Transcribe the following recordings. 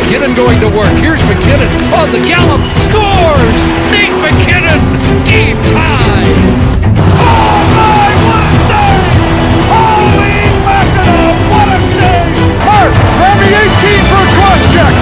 McKinnon going to work. Here's McKinnon on the gallop. Scores! Nate McKinnon! Game tie! Oh my, what a save! Holy mackerel, what a save! Murph, grab me 18 for a cross-check!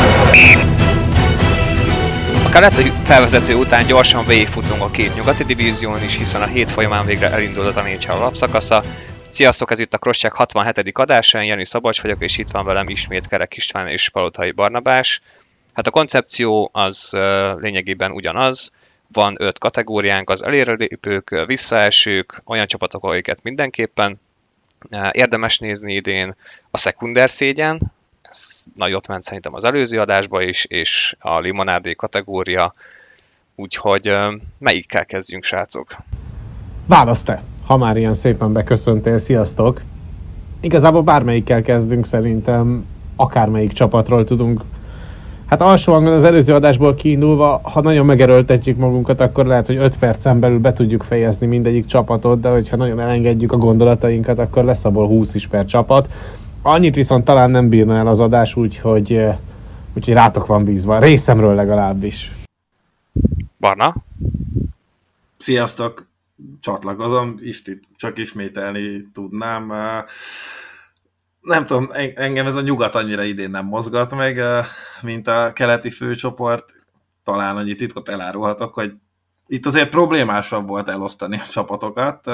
A keleti felvezető után gyorsan végigfutunk a két nyugati divízión is, hiszen a hét folyamán végre elindul az NHL alapszakasza. Sziasztok, ez itt a Crosscheck 67. adása, én Jani Szabolcs vagyok, és itt van velem ismét Kerek István és Palotai Barnabás. Hát a koncepció az lényegében ugyanaz, van 5 kategóriánk, az előrelépők, visszaesők, olyan csapatok, amiket mindenképpen érdemes nézni idén, a szekunder szégyen, ez nagyot ment szerintem az előző adásba is, és a limonádé kategória, úgyhogy melyikkel kezdjünk, srácok? Válaszd te, ha már ilyen szépen beköszöntél, sziasztok! Igazából bármelyikkel kezdünk, szerintem akármelyik csapatról tudunk. Hát alsó hangon az előző adásból kiindulva, ha nagyon megerőltetjük magunkat, akkor lehet, hogy 5 percen belül be tudjuk fejezni mindegyik csapatot, de hogyha nagyon elengedjük a gondolatainkat, akkor lesz abból 20 is per csapat. Annyit viszont talán nem bírna el az adás, úgyhogy rátok van bízva, részemről legalábbis. Barna? Sziasztok! Csatlakozom, csak ismételni tudnám. Nem tudom, engem ez a nyugat annyira idén nem mozgat meg, mint a keleti főcsoport. Talán annyi titkot elárulhatok, hogy itt azért problémásabb volt elosztani a csapatokat.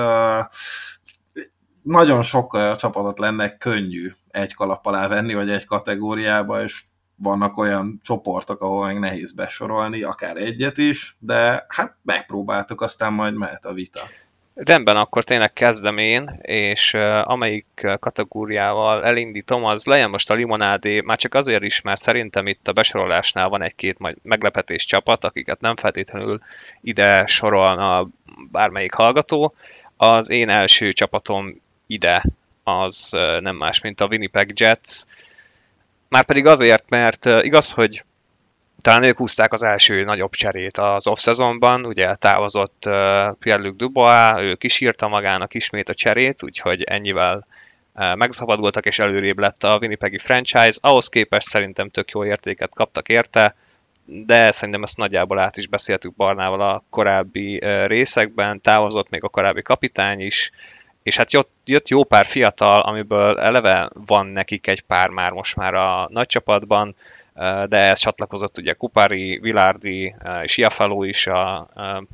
Nagyon sok csapatot lenne könnyű egy kalap alá venni, vagy egy kategóriába, és vannak olyan csoportok, ahol meg nehéz besorolni, akár egyet is, de hát megpróbáltuk, aztán majd mehet a vita. Rendben, akkor tényleg kezdem én, és amelyik kategóriával elindítom, az legyen most a limonádé, már csak azért is, mert szerintem itt a besorolásnál van egy-két majd meglepetés csapat, akiket nem feltétlenül ide sorolna bármelyik hallgató. Az én első csapatom ide az nem más, mint a Winnipeg Jets. Márpedig azért, mert igaz, hogy talán ők húzták az első nagyobb cserét az off-szezonban, ugye távozott Pierre-Luc Dubois, ő kísírta magának ismét a cserét, úgyhogy ennyivel megszabadultak és előrébb lett a winnipegi franchise. Ahhoz képest szerintem tök jó értéket kaptak érte, de szerintem ezt nagyjából át is beszéltük Barnával a korábbi részekben, távozott még a korábbi kapitány is, és hát jött jó pár fiatal, amiből eleve van nekik egy pár már most már a nagy csapatban, de ez csatlakozott ugye Kupari, Vilardi és Iafallo is a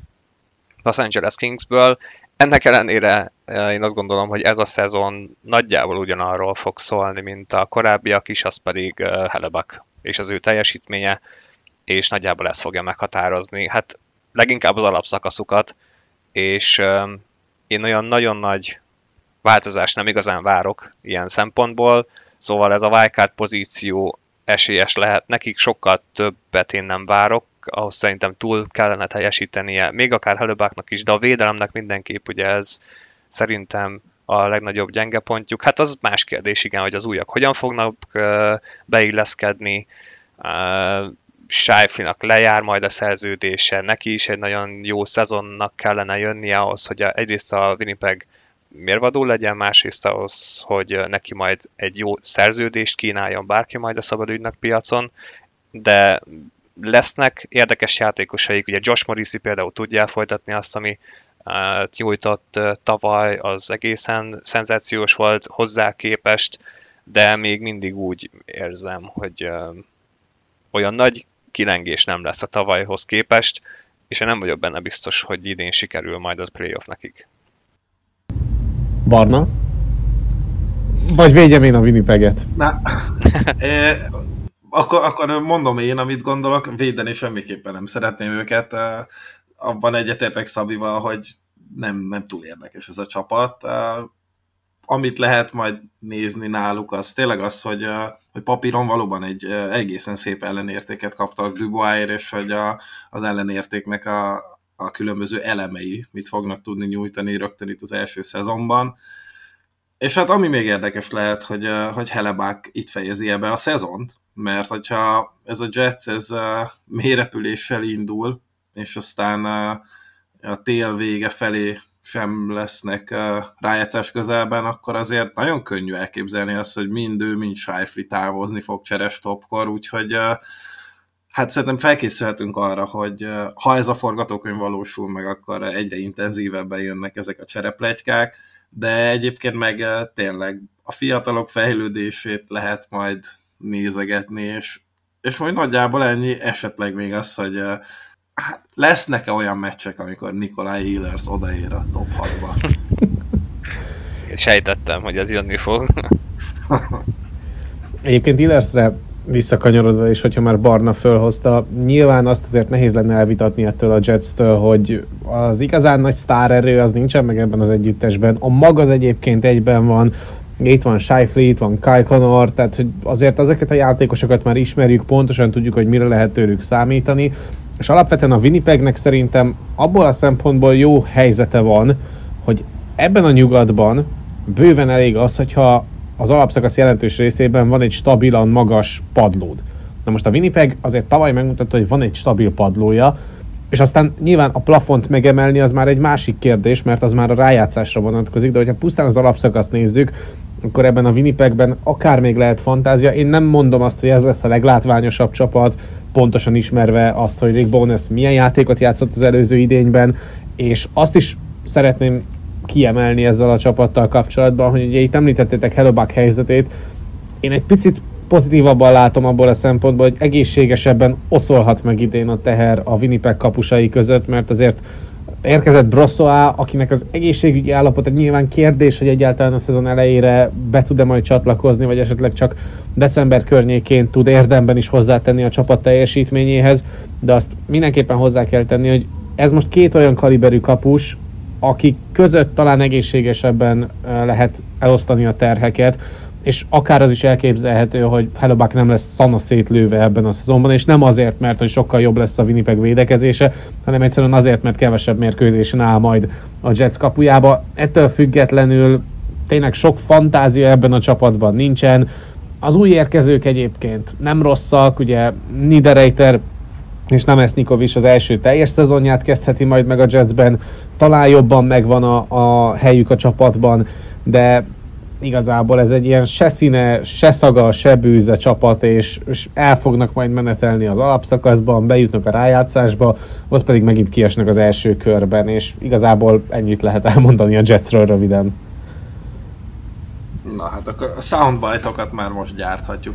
Los Angeles Kingsből. Ennek ellenére én azt gondolom, hogy ez a szezon nagyjából ugyanarról fog szólni, mint a korábbiak is, az pedig Hellebuyck és az ő teljesítménye, és nagyjából ez fogja meghatározni. Hát leginkább az alapszakaszukat, és én olyan nagyon nagy változást nem igazán várok ilyen szempontból, szóval ez a wildcard pozíció esélyes lehet nekik, sokkal többet én nem várok, ahhoz szerintem túl kellene teljesítenie, még akár Hellebuycknak is, de a védelemnek mindenképp ugye ez szerintem a legnagyobb gyenge pontjuk. Hát az más kérdés, igen, hogy az újak hogyan fognak beilleszkedni, Scheifele-nak lejár majd a szerződése, neki is egy nagyon jó szezonnak kellene jönnie ahhoz, hogy egyrészt a Winnipeg mérvadó legyen, másrészt ahhoz, hogy neki majd egy jó szerződést kínáljon bárki majd a szabadügynök piacon, de lesznek érdekes játékosaik, ugye Josh Morrissey például tudja elfolytatni azt, ami nyújtott tavaly, az egészen szenzációs volt hozzá képest, de még mindig úgy érzem, hogy olyan nagy kilengés nem lesz a tavalyhoz képest, és én nem vagyok benne biztos, hogy idén sikerül majd az playoff nekik. Barna? Vagy védjem én a Winnipeget? Na, akkor mondom én, amit gondolok, védeni semmiképpen nem szeretném őket. Abban egyetértek Szabival, hogy nem túl érdekes ez a csapat. Amit lehet majd nézni náluk, az tényleg az, hogy papíron valóban egy egészen szép ellenértéket kaptak Duboisért, és hogy az ellenértéknek a különböző elemei mit fognak tudni nyújtani rögtön itt az első szezonban. És hát ami még érdekes lehet, hogy Hellebuyck itt fejezi ebbe a szezont, mert hogyha ez a Jets ez mélyrepüléssel indul, és aztán a tél vége felé sem lesznek rájátszás közelben, akkor azért nagyon könnyű elképzelni azt, hogy mind ő, mind Scheifele távozni fog cserestopkor, úgyhogy hát szerintem felkészülhetünk arra, hogy ha ez a forgatókönyv valósul meg, akkor egyre intenzívebben jönnek ezek a cserepletykák, de egyébként meg tényleg a fiatalok fejlődését lehet majd nézegetni, és majd nagyjából ennyi, esetleg még az, hogy lesznek-e olyan meccsek, amikor Nikolai Ehlers odaér a top 6-ba? Sejtettem, hogy ez jönni fog. Egyébként Ehlersre visszakanyarodva, és hogyha már Barna fölhozta, nyilván azt azért nehéz lenne elvitatni ettől a Jetstől, hogy az igazán nagy sztárerő az nincsen meg ebben az együttesben. A mag az egyébként egyben van, itt van Scheifele, itt van Kyle Connor, tehát hogy azért ezeket a játékosokat már ismerjük, pontosan tudjuk, hogy mire lehet tőlük számítani, és alapvetően a Winnipegnek szerintem abból a szempontból jó helyzete van, hogy ebben a nyugatban bőven elég az, hogyha az alapszakasz jelentős részében van egy stabilan magas padlód. Na most a Winnipeg azért tavaly megmutatta, hogy van egy stabil padlója, és aztán nyilván a plafont megemelni az már egy másik kérdés, mert az már a rájátszásra vonatkozik, de hogyha pusztán az alapszakaszt nézzük, akkor ebben a Winnipegben akár még lehet fantázia. Én nem mondom azt, hogy ez lesz a leglátványosabb csapat, pontosan ismerve azt, hogy Rick Bowness milyen játékot játszott az előző idényben, és azt is szeretném kiemelni ezzel a csapattal kapcsolatban, hogy ugye itt említettétek Hellebuyck helyzetét. Én egy picit pozitívabban látom abból a szempontból, hogy egészségesebben oszolhat meg idén a teher a Winnipeg kapusai között, mert azért érkezett Brossois, akinek az egészségügyi állapota nyilván kérdés, hogy egyáltalán a szezon elejére be tud-e majd csatlakozni, vagy esetleg csak december környékén tud érdemben is hozzátenni a csapat teljesítményéhez, de azt mindenképpen hozzá kell tenni, hogy ez most két olyan kaliberű kapus, akik között talán egészségesebben lehet elosztani a terheket, és akár az is elképzelhető, hogy Hellebuyck nem lesz szana szétlőve ebben a szezonban, és nem azért, mert hogy sokkal jobb lesz a Winnipeg védekezése, hanem egyszerűen azért, mert kevesebb mérkőzésen áll majd a Jets kapujába. Ettől függetlenül tényleg sok fantázia ebben a csapatban nincsen. Az új érkezők egyébként nem rosszak, ugye Niederreiter és Namestnikov is az első teljes szezonját kezdheti majd meg a Jetsben, talán jobban megvan a helyük a csapatban, de igazából ez egy ilyen se színe, se szaga, se bűze csapat, és el fognak majd menetelni az alapszakaszban, bejutnak a rájátszásba, ott pedig megint kiesnek az első körben, és igazából ennyit lehet elmondani a Jetsről röviden. Na hát akkor a soundbite-okat már most gyárthatjuk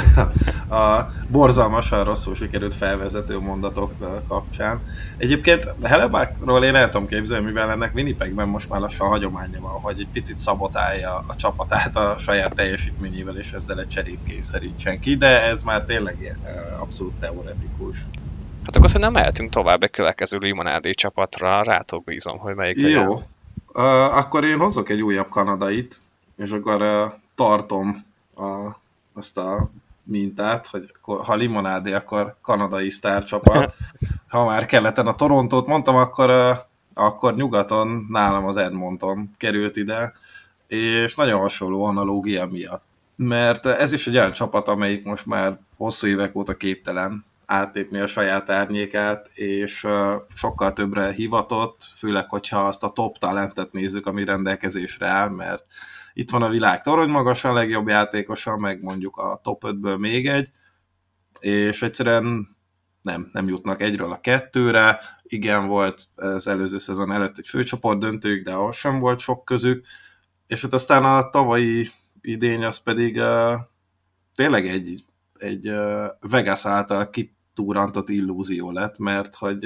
a borzalmasan rosszul sikerült felvezető mondatok kapcsán. Egyébként Hellebuyckról én el tudom képzelni, mivel ennek Winnipegben most már lassan hagyománya van, hogy egy picit szabotálja a csapatát a saját teljesítményével, és ezzel egy cserét kényszerítsen ki, de ez már tényleg abszolút teoretikus. Hát akkor szerintem mehetünk tovább egy következő limonádé csapatra, rátok bízom, hogy melyik legyen. Jó, akkor én hozok egy újabb kanadait, és akkor tartom azt a mintát, hogy ha limonádé, akkor kanadai sztárcsapat. Ha már keleten a Torontót mondtam, akkor nyugaton nálam az Edmonton került ide, és nagyon hasonló analógia miatt. Mert ez is egy olyan csapat, amelyik most már hosszú évek óta képtelen átlépni a saját árnyékát, és sokkal többre hivatott, főleg, hogyha azt a top talentet nézzük, ami rendelkezésre áll, mert itt van a világ toronymagasan legjobb játékosa, meg mondjuk a top 5-ből még egy, és egyszerűen nem jutnak egyről a kettőre. Igen, volt az előző szezon előtt egy főcsoport döntőjük, de ahhoz sem volt sok közük, és hát aztán a tavalyi idény az pedig tényleg egy Vegas által kitúrantott illúzió lett, mert hogy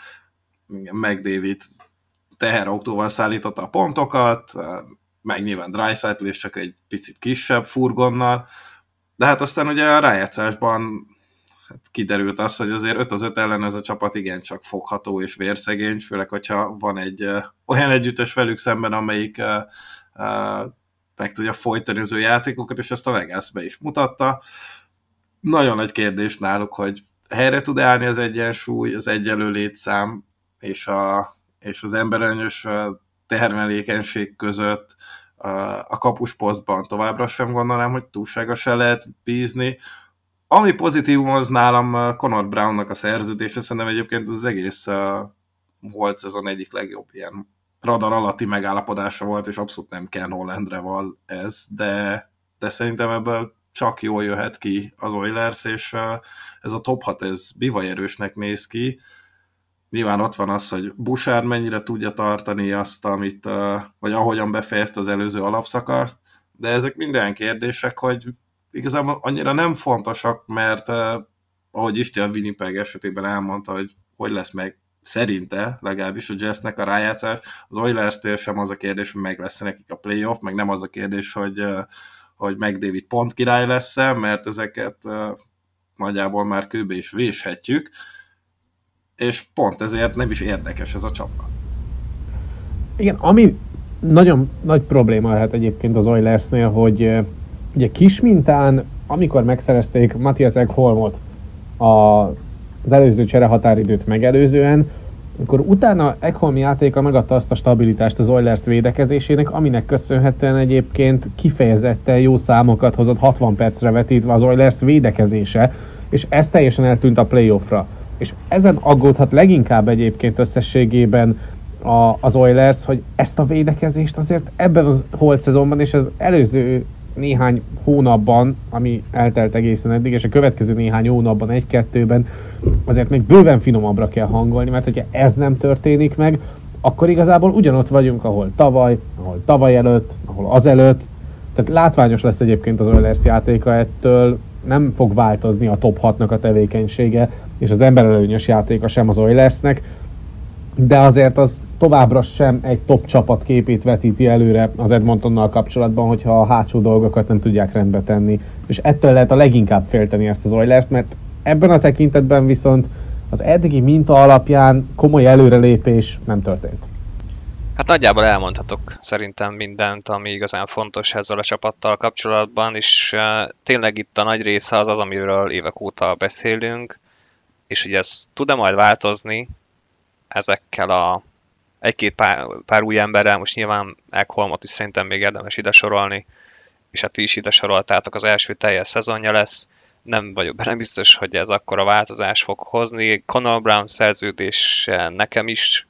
McDavid teherautóval szállította a pontokat, meg nyilván Draisaitl is csak egy picit kisebb furgonnal, de hát aztán ugye a rájátszásban kiderült az, hogy azért 5-5 ellen ez a csapat igencsak fogható és vérszegény, főleg, hogyha van egy olyan együttes velük szemben, amelyik meg tudja folytani az ő játékokat, és ezt a Vegas-be is mutatta. Nagyon nagy kérdés náluk, hogy helyre tud állni az egyensúly, az egyenlő létszám és az emberelőnyös termelékenység között. A kapusposztban továbbra sem gondolnám, hogy túlságosan lehet bízni. Ami pozitívum, az nálam Connor Brownnak a szerződése, szerintem egyébként az egész volt szezon egyik legjobb ilyen radar alatti megállapodása volt, és abszolút nem Ken Hollandre van ez, de szerintem ebből csak jól jöhet ki az Oilers, és ez a top 6, ez bivaj erősnek néz ki. Nyilván ott van az, hogy Bouchard mennyire tudja tartani azt, amit, vagy ahogyan befejezte az előző alapszakaszt, de ezek minden kérdések, hogy igazából annyira nem fontosak, mert ahogy István Winnipeg esetében elmondta, hogy lesz meg szerinte legalábbis a Jazznek a rájátszás, az Oilers-tél sem az a kérdés, hogy meg lesz nekik a playoff, meg nem az a kérdés, hogy McDavid pont király lesz-e, mert ezeket nagyjából már kőbe is véshetjük, és pont ezért nem is érdekes ez a csapat. Igen, ami nagyon nagy probléma lehet egyébként az Oilersnél, hogy ugye kis mintán, amikor megszerezték Mattias Ekholmot az előző cserehatáridőt megelőzően, akkor utána Ekholm játéka megadta azt a stabilitást az Oilers védekezésének, aminek köszönhetően egyébként kifejezetten jó számokat hozott 60 percre vetítve az Oilers védekezése, és ez teljesen eltűnt a playoffra. És ezen aggódhat leginkább egyébként összességében az Oilers, hogy ezt a védekezést azért ebben a holt szezonban és az előző néhány hónapban, ami eltelt egészen eddig, és a következő néhány hónapban, 1-2-ben azért még bőven finomabbra kell hangolni, mert hogyha ez nem történik meg, akkor igazából ugyanott vagyunk, ahol tavaly előtt, ahol azelőtt. Tehát látványos lesz egyébként az Oilers játéka, ettől nem fog változni a top 6-nak a tevékenysége, és az emberelőnyös játéka sem az Oilersnek, de azért az továbbra sem egy top csapat képét vetíti előre az Edmontonnal kapcsolatban, hogyha a hátsó dolgokat nem tudják rendbe tenni. És ettől lehet a leginkább félteni ezt az Oilers-t, mert ebben a tekintetben viszont az eddigi minta alapján komoly előrelépés nem történt. Hát nagyjából elmondhatok szerintem mindent, ami igazán fontos ezzel a csapattal kapcsolatban, és tényleg itt a nagy része az, amiről évek óta beszélünk, és hogy ez tud-e majd változni ezekkel a egy-két pár új emberrel, most nyilván Ekholmot is szerintem még érdemes ide sorolni, és hát ti is ide soroltátok, az első teljes szezonja lesz, nem vagyok benne biztos, hogy ez akkora változás fog hozni. Connor Brown szerződés nekem is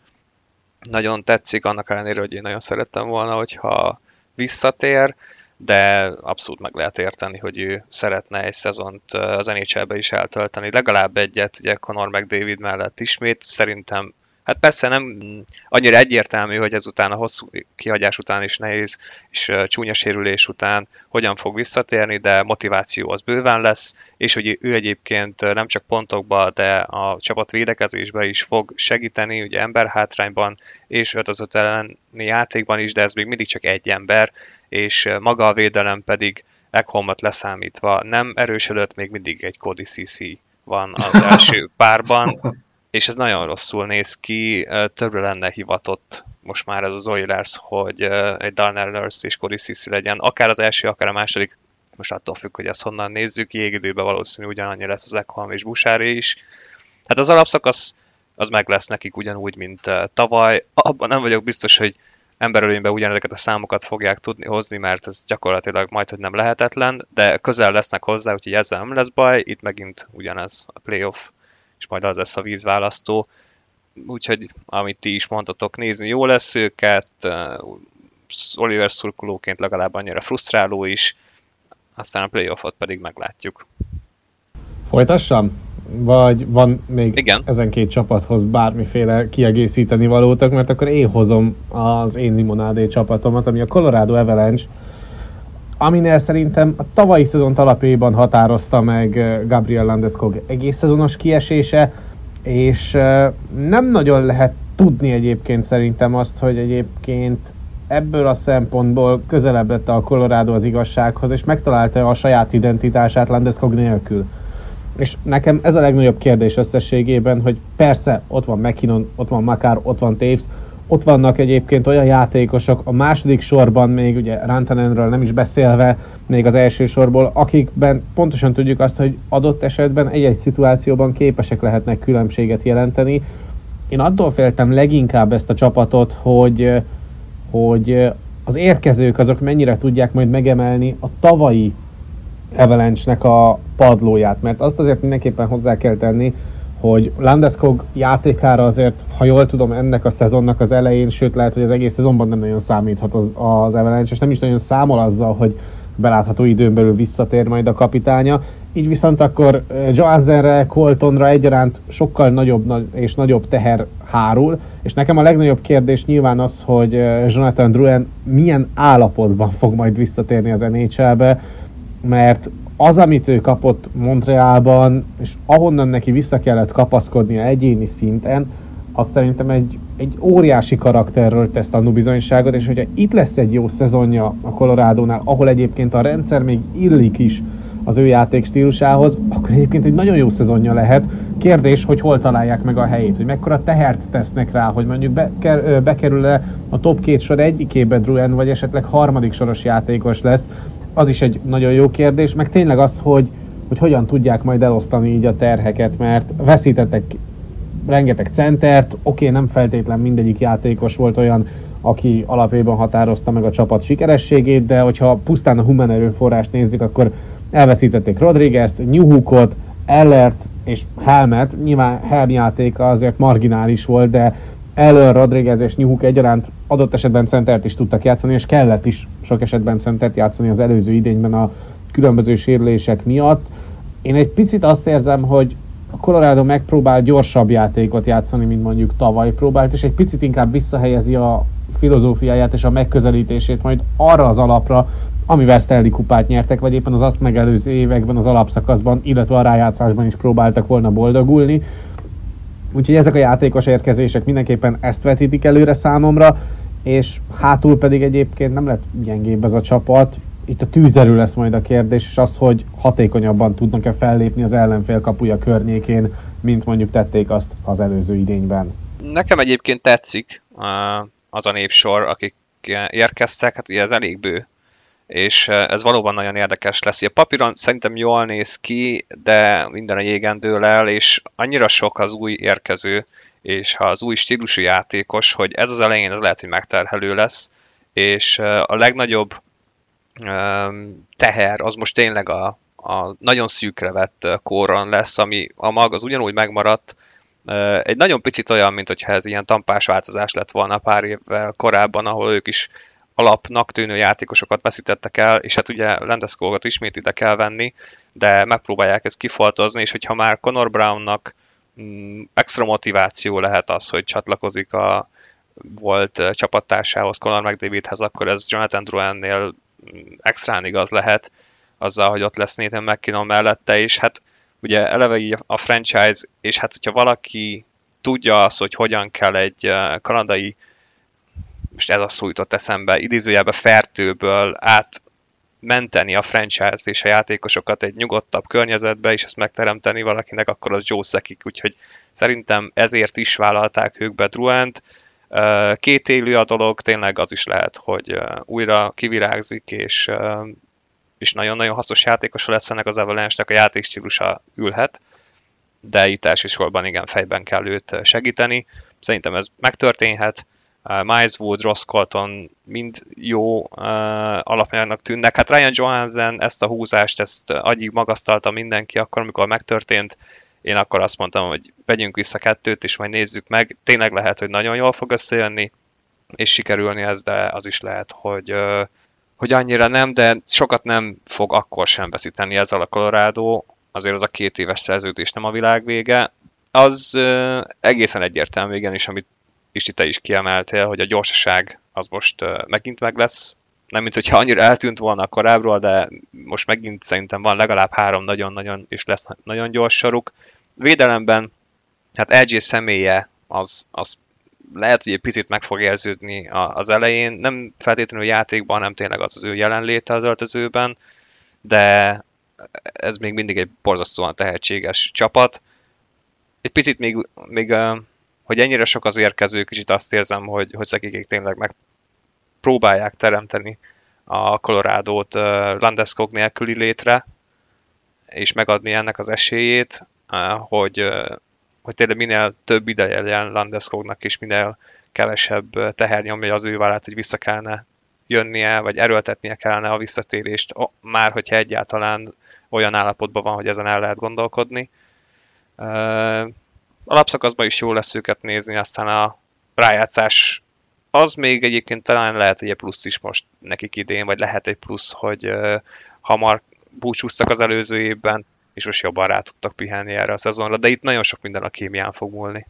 nagyon tetszik, annak ellenére, hogy én nagyon szerettem volna, hogyha visszatér, de abszolút meg lehet érteni, hogy ő szeretne egy szezont az NHL-be is eltölteni, legalább egyet, ugye Connor McDavid mellett ismét, szerintem hát persze nem annyira egyértelmű, hogy ezután a hosszú kihagyás után is nehéz, és csúnya sérülés után hogyan fog visszatérni, de motiváció az bőven lesz, és hogy ő egyébként nem csak pontokban, de a csapat védekezésben is fog segíteni, ugye emberhátrányban és 5-5 elleni játékban is, de ez még mindig csak egy ember, és maga a védelem pedig Ekholmot leszámítva nem erősödött, még mindig egy Cody Ceci van az első párban, és ez nagyon rosszul néz ki, többre lenne hivatott most már ez az Oilers, hogy egy Darnell Nurse és Cody Ceci legyen, akár az első, akár a második, most attól függ, hogy ezt honnan nézzük, jégidőben valószínű ugyanannyi lesz az Ekholm és Bouchardé is. Hát az alapszakasz az meg lesz nekik ugyanúgy, mint tavaly. Abban nem vagyok biztos, hogy emberölényben ugyanezeket a számokat fogják tudni hozni, mert ez gyakorlatilag majdhogy nem lehetetlen, de közel lesznek hozzá, úgyhogy ezzel nem lesz baj, itt megint ugyanez a playoff, és majd az lesz a vízválasztó. Úgyhogy, amit ti is mondtatok, nézni jó lesz őket, Oliver szurkolóként legalább annyira frusztráló is, aztán a playoffot pedig meglátjuk. Folytassam? Vagy van még igen, ezen két csapathoz bármiféle kiegészíteni valótok, mert akkor én hozom az én limonádé csapatomat, ami a Colorado Avalanche, aminél szerintem a tavalyi szezon alapjában határozta meg Gabriel Landeskog egész szezonos kiesése, és nem nagyon lehet tudni egyébként szerintem azt, hogy egyébként ebből a szempontból közelebb lett a Colorado az igazsághoz, és megtalálta a saját identitását Landeskog nélkül. És nekem ez a legnagyobb kérdés összességében, hogy persze ott van McKinnon, ott van Makar, ott van Taves, ott vannak egyébként olyan játékosok a második sorban, még ugye Rantanenről nem is beszélve, még az első sorból, akikben pontosan tudjuk azt, hogy adott esetben egy-egy szituációban képesek lehetnek különbséget jelenteni. Én attól féltem leginkább ezt a csapatot, hogy az érkezők azok mennyire tudják majd megemelni a tavalyi Avalanche-nek a padlóját, mert azt azért mindenképpen hozzá kell tenni, hogy Landeskog játékára azért, ha jól tudom, ennek a szezonnak az elején, sőt lehet, hogy az egész szezonban nem nagyon számíthat az Avalanche, és nem is nagyon számol azzal, hogy belátható időn belül visszatér majd a kapitánya. Így viszont akkor Johansenre, Coltonra egyaránt sokkal nagyobb teher hárul, és nekem a legnagyobb kérdés nyilván az, hogy Jonathan Drouin milyen állapotban fog majd visszatérni az NHL-be, mert az, amit ő kapott Montrealban, és ahonnan neki vissza kellett kapaszkodnia egyéni szinten, az szerintem egy óriási karakterről tesz tanúbizonyságot, és hogyha itt lesz egy jó szezonja a Colorado-nál, ahol egyébként a rendszer még illik is az ő játék stílusához, akkor egyébként egy nagyon jó szezonja lehet. Kérdés, hogy hol találják meg a helyét, hogy mekkora tehert tesznek rá, hogy mondjuk bekerül-e a top 2 sor egyikébe Drouin, vagy esetleg harmadik soros játékos lesz. Az is egy nagyon jó kérdés, meg tényleg az, hogy hogyan tudják majd elosztani így a terheket, mert veszítettek rengeteg centert, nem feltétlen mindegyik játékos volt olyan, aki alapjában határozta meg a csapat sikerességét, de hogyha pusztán a human erőforrást nézzük, akkor elveszítették Rodriguez-t, Newhookot, Ellert és Helmet. Nyilván Helm játéka azért marginális volt, de Eller, Rodriguez és Newhook egyaránt adott esetben centert is tudtak játszani, és kellett is sok esetben centert játszani az előző idényben a különböző sérülések miatt. Én egy picit azt érzem, hogy a Colorado megpróbál gyorsabb játékot játszani, mint mondjuk tavaly próbált, és egy picit inkább visszahelyezi a filozófiáját és a megközelítését majd arra az alapra, amivel Stanley kupát nyertek, vagy éppen az azt megelőző években az alapszakaszban, illetve a rájátszásban is próbáltak volna boldogulni. Úgyhogy ezek a játékos érkezések mindenképpen ezt vetítik előre számomra, és hátul pedig egyébként nem lett gyengébb ez a csapat. Itt a tűzerő lesz majd a kérdés, és az, hogy hatékonyabban tudnak-e fellépni az ellenfél kapuja környékén, mint mondjuk tették azt az előző idényben. Nekem egyébként tetszik az a népsor, akik érkeztek, hát ugye ez elég bő, és ez valóban nagyon érdekes lesz. A papíron szerintem jól néz ki, de minden a jégen dől el, és annyira sok az új érkező, és az új stílusú játékos, hogy ez az elején az lehet, hogy megterhelő lesz, és a legnagyobb teher az most tényleg a nagyon szűkre vett kóron lesz, ami a mag az ugyanúgy megmaradt. Egy nagyon picit olyan, mint hogyha ez ilyen tampás változás lett volna pár évvel korábban, ahol ők is alapnak tűnő játékosokat veszítettek el, és hát ugye Landeskogot ismét ide kell venni, de megpróbálják ezt kifoltozni, és hogyha már Connor Brownnak extra motiváció lehet az, hogy csatlakozik a volt csapattársához, Connor McDavidhez, akkor ez Jonathan Drouinnél extrán igaz lehet, azzal, hogy ott lesz Nathan McKinnon mellette, és hát ugye eleve így a franchise, és hát hogyha valaki tudja azt, hogy hogyan kell egy kanadai, most ez a szó jutott eszembe, idézőjelben fertőből átmenteni a franchise-t és a játékosokat egy nyugodtabb környezetbe, és ezt megteremteni valakinek, akkor az Joe Sakic, úgyhogy szerintem ezért is vállalták ők be Drouint. Kétélű a dolog, tényleg az is lehet, hogy újra kivirágzik, és nagyon-nagyon hasznos játékosa lesz ennek az Avalanche-nek, a játékstílusa ülhet, de itt elsősorban igen, fejben kell őt segíteni. Szerintem ez megtörténhet. Miles Wood, Ross Colton mind jó alapanyagnak tűnnek. Hát Ryan Johansen ezt a húzást, ezt agyig magasztalta mindenki akkor, amikor megtörtént. Én akkor azt mondtam, hogy vegyünk vissza 2-t, és majd nézzük meg. Tényleg lehet, hogy nagyon jól fog összejönni, és sikerülni ez, de az is lehet, hogy annyira nem, de sokat nem fog akkor sem veszíteni ezzel a Colorado. Azért az a 2 éves szerződés nem a világ vége. Az egészen egyértelmű, igenis, amit is te is kiemeltél, hogy a gyorsaság az most megint meg lesz. Nem, mint hogyha annyira eltűnt volna a korábbról, de most megint szerintem van legalább 3 nagyon-nagyon, és lesz nagyon gyors soruk. Védelemben, hát LG személye az lehet, hogy egy picit meg fog érződni az elején. Nem feltétlenül játékban, hanem tényleg az ő jelenléte az öltözőben, de ez még mindig egy borzasztóan tehetséges csapat. Egy picit még hogy ennyire sok az érkező, kicsit azt érzem, hogy Sakikék tényleg megpróbálják teremteni a Colorado-t Landeskog nélküli létre, és megadni ennek az esélyét, hogy tényleg minél több ideje legyen Landeskognak, és minél kevesebb teher nyomja az ő vállát, hogy vissza kellene jönnie, vagy erőltetnie kellene a visszatérést, már hogyha egyáltalán olyan állapotban van, hogy ezen el lehet gondolkodni. alapszakaszban is jó lesz őket nézni, aztán a rájátszás az még egyébként talán lehet egy plusz is most nekik idén, vagy lehet egy plusz, hogy hamar búcsúztak az előző évben, és most jobban rá tudtak pihenni erre a szezonra, de itt nagyon sok minden a kémián fog múlni.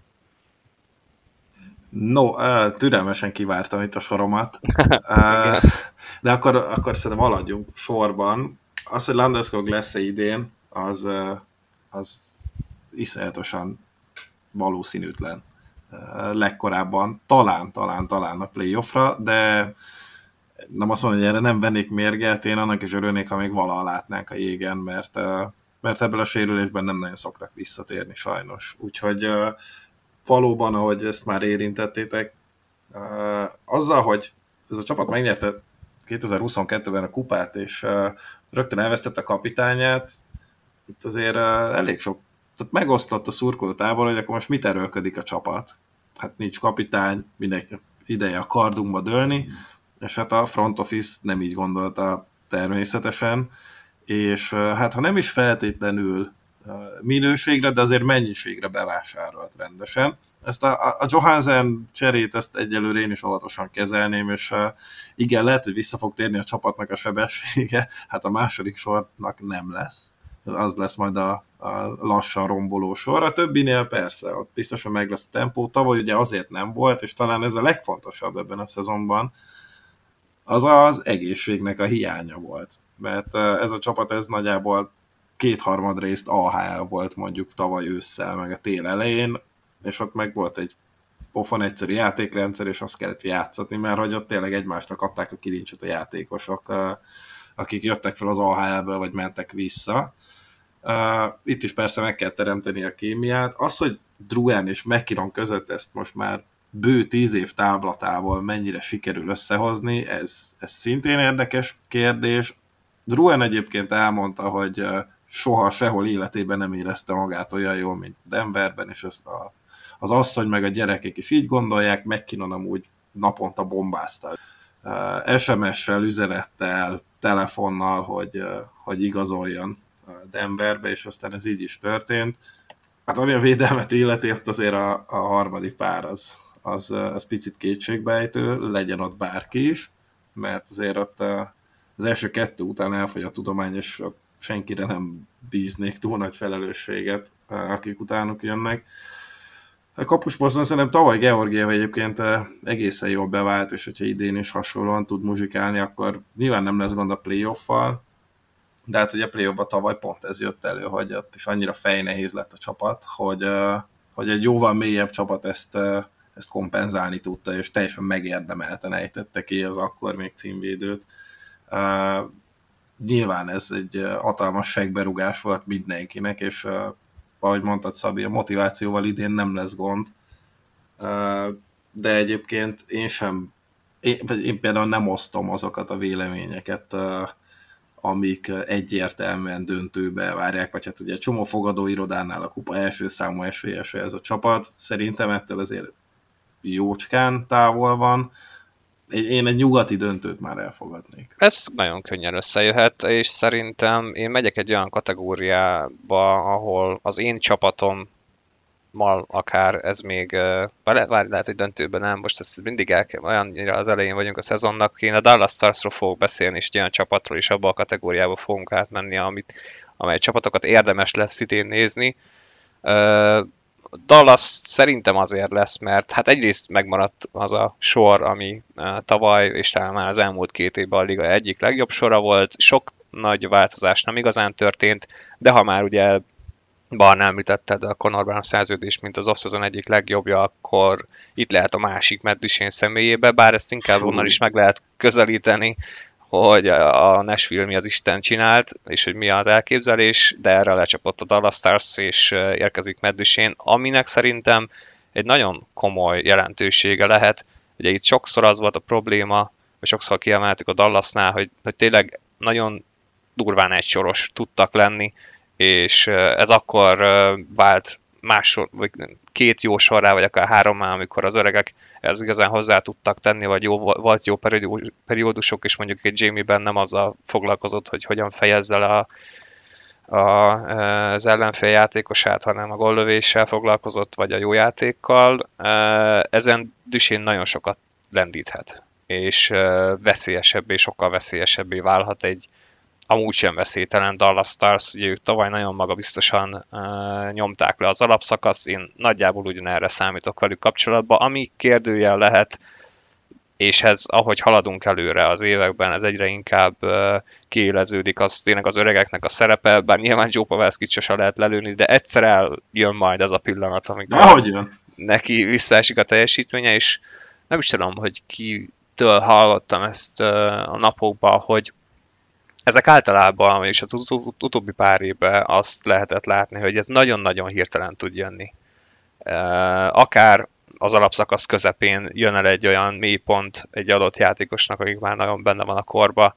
No, türelmesen kivártam itt a soromat, de akkor szerintem haladjunk sorban. Az, hogy Landeskog lesz idén, az iszonyatosan valószínűtlen. Legkorábban talán a playoffra, de nem azt mondom, hogy erre nem vennék mérget, én annak is örülnék, ha még valaha látnánk a jégen, mert ebből a sérülésben nem nagyon szoktak visszatérni sajnos. Úgyhogy valóban, ahogy ezt már érintettétek, azzal, hogy ez a csapat megnyerte 2022-ben a kupát, és rögtön elvesztette a kapitányát, itt azért elég sok, tehát megosztott a szurkolótábor, hogy akkor most mit erőlködik a csapat. Hát nincs kapitány, mindenki ideje a kardunkba dőlni, és hát a front office nem így gondolta természetesen, és hát ha nem is feltétlenül minőségre, de azért mennyiségre bevásárolt rendesen. Ezt a Johansen cserét, ezt egyelőre én is óvatosan kezelném, és igen, lehet, hogy vissza fog térni a csapatnak a sebessége, hát a második sornak nem lesz. Az lesz majd a lassan romboló sor. A többinél persze, ott biztosan meg lesz a tempó. Tavaly ugye azért nem volt, és talán ez a legfontosabb ebben a szezonban, az az egészségnek a hiánya volt. Mert ez a csapat, ez nagyjából 2/3 részt AHL volt mondjuk tavaly ősszel, meg a tél elején, és ott meg volt egy pofon egyszerű játékrendszer, és azt kellett játszatni, mert hogy ott tényleg egymásnak adták a kilincset a játékosok, akik jöttek fel az AHL-ből, vagy mentek vissza. Itt is persze meg kell teremteni a kémiát. Az, hogy Drouin és McKinnon között ezt most már bő 10 év táblatából mennyire sikerül összehozni, ez szintén érdekes kérdés. Drouin egyébként elmondta, hogy soha sehol életében nem érezte magát olyan jól, mint Denverben, és ezt az asszony meg a gyerekek is így gondolják, McKinnon amúgy naponta bombázta. SMS-sel, üzenettel, telefonnal, hogy igazoljon Denverbe, és aztán ez így is történt. Hát ami a védelmet illeti, ott azért a harmadik pár az picit kétségbejtő, legyen ott bárki is, mert azért ott az első 2 után elfogy a tudomány, és senkire nem bíznék túl nagy felelősséget, akik utánuk jönnek. A kapusposzton szerintem tavaly Georgiev egyébként egészen jól bevált, és hogyha idén is hasonlóan tud muzsikálni, akkor nyilván nem lesz gond a playoff-val, de hát ugye a playoff-ban tavaly pont ez jött elő, hogy ott is annyira fejnehéz lett a csapat, hogy egy jóval mélyebb csapat ezt kompenzálni tudta, és teljesen megérdemelten ejtette ki az akkor még címvédőt. Nyilván ez egy hatalmas segberugás volt mindenkinek, és ahogy mondtad, Szabi, a motivációval idén nem lesz gond, de egyébként én például nem osztom azokat a véleményeket, amik egyértelműen döntőbe várják, vagy hát ugye egy csomó fogadóirodánál a kupa első számú esélyese ez a csapat. Szerintem ettől azért jócskán távol van. Én egy nyugati döntőt már elfogadnék. Ez nagyon könnyen összejöhet, és szerintem én megyek egy olyan kategóriába, ahol az én csapatommal akár ez még, lehet, hogy döntőben nem, most ez mindig olyannyira az elején vagyunk a szezonnak, én a Dallas Starsról fogok beszélni, és egy olyan csapatról is abba a kategóriába fogunk átmenni, amely csapatokat érdemes lesz idén nézni. Dallas szerintem azért lesz, mert hát egyrészt megmaradt az a sor, ami tavaly, és talán már az elmúlt 2 évben a liga egyik legjobb sora volt, sok nagy változás nem igazán történt, de ha már ugye Barna említetted a Conor Brown szerződés, mint az off-season egyik legjobbja, akkor itt lehet a másik Matt Duchene személyébe, bár ezt inkább onnan is meg lehet közelíteni, hogy a Nashville mi az Isten csinált, és hogy mi az elképzelés, de erre lecsapott a Dallas Stars, és érkezik Matt Duchene, aminek szerintem egy nagyon komoly jelentősége lehet. Ugye itt sokszor az volt a probléma, vagy sokszor kiemeltük a Dallasnál, hogy tényleg nagyon durván egysoros tudtak lenni, és ez akkor vált vagy 2 jó sorrá, vagy akár 3-mal, amikor az öregek ez igazán hozzá tudtak tenni, vagy volt jó periódusok, és mondjuk egy Jamie Benn nem azzal foglalkozott, hogy hogyan fejezze le az ellenfél játékosát, hanem a góllövéssel foglalkozott, vagy a jó játékkal. Ezen Duchesne nagyon sokat lendíthet, és veszélyesebbé, sokkal veszélyesebbé válhat egy amúgy sem veszélytelen Dallas Stars. Ugye ők tavaly nagyon magabiztosan nyomták le az alapszakaszt, én nagyjából ugyanerre számítok velük kapcsolatban. Ami kérdőjel lehet, és ez, ahogy haladunk előre az években, ez egyre inkább kiéleződik, az tényleg az öregeknek a szerepe, bár nyilván Joe Pavelskit sose lehet lelőni, de egyszer eljön majd ez a pillanat, amikor neki visszaesik a teljesítménye, és nem is tudom, hogy kitől hallottam ezt a napokban, hogy ezek általában, és az utóbbi pár évben azt lehetett látni, hogy ez nagyon-nagyon hirtelen tud jönni. Akár az alapszakasz közepén jön el egy olyan mélypont egy adott játékosnak, akik már nagyon benne van a korba,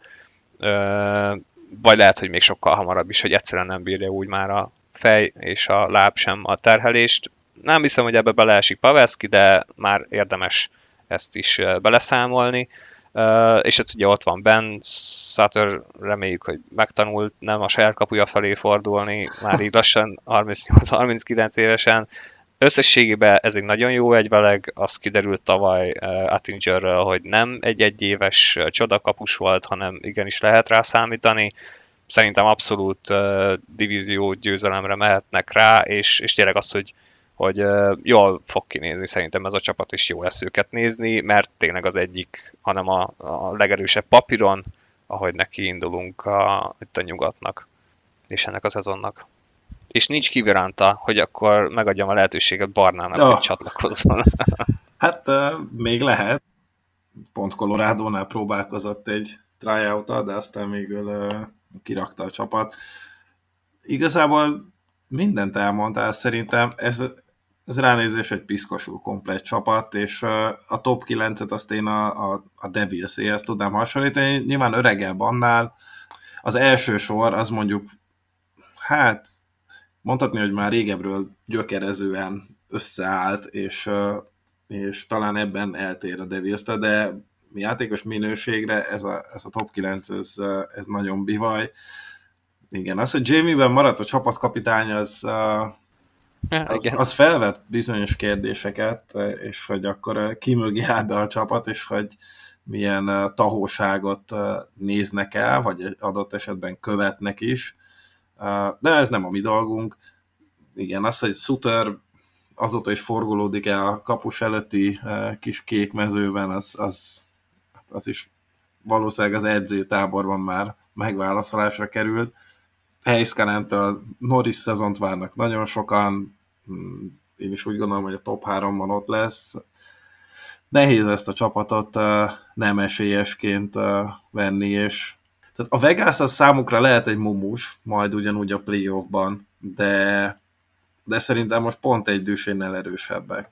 vagy lehet, hogy még sokkal hamarabb is, hogy egyszerűen nem bírja úgy már a fej és a láb sem a terhelést. Nem hiszem, hogy ebbe beleesik Pavelski, de már érdemes ezt is beleszámolni. És hát ugye ott van Ben Sutter, reméljük, hogy megtanult nem a saját kapuja felé fordulni, már így lassan 38-39 évesen. Összességében ez egy nagyon jó egyveleg, az kiderült tavaly Attingerről, hogy nem egy egyéves csodakapus volt, hanem igenis lehet rá számítani. Szerintem abszolút divízió győzelemre mehetnek rá, és tényleg az, hogy jól fog kinézni, szerintem ez a csapat is jó lesz őket nézni, mert tényleg az egyik, hanem a legerősebb papíron, ahogy neki indulunk itt a nyugatnak, és ennek a szezonnak. És nincs Kiviranta, hogy akkor megadjam a lehetőséget Barnának, hogy csatlakozzon. Hát még lehet. Pont Colorado-nál próbálkozott egy tryout-tal, de aztán végül kirakta a csapat. Igazából mindent elmondtál, szerintem ez ránézés egy piszkosul komplett csapat, és a top 9-et azt én a Devils-éhez tudnám hasonlítani. Nyilván öregebb annál. Az első sor az mondjuk, hát mondhatni, hogy már régebről gyökerezően összeállt, és talán ebben eltér a Devils-től, de játékos minőségre ez a top 9 ez nagyon bivaj. Igen, az, hogy Jamie-ben maradt a csapatkapitány, az felvet bizonyos kérdéseket, és hogy akkor ki mögé áll be a csapat, és hogy milyen tahóságot néznek el, vagy adott esetben követnek is. De ez nem a mi dolgunk. Igen, az, hogy Suter azóta is forgolódik el a kapus előtti kis kék mezőben, az is valószínűleg az edzőtáborban már megválaszolásra került. Heiskanen-től Norris szezont várnak nagyon sokan, én is úgy gondolom, hogy a top 3-ban ott lesz. Nehéz ezt a csapatot nem esélyesként venni, és tehát a Vegas az számukra lehet egy mumus, majd ugyanúgy a playoffban, de szerintem most pont egy Duchesne-nel erősebbek.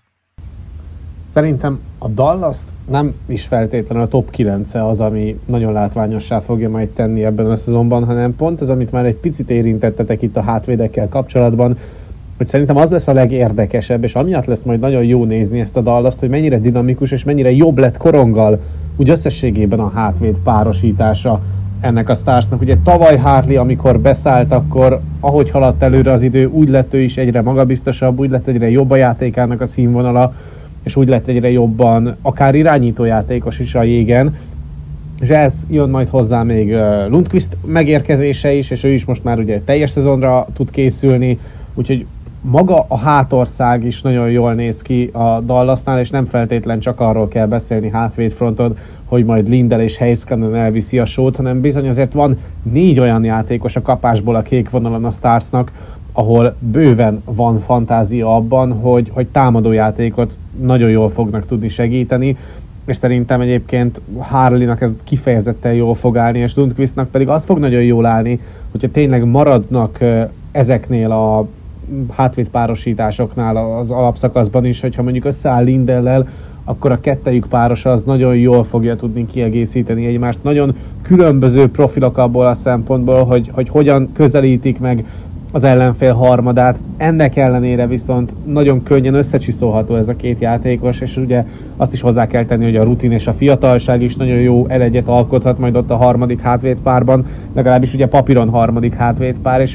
Szerintem a Dallas-t nem is feltétlenül a top 9-e az, ami nagyon látványossá fogja majd tenni ebben a szezonban, hanem pont az, amit már egy picit érintettetek itt a hátvédekkel kapcsolatban, hogy szerintem az lesz a legérdekesebb, és amiatt lesz majd nagyon jó nézni ezt a Dallast, hogy mennyire dinamikus és mennyire jobb lett koronggal úgy összességében a hátvéd párosítása ennek a Starsnak. Ugye tavaly Harley, amikor beszállt, akkor ahogy haladt előre az idő, úgy lett ő is egyre magabiztosabb, úgy lett egyre jobb a játékának a színvonala, és úgy lett egyre jobban akár irányítójátékos is a jégen, és ez jön majd hozzá még Lundqvist megérkezése is, és ő is most már ugye teljes szezonra tud készülni, úgyhogy maga a hátország is nagyon jól néz ki a Dallasnál, és nem feltétlen csak arról kell beszélni hátvédfronton, hogy majd Lindell és Heiskanen elviszi a sót, hanem bizony azért van 4 olyan játékos a kapásból a kék vonalon a Starsnak, ahol bőven van fantázia abban, hogy támadójátékot nagyon jól fognak tudni segíteni, és szerintem egyébként Harley-nak ez kifejezetten jól fog állni, és Lundqvistnak pedig az fog nagyon jól állni, hogyha tényleg maradnak ezeknél a hátvédpárosításoknál az alapszakaszban is, hogyha mondjuk összeáll Lindellel, akkor a kettejük párosa az nagyon jól fogja tudni kiegészíteni egymást. Nagyon különböző profilok abból a szempontból, hogy hogyan közelítik meg az ellenfél harmadát. Ennek ellenére viszont nagyon könnyen összecsiszolható ez a két játékos, és ugye azt is hozzá kell tenni, hogy a rutin és a fiatalság is nagyon jó elegyet alkothat majd ott a harmadik hátvédpárban, legalábbis ugye papíron harmadik hátvédpár, és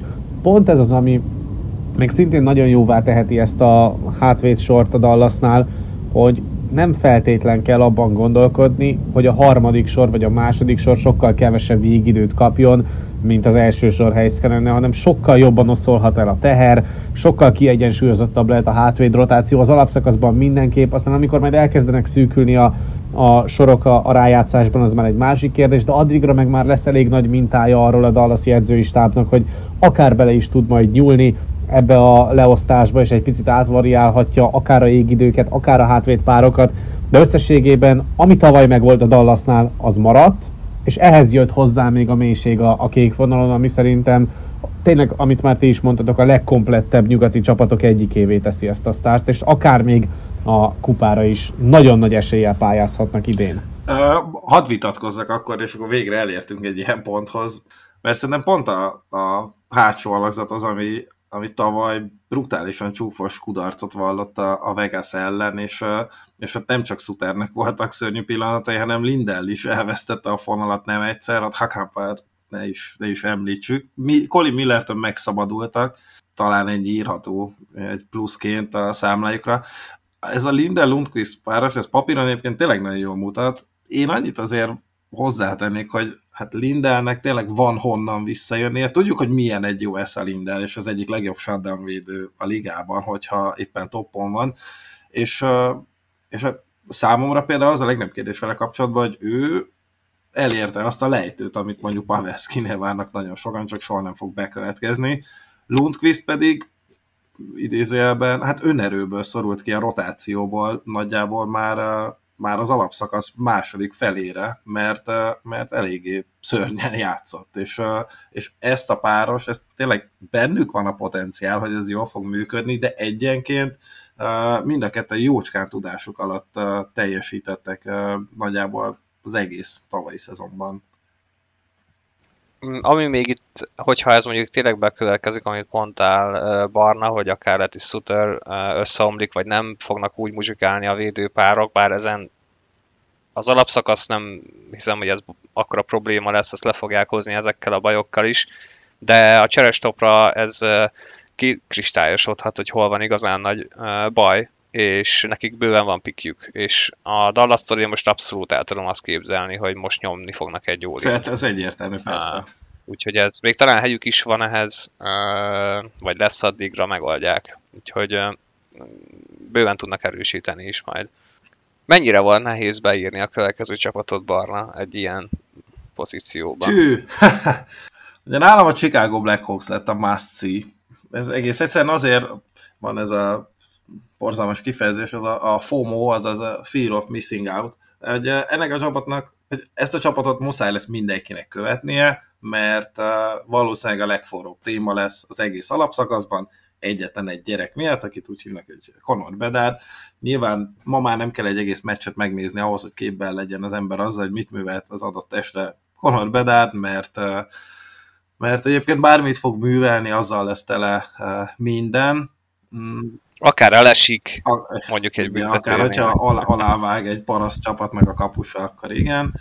pont ez az, ami még szintén nagyon jóvá teheti ezt a hátvéd sort a Dallasnál, hogy nem feltétlen kell abban gondolkodni, hogy a harmadik sor vagy a második sor sokkal kevesebb végidőt kapjon, mint az első sor helyszínenne, hanem sokkal jobban oszolhat el a teher, sokkal kiegyensúlyozottabb lehet a hátvéd rotáció az alapszakaszban mindenképp, aztán amikor majd elkezdenek szűkülni a sorok a rájátszásban, az már egy másik kérdés, de addigra meg már lesz elég nagy mintája arról a Dallasi edzői stábnak, hogy akár bele is tud majd nyúlni ebbe a leosztásba, és egy picit átvariálhatja akár a égidőket, akár a hátvédpárokat, de összességében, ami tavaly meg volt a Dallasnál, az maradt, és ehhez jött hozzá még a mélység a kék vonalon, ami szerintem tényleg, amit már ti is mondtatok, a legkomplettebb nyugati csapatok egyikévé teszi ezt a sztárt, és akár még a kupára is nagyon nagy eséllyel pályázhatnak idén. Hadd vitatkozzak akkor, és akkor végre elértünk egy ilyen ponthoz, mert szerintem pont a hátsó alakzat az, ami tavaly brutálisan csúfos kudarcot vallott a Vegas ellen, és ott nem csak Suternek voltak szörnyű pillanatai, hanem Lindell is elvesztette a fonalat nem egyszer, a Hakanpár ne is említsük. Colin Millertől megszabadultak, talán ennyi írható egy pluszként a számlájukra. Ez a Lindell-Lundqvist páros, ez papíron egyébként tényleg nagyon jól mutat. Én annyit azért hozzátennék, hogy hát Lindellnek tényleg van honnan visszajönnie. Tudjuk, hogy milyen egy jó a Lindell, és az egyik legjobb shutdown védő a ligában, hogyha éppen toppon van. És számomra például az a legnagyobb kérdés vele kapcsolatban, hogy ő elérte azt a lejtőt, amit mondjuk Pavelskinél várnak nagyon sokan, csak soha nem fog bekövetkezni. Lundqvist pedig idézőjelben, hát önerőből szorult ki a rotációból nagyjából már az alapszakasz második felére, mert eléggé szörnyen játszott, és ezt a páros, ez tényleg bennük van a potenciál, hogy ez jól fog működni, de egyenként mind a ketten jócskán tudásuk alatt teljesítettek nagyjából az egész tavalyi szezonban. Ami még itt, hogyha ez mondjuk tényleg bekövetkezik, amit mondtál, Barna, hogy akár Letis Suter összeomlik, vagy nem fognak úgy muzsikálni a védőpárok, bár ezen az alapszakasz nem hiszem, hogy ez akkora probléma lesz, ezt le fogják hozni ezekkel a bajokkal is, de a cserestopra ez kikristályosodhat, hogy hol van igazán nagy baj, és nekik bőven van pikjük, és a Dallas-tól én most abszolút el tudom azt képzelni, hogy most nyomni fognak egy jó lét. Ez egyértelmű, persze. Úgyhogy ez, még talán helyük is van ehhez, vagy lesz addigra, megoldják. Úgyhogy bőven tudnak erősíteni is majd. Mennyire volt nehéz beírni a következő csapatot, Barna, egy ilyen pozícióban? Ugye nálam a Chicago Blackhawks lett a must-see. Ez egész egyszerűen azért van ez a borzalmas kifejezés, az a FOMO, azaz a Fear of Missing Out. Ugye ennek a csapatnak, ezt a csapatot muszáj lesz mindenkinek követnie, mert valószínűleg a legforróbb téma lesz az egész alapszakaszban, egyetlen egy gyerek miatt, akit úgy hívnak, hogy Connor Bedard. Nyilván ma már nem kell egy egész meccset megnézni ahhoz, hogy képben legyen az ember azzal, hogy mit művelt az adott este Connor Bedard, mert egyébként bármit fog művelni, azzal lesz tele minden. Akár elesik, mondjuk egy büntetőnél. Akár, hogyha alávág egy paraszt csapatnak a kapusa, akkor igen.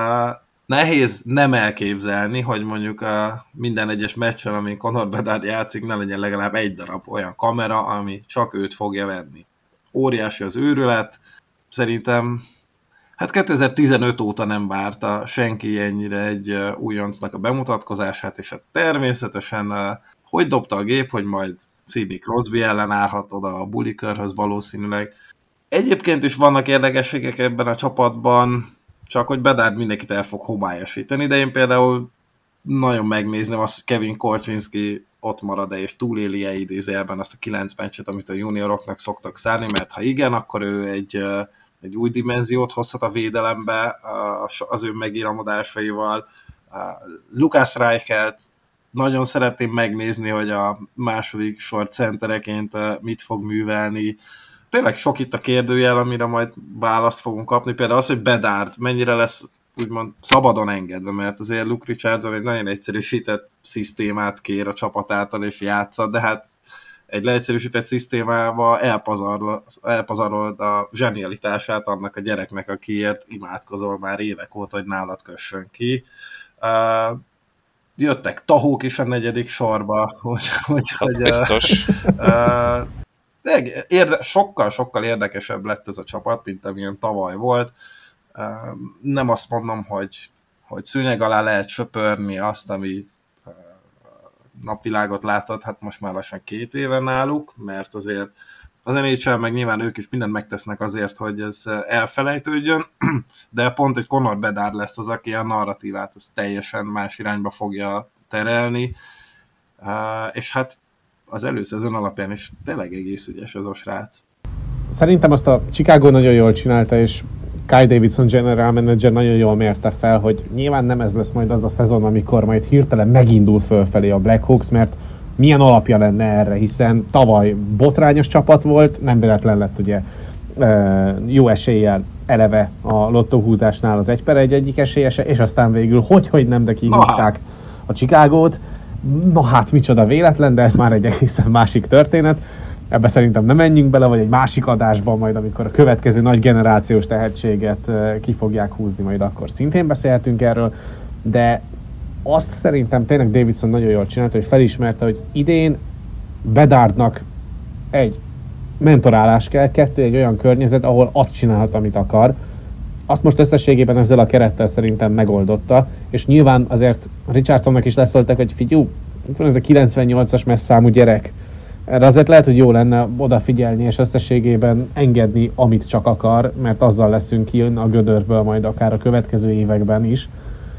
Nehéz nem elképzelni, hogy mondjuk minden egyes meccsen, amin Connor Bedard játszik, ne legyen legalább egy darab olyan kamera, ami csak őt fogja venni. Óriási az őrület. Szerintem hát 2015 óta nem várta senki ennyire egy újoncnak a bemutatkozását, és hát természetesen hogy dobta a gép, hogy majd Sidney Crosby ellen állhat oda a Bulikörhöz valószínűleg. Egyébként is vannak érdekességek ebben a csapatban, csak hogy Bedard mindenkit el fog homályosítani, de én például nagyon megnézném azt, hogy Kevin Korchinski ott marad-e és túléli-e idézőjelben azt a 9 meccset, amit a junioroknak szoktak szárni, mert ha igen, akkor ő egy új dimenziót hozhat a védelembe az ő megíramodásaival. Lucas Reichelt nagyon szeretném megnézni, hogy a második sor centereként mit fog művelni. Tényleg sok itt a kérdőjel, amire majd választ fogunk kapni. Például az, hogy Bedard mennyire lesz úgymond szabadon engedve, mert azért Luke Richardson egy nagyon egyszerűsített szisztémát kér a csapatától és játszat, de hát egy leegyszerűsített szisztémával elpazarolod a zsenialitását annak a gyereknek, akiért imádkozol már évek óta, hogy nálad kössön ki. jöttek tahók is a 4. sorba, sokkal érdekesebb lett ez a csapat, mint amilyen tavaly volt. Nem azt mondom, hogy szőnyeg alá lehet söpörni azt, ami napvilágot látott, hát most már lassan 2 éve náluk, mert azért az NHL meg nyilván ők is mindent megtesznek azért, hogy ez elfelejtődjön, de pont egy Connor Bedard lesz az, aki a narratívát az teljesen más irányba fogja terelni, és hát az előszezon alapján is tényleg egész ügyes az a srác. Szerintem azt a Chicago nagyon jól csinálta, és Kyle Davidson general manager nagyon jól mérte fel, hogy nyilván nem ez lesz majd az a szezon, amikor majd hirtelen megindul fölfelé a Blackhawks, mert milyen alapja lenne erre, hiszen tavaly botrányos csapat volt, nem véletlen lett ugye jó eséllyel eleve a lottóhúzásnál az 1/1 egyik esélyese, és aztán végül hogy nem, de kihúzták a Chicagót. Na hát micsoda véletlen, de ez már egy egészen másik történet. Ebbe szerintem nem menjünk bele, vagy egy másik adásban majd, amikor a következő nagy generációs tehetséget ki fogják húzni, majd akkor szintén beszélhetünk erről, de azt szerintem tényleg Davidson nagyon jól csinálta, hogy felismerte, hogy idén Bedardnak egy mentorálás kell, 2 egy olyan környezet, ahol azt csinálhat, amit akar. Azt most összességében ezzel a kerettel szerintem megoldotta, és nyilván azért Richardsonnak is leszóltak, hogy figyú, itt van ez a 98-as messzámú gyerek. Erre azért lehet, hogy jó lenne odafigyelni, és összességében engedni, amit csak akar, mert azzal leszünk ki a gödörből majd akár a következő években is.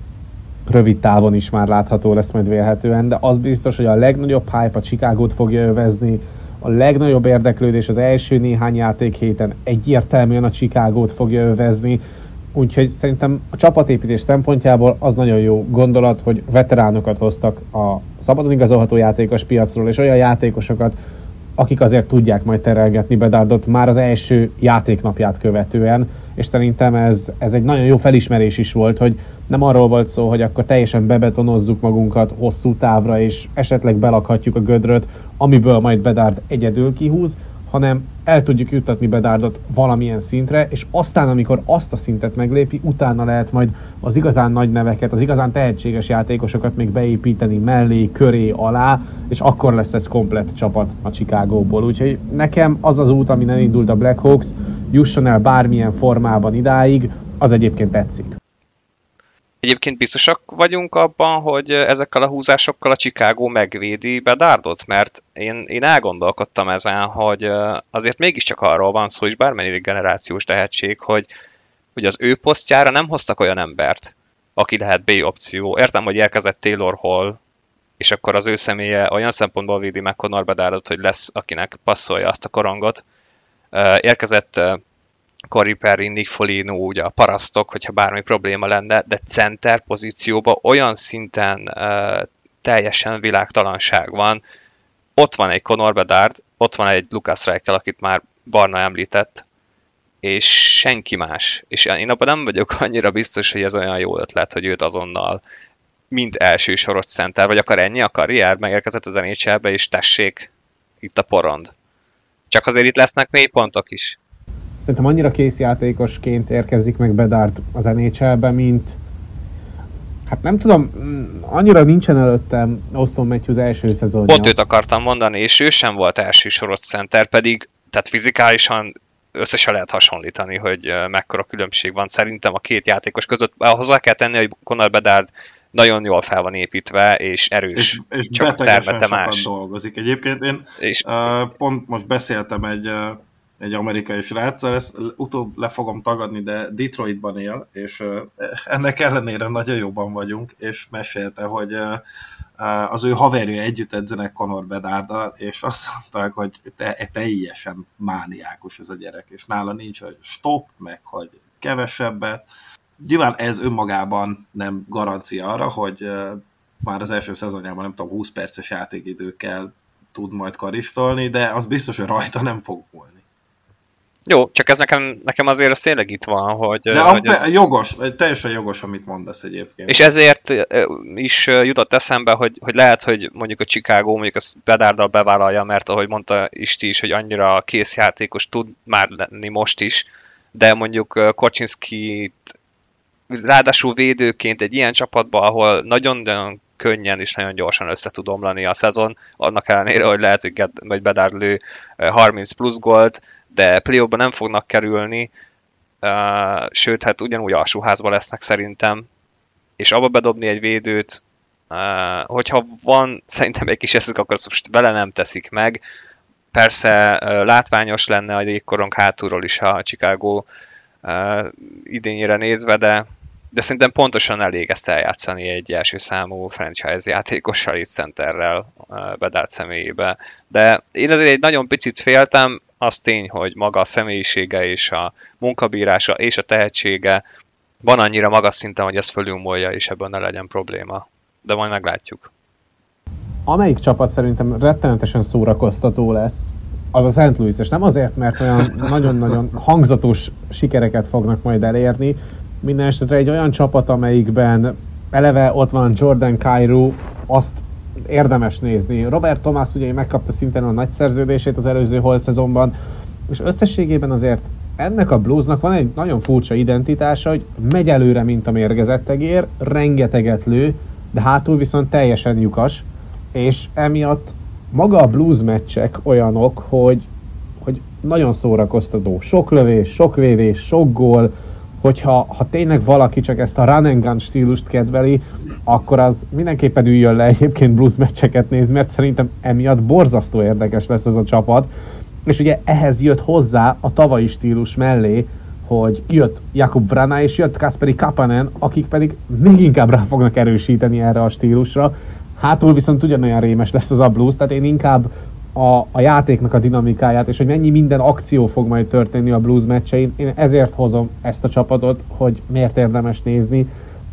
Rövid távon is már látható lesz majd vélhetően, de az biztos, hogy a legnagyobb hype a Chicagót fogja övezni, a legnagyobb érdeklődés az első néhány játékhéten egyértelműen a Chicagót fogja övezni, úgyhogy szerintem a csapatépítés szempontjából az nagyon jó gondolat, hogy veteránokat hoztak a szabadon igazolható játékos piacról, és olyan játékosokat, akik azért tudják majd terelgetni Bedardot már az első játéknapját követően, és szerintem ez egy nagyon jó felismerés is volt, hogy nem arról volt szó, hogy akkor teljesen bebetonozzuk magunkat hosszú távra, és esetleg belakhatjuk a gödröt, amiből majd Bedard egyedül kihúz, hanem el tudjuk juttatni Bedardot valamilyen szintre, és aztán, amikor azt a szintet meglépi, utána lehet majd az igazán nagy neveket, az igazán tehetséges játékosokat még beépíteni mellé, köré, alá, és akkor lesz ez komplett csapat a Chicagóból. Úgyhogy nekem az az út, amin elindult a Blackhawks, jusson el bármilyen formában idáig, az egyébként tetszik. Egyébként biztosak vagyunk abban, hogy ezekkel a húzásokkal a Chicago megvédi Bedardot? Mert én elgondolkodtam ezen, hogy azért mégiscsak arról van szó, és bármelyik generációs tehetség, hogy az ő posztjára nem hoztak olyan embert, aki lehet B opció. Értem, hogy érkezett Taylor Hall, és akkor az ő személye olyan szempontból védi meg Connor Bedardot, hogy lesz, akinek passzolja azt a korongot. Érkezett Corey Perry, Nick Foligno, ugye a parasztok, hogyha bármi probléma lenne, de center pozícióban olyan szinten teljesen világtalanság van. Ott van egy Connor Bedard, ott van egy Lukas Reichel, akit már Barna említett, és senki más. És én abban nem vagyok annyira biztos, hogy ez olyan jó ötlet, hogy őt azonnal mint első soros center, vagy akar ennyi a karrier, megérkezett az NHL-be, és tessék, itt a porond. Csak azért itt lesznek mélypontok is. Szerintem annyira készjátékosként érkezik meg Bedard az NHL-be, mint hát nem tudom, annyira nincsen előttem Auston Matthews első szezonja. Pont őt akartam mondani, és ő sem volt első soros center, pedig tehát fizikálisan össze se lehet hasonlítani, hogy mekkora különbség van szerintem a két játékos között. Hozzá kell tenni, hogy Connor Bedard nagyon jól fel van építve, és erős. És betegesen sokat dolgozik. Egyébként én pont most beszéltem egy amerikai sráccal, ezt utóbb le fogom tagadni, de Detroitban él, és ennek ellenére nagyon jobban vagyunk, és mesélte, hogy az ő haverja együtt edzenek Connor Bedarddal, és azt mondták, hogy teljesen mániákus ez a gyerek, és nála nincs, hogy stop, meg hogy kevesebbet. Nyilván ez önmagában nem garancia arra, hogy már az első szezonjában nem tudom, 20 perces játékidőkkel tud majd karistolni, de az biztos, hogy rajta nem fog múlni. Jó, csak ez nekem azért az tényleg itt van, hogy... De jogos, teljesen jogos, amit mondasz egyébként. És ezért is jutott eszembe, hogy lehet, hogy mondjuk a Chicago mondjuk a Bedarddal bevállalja, mert ahogy mondta Isti is, hogy annyira készjátékos tud már lenni most is, de mondjuk Korchinskit ráadásul védőként egy ilyen csapatban, ahol nagyon könnyen és nagyon gyorsan össze tud omlani a szezon, annak ellenére, hogy lehet, hogy Bedard lő 30 plusz gólt, de play-offban nem fognak kerülni, sőt, hát ugyanúgy alsóházban lesznek szerintem, és abba bedobni egy védőt, hogyha van szerintem egy kis eszük, akkor most vele nem teszik meg. Persze látványos lenne a jégkorong hátulról is a Chicago idényére nézve, de szerintem pontosan elég ezt eljátszani egy első számú franchise játékossal itt centerrel Bedard személyébe. De én azért egy nagyon picit féltem, az tény, hogy maga a személyisége és a munkabírása és a tehetsége van annyira magas szinten, hogy ez fölülmúlja, és ebben ne legyen probléma. De majd meglátjuk. Amelyik csapat szerintem rettenetesen szórakoztató lesz, az a St. Louis, és nem azért, mert olyan nagyon-nagyon hangzatos sikereket fognak majd elérni, minden esetre egy olyan csapat, amelyikben eleve ott van Jordan Kyrou, azt érdemes nézni. Robert Thomas ugye megkapta szintén a nagy szerződését az előző holt szezonban, és összességében azért ennek a Bluesnak van egy nagyon furcsa identitása, hogy megy előre, mint a mérgezett egér, rengeteget lő, de hátul viszont teljesen lyukas, és emiatt maga a Blues meccsek olyanok, hogy nagyon szórakoztató. Sok lövés, sok védés, sok gól, hogyha tényleg valaki csak ezt a run and gun stílust kedveli, akkor az mindenképpen üljön le egyébként Blues meccseket nézni, mert szerintem emiatt borzasztó érdekes lesz ez a csapat. És ugye ehhez jött hozzá a tavalyi stílus mellé, hogy jött Jakub Vrana és jött Kasperi Kapanen, akik pedig még inkább rá fognak erősíteni erre a stílusra. Hátul viszont ugyanolyan rémes lesz az a Blues, tehát én inkább a játéknak a dinamikáját, és hogy mennyi minden akció fog majd történni a Blues meccsein, én ezért hozom ezt a csapatot, hogy miért érdemes nézni,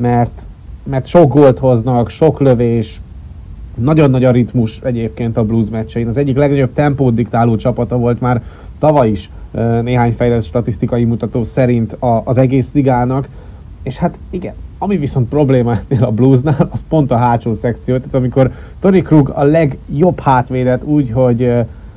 mert sok gólt hoznak, sok lövés, nagyon nagy a ritmus egyébként a Blues meccsein. Az egyik legnagyobb tempót diktáló csapata volt már tavaly is néhány fejlett statisztikai mutató szerint az egész ligának, és hát igen, ami viszont probléma ennél a Bluesnál, az pont a hátsó szekció, tehát amikor Torrey Krug a legjobb hátvédet úgy, hogy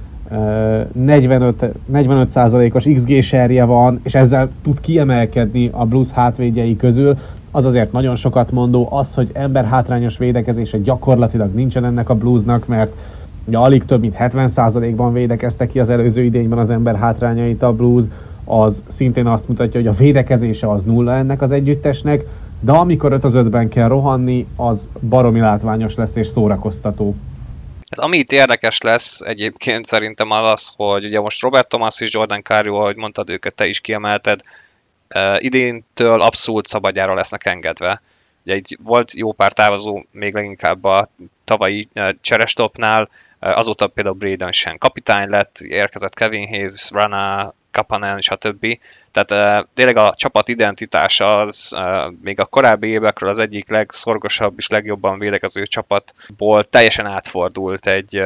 45%-os XG serje van, és ezzel tud kiemelkedni a Blues hátvédjei közül, az azért nagyon sokat mondó, az, hogy emberhátrányos védekezése gyakorlatilag nincsen ennek a Bluesnak, mert ugye alig több mint 70%-ban védekezte ki az előző idényben az emberhátrányait a Blues, az szintén azt mutatja, hogy a védekezése az nulla ennek az együttesnek, de amikor 5-5-ben kell rohanni, az baromi látványos lesz és szórakoztató. Ez, ami itt érdekes lesz egyébként szerintem az, hogy ugye most Robert Thomas és Jordan Kyrou, ahogy mondtad, őket te is kiemelted, idéntől abszolút szabadjára lesznek engedve. Ugye itt volt jó pár távozó, még leginkább a tavalyi cserestopnál, azóta például Braden Shen kapitány lett, érkezett Kevin Hayes, Rana, Kapanen, stb. Tehát tényleg a csapat identitása az még a korábbi évekről az egyik legszorgosabb és legjobban védekező csapatból teljesen átfordult egy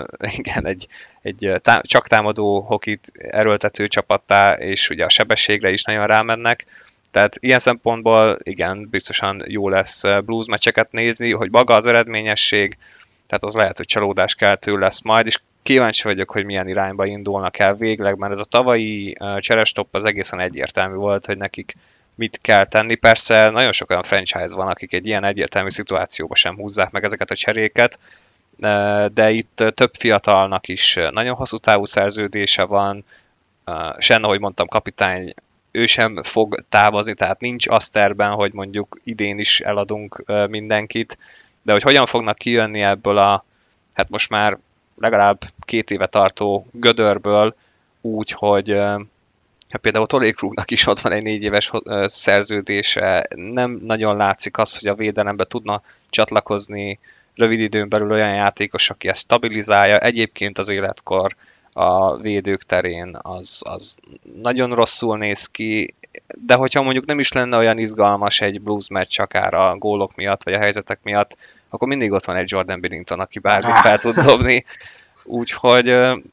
csak támadó hokit erőltető csapattá, és ugye a sebességre is nagyon rámennek. Tehát ilyen szempontból igen, biztosan jó lesz Blues meccseket nézni, hogy maga az eredményesség, tehát az lehet, hogy csalódáskeltő lesz majd, és kíváncsi vagyok, hogy milyen irányba indulnak el végleg, mert ez a tavalyi cserestop az egészen egyértelmű volt, hogy nekik mit kell tenni. Persze nagyon sok olyan franchise van, akik egy ilyen egyértelmű szituációba sem húzzák meg ezeket a cseréket, de itt több fiatalnak is nagyon hosszú távú szerződése van. Sen, ahogy mondtam, kapitány, ő sem fog távozni, tehát nincs az terben, hogy mondjuk idén is eladunk mindenkit, de hogy hogyan fognak kijönni ebből a, hát most már legalább 2 éve tartó gödörből úgy, hogy például Torrey Krugnak is ott van egy 4 éves szerződése, nem nagyon látszik az, hogy a védelembe tudna csatlakozni rövid időn belül olyan játékos, aki ezt stabilizálja. Egyébként az életkor a védők terén az nagyon rosszul néz ki, de hogyha mondjuk nem is lenne olyan izgalmas egy Blues meccs akár a gólok miatt, vagy a helyzetek miatt, akkor mindig ott van egy Jordan Binnington, aki bármit fel tud dobni. Úgyhogy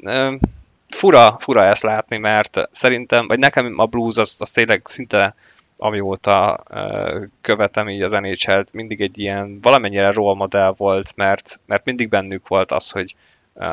fura ezt látni, mert szerintem, vagy nekem a Blues az tényleg szinte amióta követem így az NHL-t, mindig egy ilyen valamennyire role modell volt, mert mindig bennük volt az, hogy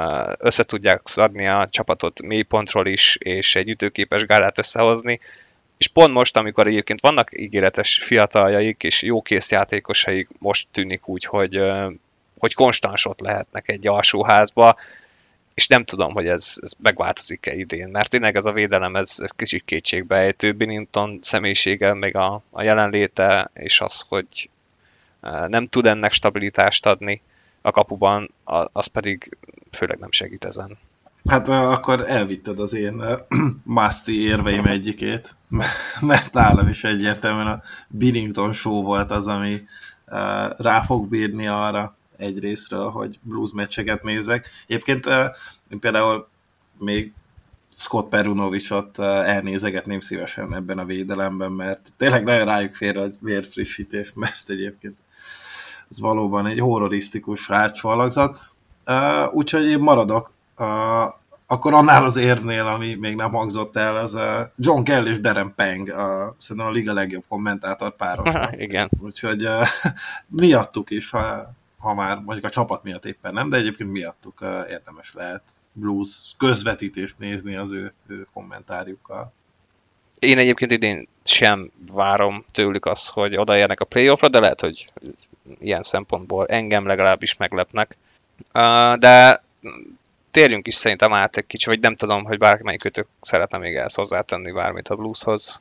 össze tudják szedni a csapatot mélypontról is, és egy ütőképes gálát összehozni. És pont most, amikor egyébként vannak ígéretes fiataljaik és jó készjátékosaik, most tűnik úgy, hogy konstans ott lehetnek egy alsóházba, és nem tudom, hogy ez megváltozik-e idén, mert tényleg ez a védelem, ez kicsit kétségbeejtő. Binnington személyisége, meg a jelenléte, és az, hogy nem tud ennek stabilitást adni a kapuban, az pedig főleg nem segít ezen. Hát akkor elvitted az én Masti érveim egyikét, mert nálam is egyértelműen a Binnington show volt az, ami rá fog bírni arra egy részről, hogy blues meccseket nézek. Egyébként én például még Scott Perunovicsot elnézegetném szívesen ebben a védelemben, mert tényleg nagyon rájuk fér a vérfrissítés, mert egyébként ez valóban egy horrorisztikus hátsó alakzat. Úgyhogy én maradok akkor annál az érvnél, ami még nem hangzott el, az John Kell és Darren Pang, szerintem a liga legjobb kommentátor párosa. Igen. Úgyhogy miattuk is, ha már mondjuk a csapat miatt éppen nem, de egyébként miattuk érdemes lehet blues közvetítést nézni az ő kommentárjukkal. Én egyébként idén sem várom tőlük azt, hogy odaérnek a playoffra, de lehet, hogy ilyen szempontból engem legalábbis meglepnek. De térjünk is szerintem át egy kicsit, vagy nem tudom, hogy bármelyikőtök szeretne még ehhez hozzátenni bármit a blueshoz.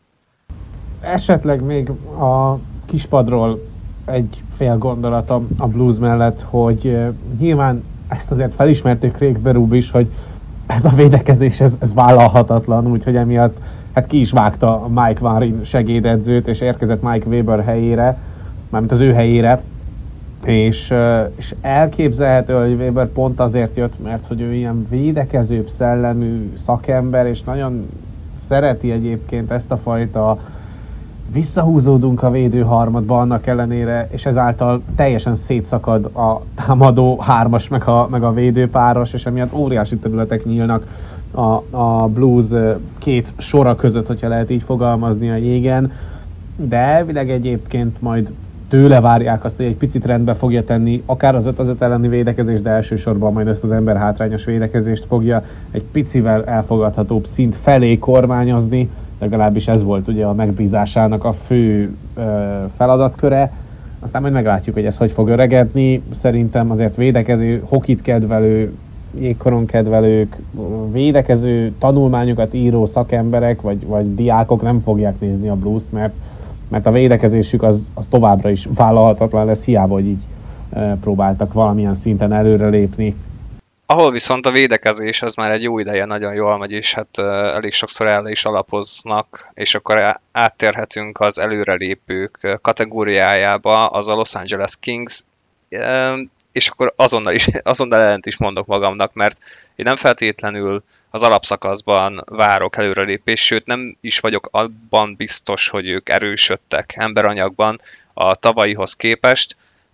Esetleg még a kispadról egy fél gondolatom a blues mellett, hogy nyilván ezt azért felismerték Craig Berube is, hogy ez a védekezés, ez vállalhatatlan, úgyhogy emiatt hát ki is vágta a Mike Warin segédedzőt, és érkezett Mike Weber helyére, mármint az ő helyére, és elképzelhető, hogy Weber pont azért jött, mert hogy ő ilyen védekezőbb szellemű szakember, és nagyon szereti egyébként ezt a fajta visszahúzódunk a védőharmadba annak ellenére, és ezáltal teljesen szétszakad a támadó hármas meg a védőpáros, és emiatt óriási területek nyílnak a blues két sora között, hogyha lehet így fogalmazni a jégen, de elvileg egyébként majd tőle várják azt, hogy egy picit rendbe fogja tenni, akár az 5-5 elleni védekezést, de elsősorban majd ezt az emberhátrányos védekezést fogja egy picivel elfogadhatóbb szint felé kormányozni, legalábbis ez volt ugye a megbízásának a fő feladatköre. Aztán majd meglátjuk, hogy ez hogy fog öregedni. Szerintem azért védekező, hokit kedvelő, jégkoron kedvelők, védekező tanulmányokat író szakemberek vagy diákok nem fogják nézni a bluest, mert a védekezésük az továbbra is vállalhatatlan lesz, hiába, hogy így próbáltak valamilyen szinten előrelépni. Ahol viszont a védekezés az már egy jó ideje nagyon jól megy, és hát elég sokszor el is alapoznak, és akkor áttérhetünk az előrelépők kategóriájába, az a Los Angeles Kings, és akkor azonnal ellent is mondok magamnak, mert én nem feltétlenül az alapszakaszban várok előrelépést, sőt nem is vagyok abban biztos, hogy ők erősödtek emberanyagban a tavalyihoz képest,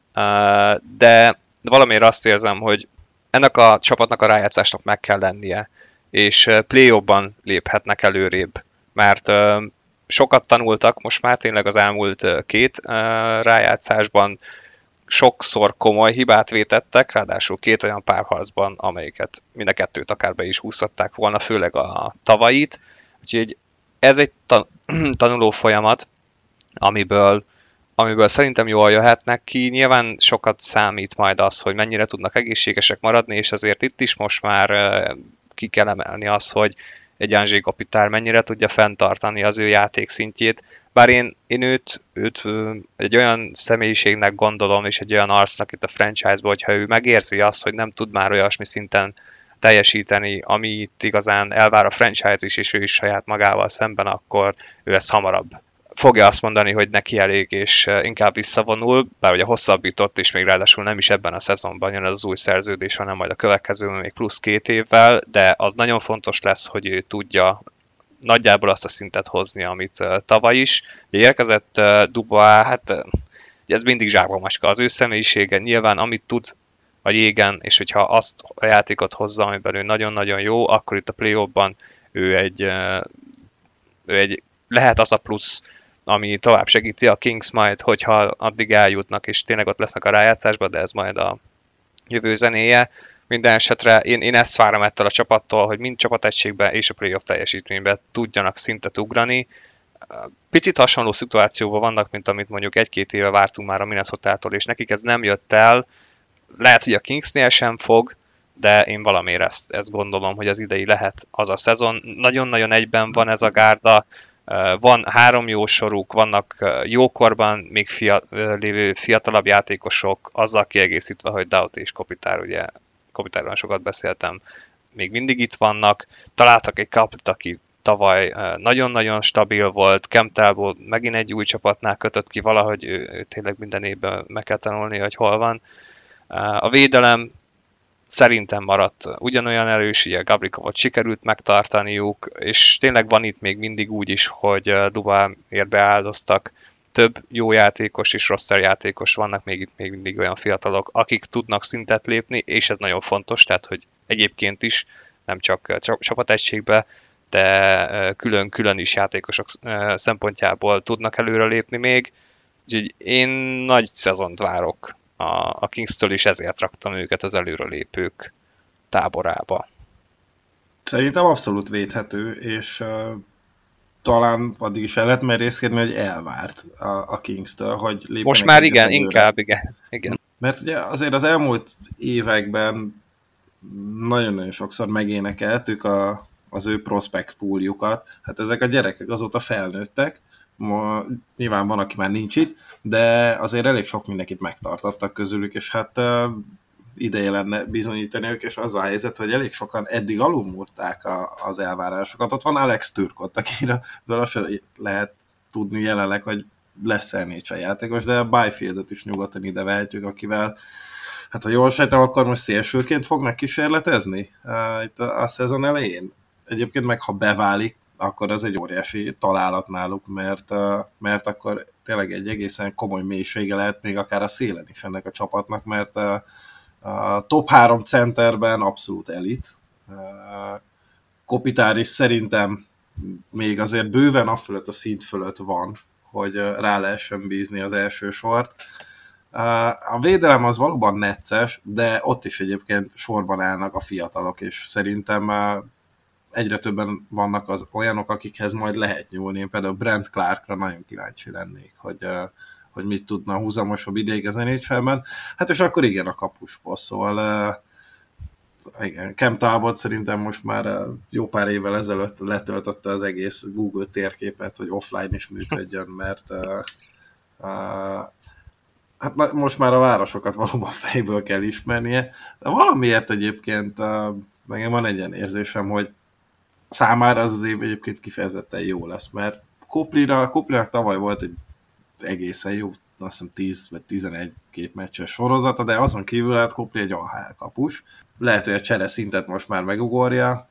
de valamiért azt érzem, hogy ennek a csapatnak a rájátszásnak meg kell lennie, és play-offban léphetnek előrébb, mert sokat tanultak most már tényleg az elmúlt két rájátszásban, sokszor komoly hibát vétettek, ráadásul két olyan párharcban, amelyiket mind a kettőt akár be is húzhatták volna, főleg a tavait. Úgyhogy ez egy tanuló folyamat, amiből szerintem jól jöhetnek ki. Nyilván sokat számít majd az, hogy mennyire tudnak egészségesek maradni, és azért itt is most már ki kell emelni az, hogy egy Anzsé Kopitar mennyire tudja fenntartani az ő játék szintjét. Bár én őt egy olyan személyiségnek gondolom, és egy olyan arcnak itt a franchise-ban, hogyha ő megérzi azt, hogy nem tud már olyasmi szinten teljesíteni, amit igazán elvár a franchise is, és ő is saját magával szemben, akkor ő ezt hamarabb fogja azt mondani, hogy neki elég, és inkább visszavonul, bár ugye hosszabbított, és még ráadásul nem is ebben a szezonban jön az új szerződés, hanem majd a következőben még plusz 2 évvel, de az nagyon fontos lesz, hogy ő tudja nagyjából azt a szintet hozni, amit tavaly is. Ugye érkezett Dubois, hát ez mindig zsákba macska az ő személyisége, nyilván amit tud a jégen, és hogyha azt a játékot hozza, amiben ő nagyon-nagyon jó, akkor itt a play-offban ő egy lehet az a plusz, ami tovább segíti a Kings majd, hogyha addig eljutnak, és tényleg ott lesznek a rájátszásban, de ez majd a jövő zenéje. Minden esetre én ezt várom ettől a csapattól, hogy mind csapategységben és a playoff teljesítményben tudjanak szintet ugrani. Picit hasonló szituációban vannak, mint amit mondjuk 1-2 éve vártunk már a Minnesotától, és nekik ez nem jött el. Lehet, hogy a Kingsnél sem fog, de én valamiért ezt gondolom, hogy az idei lehet az a szezon. Nagyon-nagyon egyben van ez a gárda, van 3 jó soruk, vannak jókorban még lévő fiatalabb játékosok, azzal kiegészítve, hogy Daut és Kopitar, ugye Kopitarról sokat beszéltem, még mindig itt vannak. Találtak egy kaput, aki tavaly nagyon-nagyon stabil volt, Kemptelból megint egy új csapatnál kötött ki, valahogy ő tényleg minden évben meg kell tanulni, hogy hol van. A védelem szerintem maradt ugyanolyan erős, ugye Gabrikovot sikerült megtartaniuk, és tényleg van itt még mindig úgy is, hogy Dubáért beáldoztak több jó játékos és roster játékos, vannak még itt még mindig olyan fiatalok, akik tudnak szintet lépni, és ez nagyon fontos, tehát hogy egyébként is, nem csak csapategységbe, de külön-külön is játékosok szempontjából tudnak előre lépni még. Úgyhogy én nagy szezont várok a Kingstől, és ezért raktam őket az előrelépők táborába. Szerintem abszolút védhető, és talán addig is el lehet merészkedni, hogy elvárt a Kingstől, hogy lépjenek. Most már igen, inkább igen. Mert ugye azért az elmúlt években nagyon-nagyon sokszor megénekeltük az ő prospect pooljukat. Hát ezek a gyerekek azóta felnőttek, nyilván van, aki már nincs itt, de azért elég sok mindenkit megtartottak közülük, és hát ideje lenne bizonyítani ők, és az a helyzet, hogy elég sokan eddig alulmúrták az elvárásokat. Ott van Alex Türkot, akiről azt lehet tudni jelenleg, hogy lesz NHL játékos, de Byfieldot is nyugodtan ide vehetjük, akivel, hát ha jól sejtem, akkor most szélsőként fognak kísérletezni itt a szezon elején. Egyébként meg, ha beválik, akkor az egy óriási találat náluk, mert akkor tényleg egy egészen komoly mélysége lehet még akár a szélen is ennek a csapatnak, mert a top 3 centerben abszolút elit. Kopitar is szerintem még azért bőven afölött a szint fölött van, hogy rá lehessen bízni az első sort. A védelem az valóban necces, de ott is egyébként sorban állnak a fiatalok, és szerintem egyre többen vannak az olyanok, akikhez majd lehet nyúlni. Én például Brent Clarkra nagyon kíváncsi lennék, hogy mit tudna húzamosabb ideig az NHL-ben. Hát és akkor igen, a kapusposzt, szóval igen, Cam Talbot szerintem most már jó pár évvel ezelőtt letöltötte az egész Google térképet, hogy offline is működjön, mert hát most már a városokat valóban fejből kell ismernie, de valamiért egyébként nekem van egy ilyen érzésem, hogy számára az év egyébként kifejezetten jó lesz, mert Copleynak tavaly volt egy egészen jó, azt hiszem 10 vagy 11 meccses sorozata, de azon kívül hát Copley egy AHL kapus. Lehet, hogy a csere szintet most már megugorja,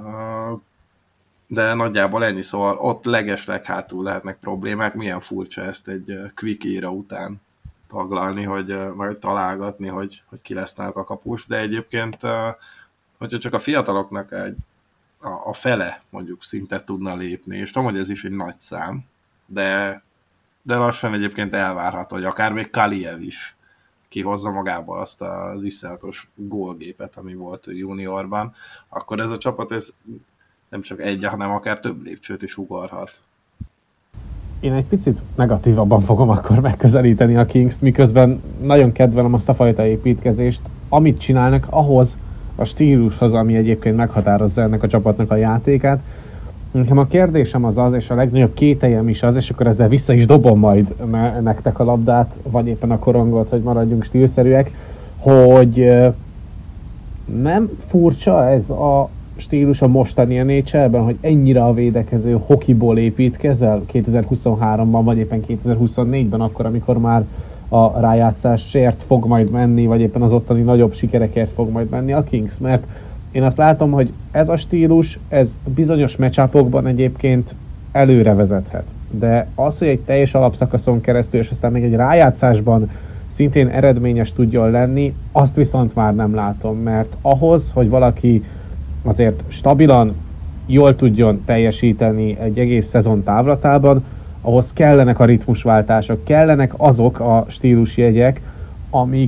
de nagyjából ennyi, szóval ott legesleghátul lehetnek problémák. Milyen furcsa ezt egy quick era után taglalni, vagy találgatni, hogy ki lesz náluk a kapus, de egyébként, hogyha csak a fiataloknak a fele mondjuk szintet tudna lépni, és tudom, hogy ez is egy nagy szám, de lassan egyébként elvárható, hogy akár még Kaliev is kihozza magából azt az iszonyatos gólgépet, ami volt juniorban, akkor ez a csapat ez nem csak egy, hanem akár több lépcsőt is ugorhat. Én egy picit negatívabban fogom akkor megközelíteni a Kingst, miközben nagyon kedvelem azt a fajta építkezést, amit csinálnak ahhoz a stílushoz, ami egyébként meghatározza ennek a csapatnak a játékát. Nekem a kérdésem az, és a legnagyobb kételjem is az, és akkor ezzel vissza is dobom majd nektek a labdát, vagy éppen a korongot, hogy maradjunk stílszerűek, hogy nem furcsa ez a stílus a mostani NHL-ben, hogy ennyire a védekező hokiból építkezel 2023-ban, vagy éppen 2024-ben, akkor, amikor már a rájátszásért fog majd menni, vagy éppen az ottani nagyobb sikerekért fog majd menni a Kings, mert én azt látom, hogy ez a stílus, ez bizonyos matchupokban egyébként előre vezethet. De az, hogy egy teljes alapszakaszon keresztül, és aztán még egy rájátszásban szintén eredményes tudjon lenni, azt viszont már nem látom, mert ahhoz, hogy valaki azért stabilan, jól tudjon teljesíteni egy egész szezon távlatában, ahhoz kellenek a ritmusváltások, kellenek azok a stílusjegyek, amik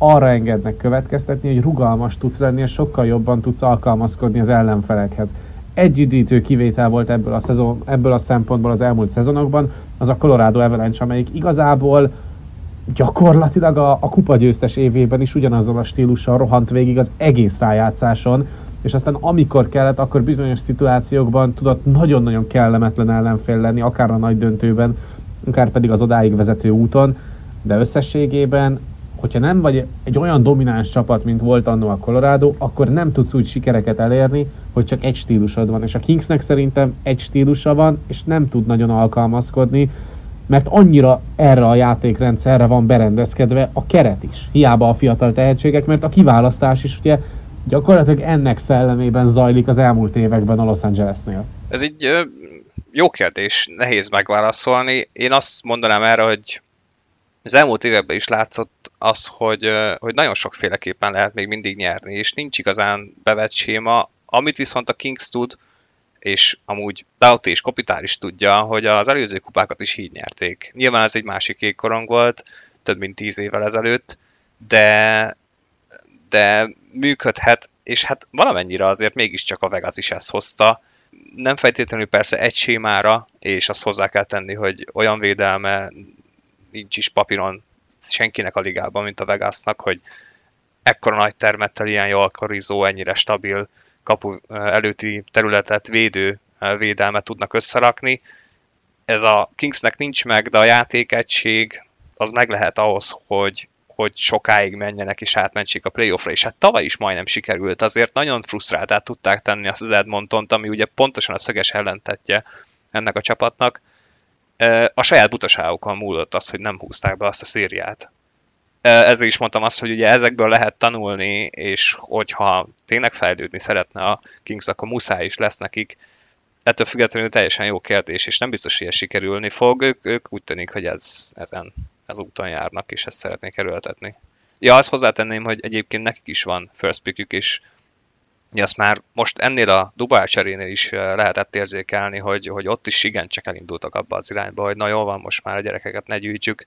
arra engednek következtetni, hogy rugalmas tudsz lenni, és sokkal jobban tudsz alkalmazkodni az ellenfelekhez. Egy üdítő kivétel volt ebből a szempontból az elmúlt szezonokban, az a Colorado Avalanche, amelyik igazából gyakorlatilag a kupagyőztes évében is ugyanazzal a stílussal rohant végig az egész rájátszáson, és aztán amikor kellett, akkor bizonyos szituációkban tudott nagyon-nagyon kellemetlen ellenfél lenni, akár a nagy döntőben, akár pedig az odáig vezető úton, de összességében, hogyha nem vagy egy olyan domináns csapat, mint volt annó a Colorado, akkor nem tudsz úgy sikereket elérni, hogy csak egy stílusod van, és a Kingsnek szerintem egy stílusa van, és nem tud nagyon alkalmazkodni, mert annyira erre a játékrendszerre van berendezkedve a keret is. Hiába a fiatal tehetségek, mert a kiválasztás is ugye gyakorlatilag ennek szellemében zajlik az elmúlt években a Los Angelesnél. Ez így jó kérdés, nehéz megválaszolni. Én azt mondanám erre, hogy az elmúlt években is látszott az, hogy nagyon sokféleképpen lehet még mindig nyerni, és nincs igazán bevett séma, amit viszont a Kings tud, és amúgy Doughty és Kopitar is tudja, hogy az előző kupákat is így nyerték. Nyilván ez egy másik égkorong volt, több mint 10 évvel ezelőtt, de működhet, és hát valamennyire azért mégiscsak a Vegas is ezt hozta. Nem feltétlenül persze egy sémára, és azt hozzá kell tenni, hogy olyan védelme nincs is papíron senkinek a ligában, mint a Vegasnak, hogy ekkora nagy termettel ilyen jól karizó, ennyire stabil kapu előtti területet védő védelmet tudnak összerakni. Ez a Kingsnek nincs meg, de a játékegység az meg lehet ahhoz, hogy sokáig menjenek és átmentsék a playoffra, és hát tavaly is majdnem sikerült, azért nagyon frusztráltát tudták tenni azt az Edmontont, ami ugye pontosan a szöges ellentetje ennek a csapatnak. A saját butaságukon múlott az, hogy nem húzták be azt a szériát. Ezzel is mondtam azt, hogy ugye ezekből lehet tanulni, és hogyha tényleg fejlődni szeretne a Kings, akkor muszáj is lesz nekik. Ettől függetlenül teljesen jó kérdés, és nem biztos, hogy ez sikerülni fog. Ők úgy tűnik, hogy ez úton járnak, és ezt szeretnék erőltetni. Ja, azt hozzátenném, hogy egyébként nekik is van first pickük, és azt már most ennél a Dubaj cserénél is lehetett érzékelni, hogy ott is igencsak elindultak abba az irányba, hogy na jól van, most már a gyerekeket ne gyűjtsük,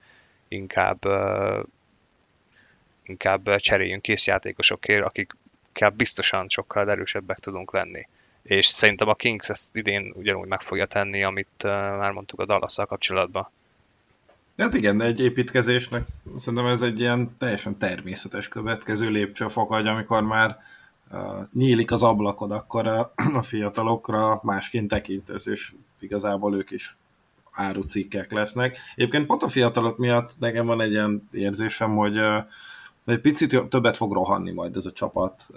inkább cseréljünk készjátékosokért, akikkel biztosan sokkal erősebbek tudunk lenni. És szerintem a Kings ezt idén ugyanúgy meg fogja tenni, amit már mondtuk a Dallasszal kapcsolatban. Hát igen, de egy építkezésnek szerintem ez egy ilyen teljesen természetes következő lépcsőfok, hogy amikor már nyílik az ablakod, akkor a fiatalokra másként tekintesz, és igazából ők is árucikkek lesznek. Egyébként pont a fiatalok miatt nekem van egy ilyen érzésem, hogy egy picit többet fog rohanni majd ez a csapat,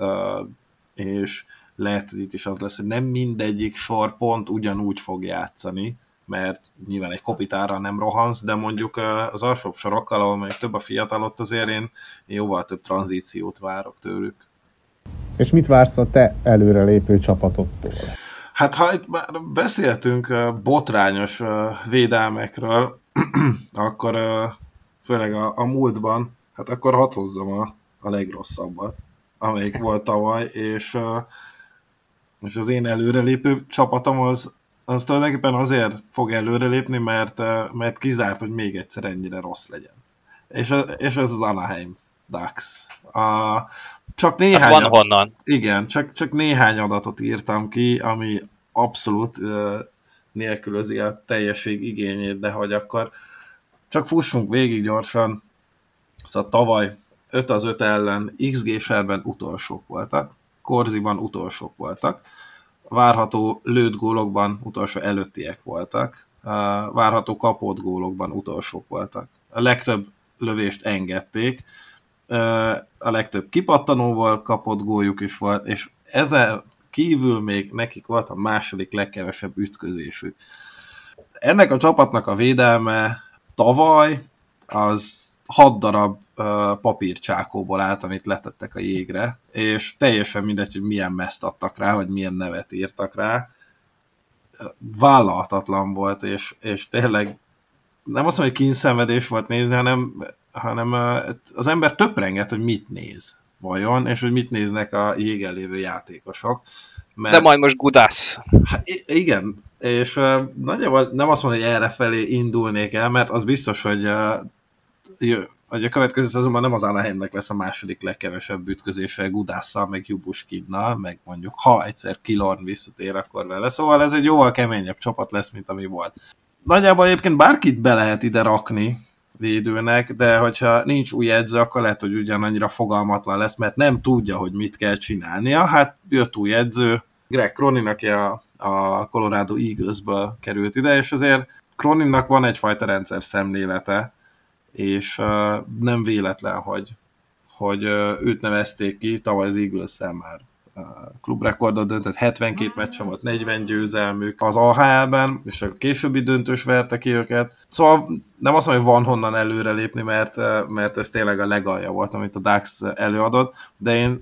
és lehet, hogy itt is az lesz, hogy nem mindegyik sor pont ugyanúgy fog játszani, mert nyilván egy Kopitarral nem rohansz, de mondjuk az alsóbb sorokkal, ahol még több a fiatal, ott azért én jóval több tranzíciót várok tőlük. És mit vársz a te előrelépő csapatottól? Hát ha itt már beszéltünk botrányos védelmekről, akkor főleg a múltban, hát akkor hadd hozzam a legrosszabbat, amelyik volt tavaly, és az én előrelépő csapatom az tulajdonképpen azért fog előrelépni, mert kizárt, hogy még egyszer ennyire rossz legyen. És ez az Anaheim Ducks. Csak néhány, hát van honnan. Igen, csak néhány adatot írtam ki, ami abszolút nélkülözi a teljesség igényét, de hogy akkor csak fussunk végig gyorsan. Szóval tavaly 5-5 ellen XG-serben utolsók voltak, Corziban utolsók voltak, várható lőtt gólokban utolsó előttiek voltak, várható kapott gólokban utolsók voltak. A legtöbb lövést engedték, a legtöbb kipattanóval kapott góljuk is volt, és ezzel kívül még nekik volt a második legkevesebb ütközésük. Ennek a csapatnak a védelme tavaly az 6 darab papírcsákóból állt, amit letettek a jégre, és teljesen mindegy, hogy milyen mezt adtak rá, vagy milyen nevet írtak rá. Vállalhatatlan volt, és tényleg nem azt mondom, hogy kínszenvedés volt nézni, hanem az ember töprengett, hogy mit néz vajon, és hogy mit néznek a jégen lévő játékosok. Mert, de majd most Gudász. Hát, igen, és nagyjából nem azt mondom, hogy errefelé indulnék el, mert az biztos, hogy hogy a következő szezonban nem az Anaheimnek lesz a második legkevesebb ütközése Gudásszal, meg Jubuskinnal, meg mondjuk, ha egyszer Killorn visszatér, akkor vele. Szóval ez egy jóval keményebb csapat lesz, mint ami volt. Nagyjából egyébként bárkit be lehet ide rakni védőnek, de hogyha nincs új edző, akkor lehet, hogy ugyanannyira fogalmatlan lesz, mert nem tudja, hogy mit kell csinálnia. Hát jött új edző, Greg Cronin, aki a Colorado Eagles-ből került ide, és azért Croninnak van egyfajta rendszer szemlélete, és nem véletlen, hogy őt nevezték ki, tavaly az Eagles-szel már klubrekordot döntött, 72 meccse volt, 40 győzelmük az AHL-ben, és a későbbi döntős verte ki őket. Szóval nem azt mondom, hogy van honnan előrelépni, mert ez tényleg a legalja volt, amit a Ducks előadott, de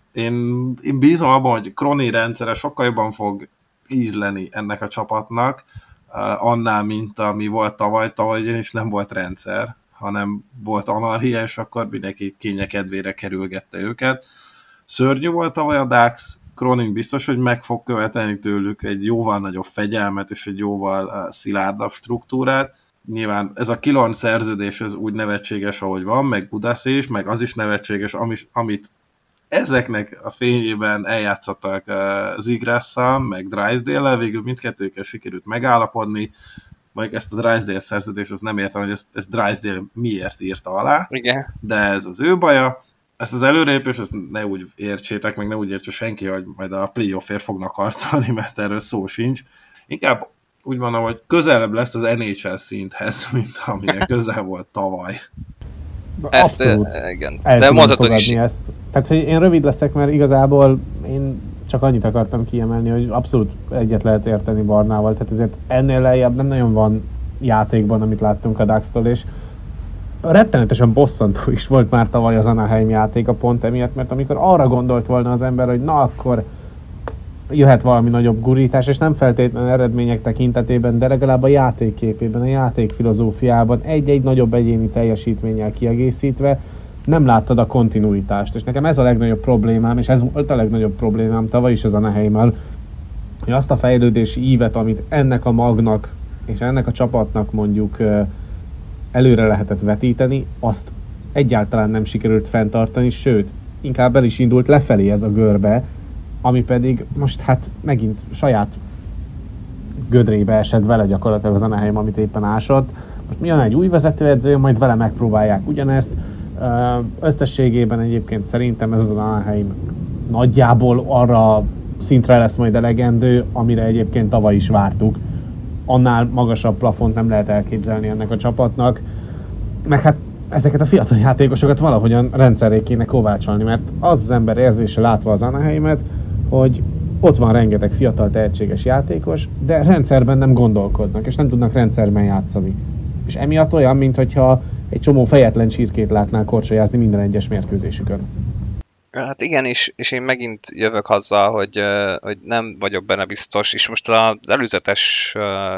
én bízom abban, hogy Cronin rendszere sokkal jobban fog ízleni ennek a csapatnak, annál, mint ami volt tavaly is nem volt rendszer, hanem volt anarchia, és akkor mindenki kénye kedvére kerülgette őket. Szörnyű volt tavaly a Ducks, Cronin biztos, hogy meg fog követelni tőlük egy jóval nagyobb fegyelmet és egy jóval szilárdabb struktúrát. Nyilván ez a Killorn szerződés ez úgy nevetséges, ahogy van, meg Gudas is, meg az is nevetséges, amit ezeknek a fényében eljátszottak Zigrasszal, meg Drysdale-lel, végül mindkettőkkel sikerült megállapodni, majd ezt a Drysdale szerződést, az nem értem, hogy ezt Drysdale miért írta alá, Igen. De ez az ő baja. Ezt az előrépés, ezt ne úgy értsétek, meg ne úgy értse senki, hogy majd a playoffért fognak harcolni, mert erről szó sincs. Inkább úgy mondom, hogy közelebb lesz az NHL szinthez, mint amilyen közel volt tavaly. Abszolút. Igen. De mondhatod is. Ezt. Tehát, hogy én rövid leszek, mert igazából én csak annyit akartam kiemelni, hogy abszolút egyet lehet érteni Barnával, tehát azért ennél lejjebb nem nagyon van játékban, amit láttunk a Ducks-tól, és rettenetesen bosszantó is volt már tavaly az Anaheim játéka pont emiatt, mert amikor arra gondolt volna az ember, hogy na akkor jöhet valami nagyobb gurítás, és nem feltétlenül eredmények tekintetében, de legalább a játékképében, a játékfilozófiában egy-egy nagyobb egyéni teljesítménnyel kiegészítve nem láttad a kontinuitást. És nekem ez a legnagyobb problémám, és ez volt a legnagyobb problémám tavaly is az Anaheimmel, hogy azt a fejlődési ívet, amit ennek a magnak és ennek a csapatnak mondjuk előre lehetett vetíteni, azt egyáltalán nem sikerült fenntartani, sőt, inkább el is indult lefelé ez a görbe, ami pedig most hát megint saját gödrébe esett vele gyakorlatilag az Anaheim, amit éppen ásott. Most jön egy új vezetőedző, majd vele megpróbálják ugyanezt. Összességében egyébként szerintem ez az Anaheim nagyjából arra szintre lesz majd elegendő, amire egyébként tavaly is vártuk. Annál magasabb plafont nem lehet elképzelni ennek a csapatnak. Meg hát ezeket a fiatal játékosokat valahogyan rendszerré kéne kovácsolni, mert az ember érzése látva az Anaheimet, hogy ott van rengeteg fiatal tehetséges játékos, de rendszerben nem gondolkodnak, és nem tudnak rendszerben játszani. És emiatt olyan, mintha egy csomó fejetlen csirkét látnál korcsolyázni minden egyes mérkőzésükön. Hát igen, és én megint jövök azzal, hogy nem vagyok benne biztos, és most az előzetes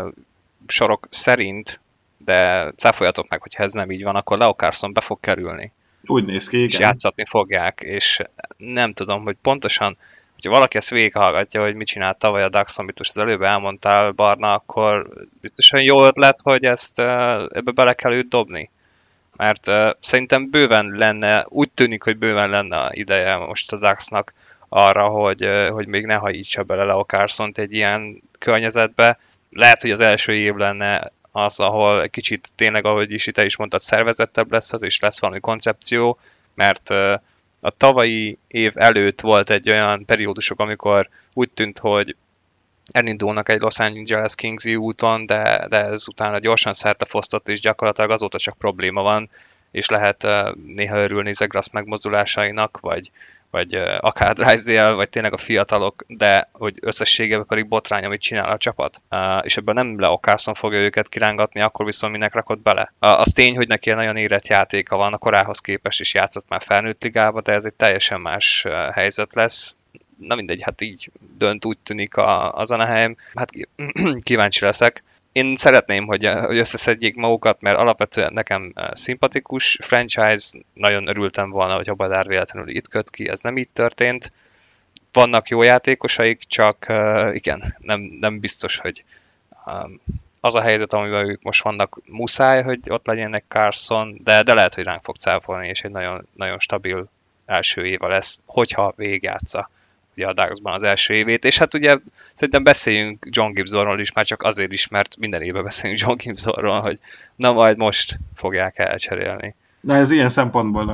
sorok szerint, de cáfoljatok meg, hogyha ez nem így van, akkor Leo Carlsson be fog kerülni. Úgy néz ki, igen. És játszatni fogják, és nem tudom, hogy pontosan, hogyha valaki ezt végighallgatja, hogy mit csinált tavaly a Ducks, amit most az előbb elmondtál, Barna, akkor biztosan jó ötlet, hogy ezt ebbe bele kell őt dobni. Mert szerintem bőven lenne, úgy tűnik, hogy bőven lenne ideje most a Ducksnak arra, hogy még ne hajítsa bele Leo Carlssont egy ilyen környezetbe. Lehet, hogy az első év lenne az, ahol egy kicsit tényleg, ahogy is te is mondtad, szervezettebb lesz az, és lesz valami koncepció, mert a tavalyi év előtt volt egy olyan periódusok, amikor úgy tűnt, hogy elindulnak egy Los Angeles Kings-i úton, de ez utána gyorsan szertefosztott, és gyakorlatilag azóta csak probléma van, és lehet néha örülni Zegras megmozdulásainak, vagy akár Drysdale, vagy tényleg a fiatalok, de hogy összességében pedig botrány, amit csinál a csapat. És ebben nem Leo Carlsson fogja őket kirángatni, akkor viszont minek rakott bele. Az tény, hogy neki nagyon érett játéka van, a korához képest is játszott már felnőtt ligába, de ez egy teljesen más helyzet lesz. Na mindegy, hát így dönt, úgy tűnik az Anaheim. Hát kíváncsi leszek. Én szeretném, hogy összeszedjék magukat, mert alapvetően nekem szimpatikus franchise, nagyon örültem volna, hogy Badár véletlenül itt köt ki, ez nem így történt. Vannak jó játékosaik, csak igen, nem biztos, hogy az a helyzet, amiben ők most vannak, muszáj, hogy ott legyenek Carson, de lehet, hogy ránk fog cáfolni, és egy nagyon, nagyon stabil első éve lesz, hogyha végigjátsza ugye a Ducksban az első évét, és hát ugye szerintem beszéljünk John Gibsonról is, már csak azért is, mert minden évben beszélünk John Gibsonról, hogy na majd most fogják elcserélni. De ez ilyen szempontból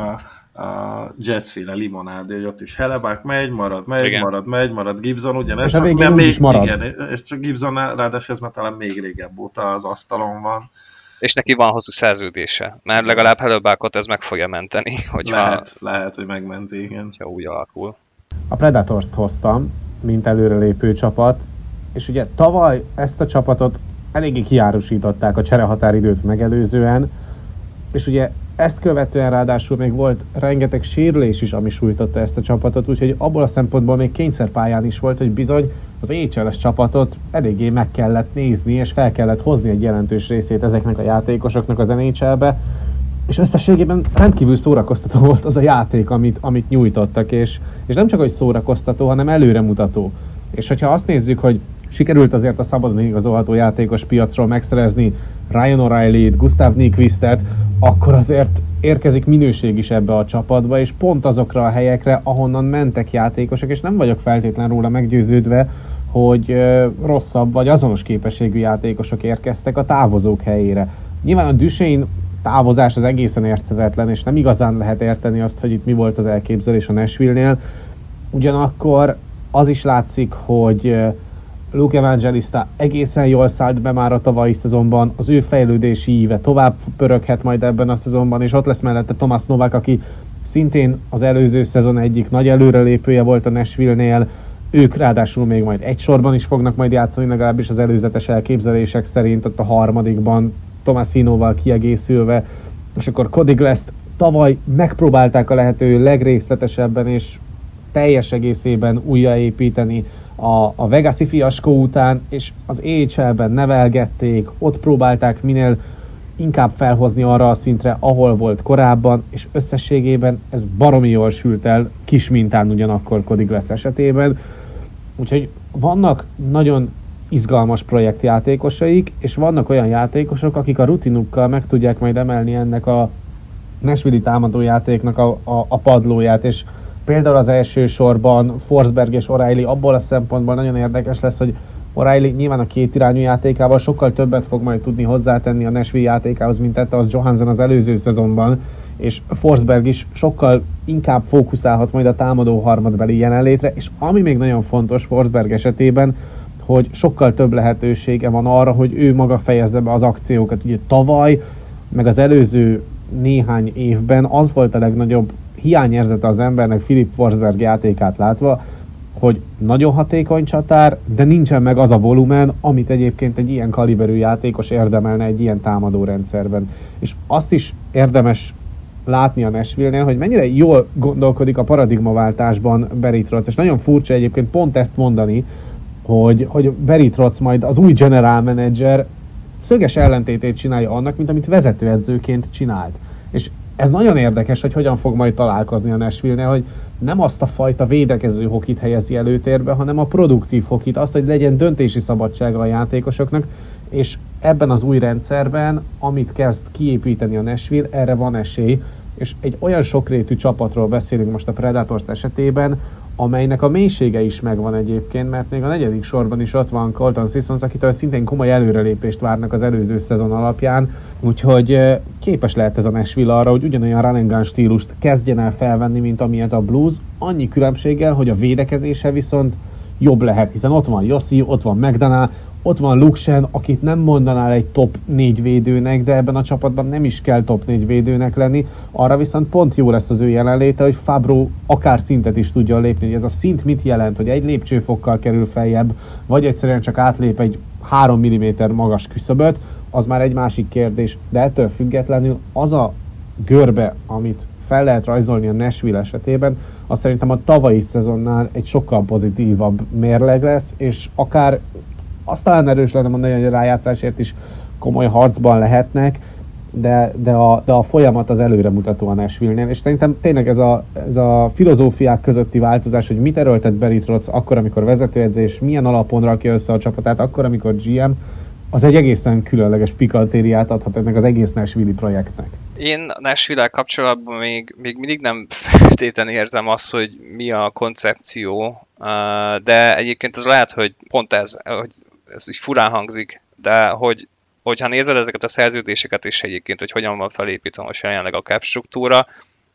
a Jets-féle limonádé, hogy ott is Hellebuck megy, marad Gibson, ugyanez, csak mert még marad. Igen, és csak Gibson ráadásul ez már talán még régebb óta az asztalon van. És neki van hosszú szerződése, mert legalább Hellebuckot ez meg fogja menteni, hogyha... Lehet, hogy megmenti, igen. Ha úgy alakul. A Predators-t hoztam, mint előrelépő csapat, és ugye tavaly ezt a csapatot eléggé kiárusították a cserehatáridőt megelőzően, és ugye ezt követően ráadásul még volt rengeteg sérülés is, ami sújtotta ezt a csapatot, úgyhogy abból a szempontból még kényszerpályán is volt, hogy bizony az AHL-es csapatot eléggé meg kellett nézni, és fel kellett hozni egy jelentős részét ezeknek a játékosoknak az NHL-be, és összességében rendkívül szórakoztató volt az a játék, amit nyújtottak, és nem csak hogy szórakoztató, hanem előremutató. És hogyha azt nézzük, hogy sikerült azért a szabadon igazolható játékos piacról megszerezni Ryan O'Reillyt, Gustav Nyquistet, akkor azért érkezik minőség is ebbe a csapatba, és pont azokra a helyekre, ahonnan mentek játékosok, és nem vagyok feltétlen róla meggyőződve, hogy rosszabb vagy azonos képességű játékosok érkeztek a távozók helyére. Nyilván a Duchesne távozás az egészen érthetetlen, és nem igazán lehet érteni azt, hogy itt mi volt az elképzelés a Nashville-nél. Ugyanakkor az is látszik, hogy Luke Evangelista egészen jól szállt be már a tavalyi szezonban, az ő fejlődési íve tovább pöröghet majd ebben a szezonban, és ott lesz mellette Thomas Novak, aki szintén az előző szezon egyik nagy előrelépője volt a Nashville-nél. Ők ráadásul még majd egy sorban is fognak majd játszani, legalábbis az előzetes elképzelések szerint, ott a harmadikban Tomasinoval kiegészülve, és akkor Cody Glass-t tavaly megpróbálták a lehető legrészletesebben és teljes egészében újraépíteni a Vegas-i fiaskó után, és az AHL-ben nevelgették, ott próbálták minél inkább felhozni arra a szintre, ahol volt korábban, és összességében ez baromi jól sült el, kis mintán ugyanakkor Cody Glass esetében. Úgyhogy vannak nagyon izgalmas projektjátékosaik, és vannak olyan játékosok, akik a rutinukkal meg tudják majd emelni ennek a Nashville-i támadójátéknak a padlóját, és például az első sorban Forsberg és O'Reilly abból a szempontból nagyon érdekes lesz, hogy O'Reilly nyilván a két irányú játékával sokkal többet fog majd tudni hozzátenni a Nashville játékához, mint tette az Johansson az előző szezonban, és Forsberg is sokkal inkább fókuszálhat majd a támadó harmadbeli jelenlétre, és ami még nagyon fontos Forsberg esetében, hogy sokkal több lehetősége van arra, hogy ő maga fejezze be az akciókat. Ugye tavaly, meg az előző néhány évben az volt a legnagyobb hiányérzete az embernek Filip Forsberg játékát látva, hogy nagyon hatékony csatár, de nincsen meg az a volumen, amit egyébként egy ilyen kaliberű játékos érdemelne egy ilyen támadó rendszerben. És azt is érdemes látni a Nashville-nél, hogy mennyire jól gondolkodik a paradigmaváltásban Barry Trotz, és nagyon furcsa egyébként pont ezt mondani, hogy Barry Trotz majd az új general manager szöges ellentétét csinálja annak, mint amit vezetőedzőként csinált. És ez nagyon érdekes, hogy hogyan fog majd találkozni a Nashville-nél, hogy nem azt a fajta védekező hokit helyezi előtérbe, hanem a produktív hokit, azt, hogy legyen döntési szabadsága a játékosoknak, és ebben az új rendszerben, amit kezd kiépíteni a Nashville, erre van esély, és egy olyan sokrétű csapatról beszélünk most a Predators esetében, amelynek a mélysége is megvan egyébként, mert még a negyedik sorban is ott van Colton Sissons, akitől szintén komoly előrelépést várnak az előző szezon alapján, úgyhogy képes lehet ez a Nashville arra, hogy ugyanolyan run and gun stílust kezdjen el felvenni, mint amilyet a Blues, annyi különbséggel, hogy a védekezése viszont jobb lehet, hiszen ott van Josi, ott van McDonough, ott van Luke Schenn, akit nem mondanál egy top 4 védőnek, de ebben a csapatban nem is kell top 4 védőnek lenni, arra viszont pont jó lesz az ő jelenléte, hogy Fabro akár szintet is tudjon lépni, hogy ez a szint mit jelent, hogy egy lépcsőfokkal kerül feljebb, vagy egyszerűen csak átlép egy 3 mm magas küszöböt, az már egy másik kérdés, de ettől függetlenül az a görbe, amit fel lehet rajzolni a Nashville esetében, az szerintem a tavalyi szezonnál egy sokkal pozitívabb mérleg lesz, és akár azt talán erős lenne mondani, hogy a rájátszásért is komoly harcban lehetnek, de a folyamat az előremutató a Nashville-nél, és szerintem tényleg ez a filozófiák közötti változás, hogy mit erőltet Barry Trotz akkor, amikor vezetőedzés, milyen alapon rakja össze a csapatát, akkor, amikor GM, az egy egészen különleges pikantériát adhat ennek az egész Nashville-i projektnek. Én Nashville-el kapcsolatban még mindig nem feltétlenül érzem azt, hogy mi a koncepció, de egyébként ez lehet, hogy pont ez, hogy ez így furán hangzik, de hogyha nézed ezeket a szerződéseket is egyébként, hogy hogyan van felépítve most jelenleg a cap struktúra,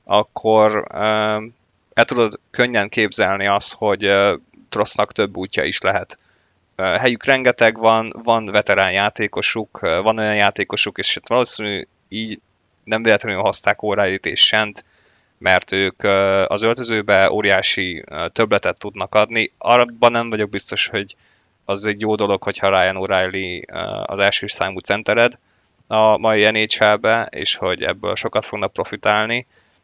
akkor el tudod könnyen képzelni azt, hogy Trossnak több útja is lehet. Helyük rengeteg van veterán játékosuk, van olyan játékosuk, és valószínű így nem véletlenül hozták O'Reillyt és Shent, mert ők az öltözőbe óriási többletet tudnak adni. Arra nem vagyok biztos, hogy az egy jó dolog, hogyha Ryan O'Reilly az első számú centered a mai NHL-be, és hogy ebből sokat fognak profitálni,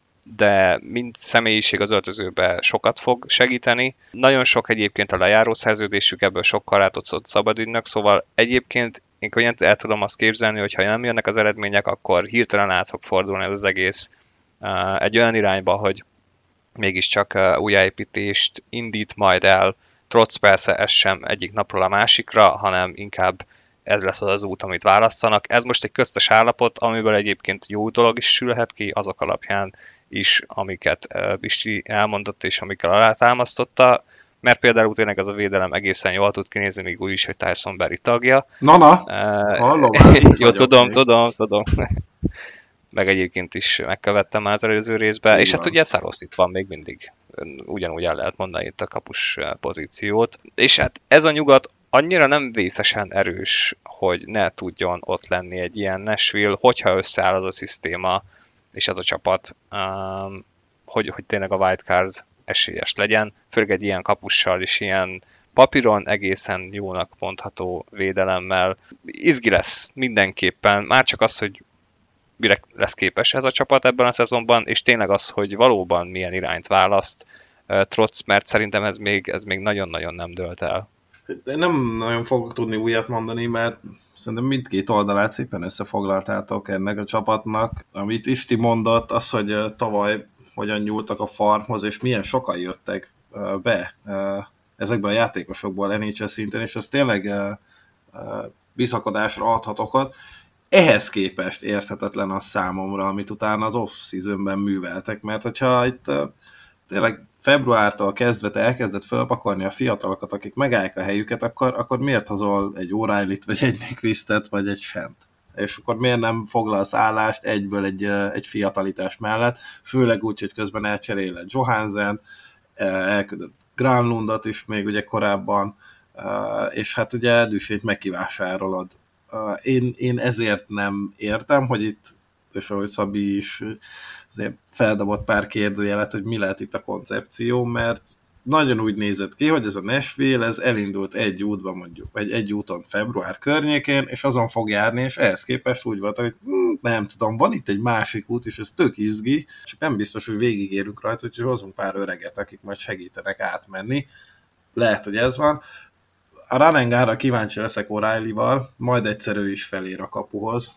de mind személyiség az öltözőbe sokat fog segíteni. Nagyon sok egyébként a lejáró szerződésük, ebből sok karátot szabadügynök, szóval egyébként én könnyen el tudom azt képzelni, hogy ha nem jönnek az eredmények, akkor hirtelen át fog fordulni ez az egész egy olyan irányba, hogy mégiscsak újjáépítést indít majd el. Trotz persze ez sem egyik napról a másikra, hanem inkább ez lesz az út, amit választanak. Ez most egy köztes állapot, amiből egyébként jó dolog is sülhet ki, azok alapján is, amiket Pisti elmondott és amikkel alátámasztotta, mert például tényleg ez a védelem egészen jól tud kinézni, még úgy is, hogy Tyson Barrie tagja. Hallom, jó, tudom. Meg egyébként is megkövettem már az előző részben, és hát ugye Saros itt van még mindig, ugyanúgy el lehet mondani itt a kapus pozíciót, és hát ez a nyugat annyira nem vészesen erős, hogy ne tudjon ott lenni egy ilyen Nashville, hogyha összeáll az a szisztéma, és ez a csapat, hogy tényleg a wildcard esélyes legyen, főleg egy ilyen kapussal és ilyen papíron egészen jónak mondható védelemmel. Izgi lesz mindenképpen, már csak az, hogy mire lesz képes ez a csapat ebben a szezonban, és tényleg az, hogy valóban milyen irányt választ Trotz, mert szerintem ez még nagyon-nagyon nem dőlt el. Én nem nagyon fogok tudni újat mondani, mert szerintem mindkét oldalát szépen összefoglaltátok ennek a csapatnak. Amit Isti mondott, az, hogy tavaly hogyan nyúltak a farmhoz, és milyen sokan jöttek be ezekben a játékosokból NHL szinten, és ez tényleg bizakodásra adhat okot. Ehhez képest érthetetlen az számomra, amit utána az off-seasonben műveltek, mert hogyha itt tényleg februártól kezdve te elkezded fölpakolni a fiatalokat, akik megállják a helyüket, akkor miért hozol egy O'Reillyt, vagy egy Nyquistet, vagy egy Shent? És akkor miért nem foglalsz állást egyből egy fiatalitás mellett, főleg úgy, hogy közben elcseréled Johansen, elküldött Granlundot is még ugye korábban, és hát ugye Düsét megkivásárolod. Én ezért nem értem, hogy itt, és ahogy Szabi is azért feldobott pár kérdőjelet, hogy mi lehet itt a koncepció, mert nagyon úgy nézett ki, hogy ez a Nashville, ez elindult egy útban mondjuk, vagy egy úton február környékén, és azon fog járni, és ehhez képest úgy volt, hogy nem tudom, van itt egy másik út, és ez tök izgi, csak nem biztos, hogy végigérünk rajta, hogy hozunk pár öreget, akik majd segítenek átmenni. Lehet, hogy ez van. A Ranengára kíváncsi leszek O'Reillyval, majd egyszer ő is felér a kapuhoz.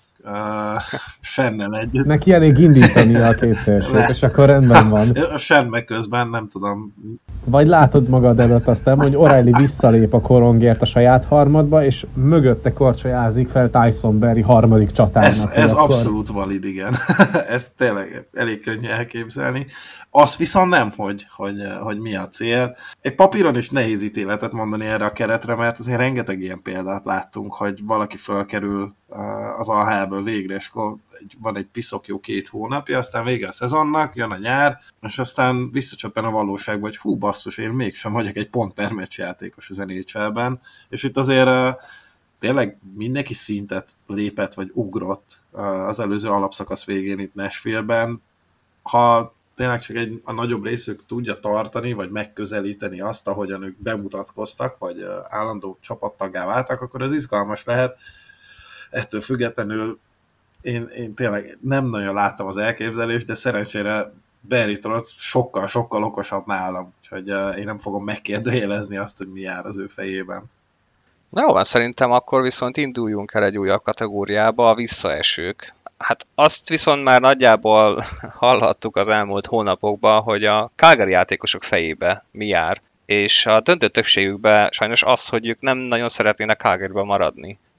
Sennel együtt. Neki elég indítani a két szélsőt, és akkor rendben van. A Sen meg közben, nem tudom. Vagy látod magad előtt aztán, hogy O'Reilly visszalép a korongért a saját harmadba, és mögötte korcsolyázik fel Tyson Barrie harmadik csatának. Ez abszolút valid, igen. Ezt tényleg elég könnyű elképzelni. Az viszont nem, hogy mi a cél. Egy papíron is nehéz ítéletet mondani erre a keretre, mert azért rengeteg ilyen példát láttunk, hogy valaki fölkerül az AHL-ből végre, és akkor van egy piszok jó 2 hónapja, aztán vége a szezonnak, jön a nyár, és aztán visszacsöppen a valóságba, hogy hú basszus, én mégsem vagyok egy pont per meccs játékos az NHL-ben, és itt azért tényleg mindenki szintet lépett, vagy ugrott az előző alapszakasz végén itt Nashville-ben. Ha tényleg csak a nagyobb részük tudja tartani, vagy megközelíteni azt, ahogyan ők bemutatkoztak, vagy állandó csapattaggá váltak, akkor ez izgalmas lehet. Ettől függetlenül én tényleg nem nagyon láttam az elképzelést, de szerencsére Barrie Trotz sokkal okosabb nálam, úgyhogy én nem fogom megkérdőjelezni azt, hogy mi jár az ő fejében. Na jó van, szerintem akkor viszont induljunk el egy újabb kategóriába, a visszaesők. Hát azt viszont már nagyjából hallhattuk az elmúlt hónapokban, hogy a Calgary játékosok fejébe mi jár, és a döntő többségükben sajnos az, hogy ők nem nagyon szeretnének Calgaryben maradni.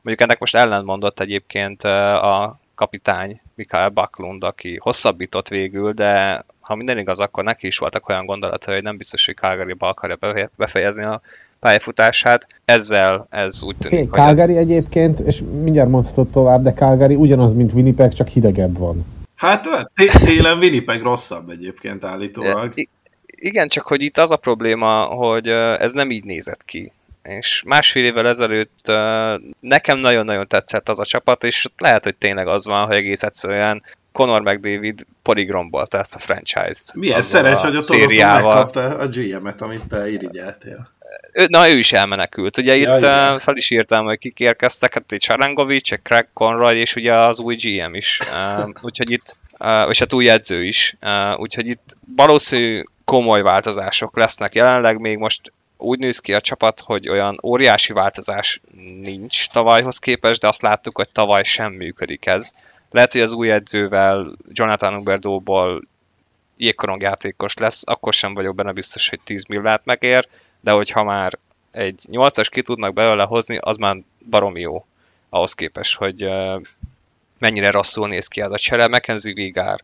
Mondjuk ennek most ellentmondott egyébként a kapitány Mikael Backlund, aki hosszabbított végül, de ha minden igaz, akkor neki is voltak olyan gondolatai, hogy nem biztos, hogy Calgary-ba akarja befejezni a pályafutását. Ezzel ez úgy tűnik, hogy Calgary egyébként, és mindjárt mondhatod tovább, de Calgary ugyanaz, mint Winnipeg, csak hidegebb van. Hát télen Winnipeg rosszabb egyébként állítólag. Igen, csak hogy itt az a probléma, hogy ez nem így nézett ki. És másfél évvel ezelőtt nekem nagyon-nagyon tetszett az a csapat, és lehet, hogy tényleg az van, hogy egész egyszerűen Connor McDavid poligrombolta ezt a franchise-t. Milyen szerencs, hogy a Toronto megkapta a GM-et, amit te irigyeltél. Ő is elmenekült. Ugye itt fel is írtam, hogy kik érkeztek, hát egy Sharangovich, egy Craig Conroy, és ugye az új GM is. Úgyhogy itt, és hát új edző is. Úgyhogy itt valószínű komoly változások lesznek jelenleg, még most úgy néz ki a csapat, hogy olyan óriási változás nincs tavalyhoz képest, de azt láttuk, hogy tavaly sem működik ez. Lehet, hogy az új edzővel Jonathan Huberdeauból jégkorongjátékos lesz, akkor sem vagyok benne biztos, hogy 10 milliárd megér, de hogyha már egy 8-as ki tudnak belőle hozni, az már baromi jó ahhoz képest, hogy mennyire rosszul néz ki az a csere. Mackenzie Weegar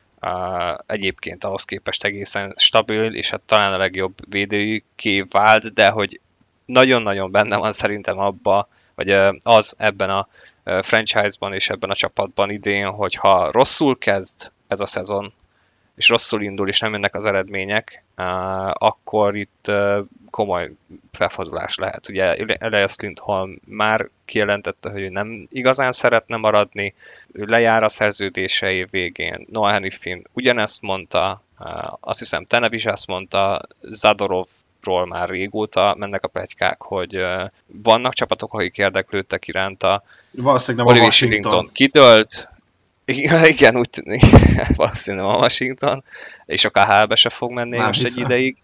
egyébként ahhoz képest egészen stabil, és hát talán a legjobb védőjüké vált, de hogy nagyon-nagyon benne van szerintem abba, vagy az ebben a franchise-ban és ebben a csapatban idén, hogyha rosszul kezd ez a szezon, és rosszul indul, és nem jönnek az eredmények, akkor itt komoly felfordulás lehet. Ugye Elias Lindholm már kijelentette, hogy ő nem igazán szeretne maradni, ő lejár a szerződése év végén. Noah Hanifin ugyanezt mondta, azt hiszem Tanev is ezt mondta, Zadorovról már régóta mennek a pletykák, hogy vannak csapatok, akik érdeklődtek iránta. Valószínűleg nem a Washington. Kidőlt. Igen, úgy tűnik, valószínűleg a Washington, és a KHL-be se fog menni már most hiszem. Egy ideig.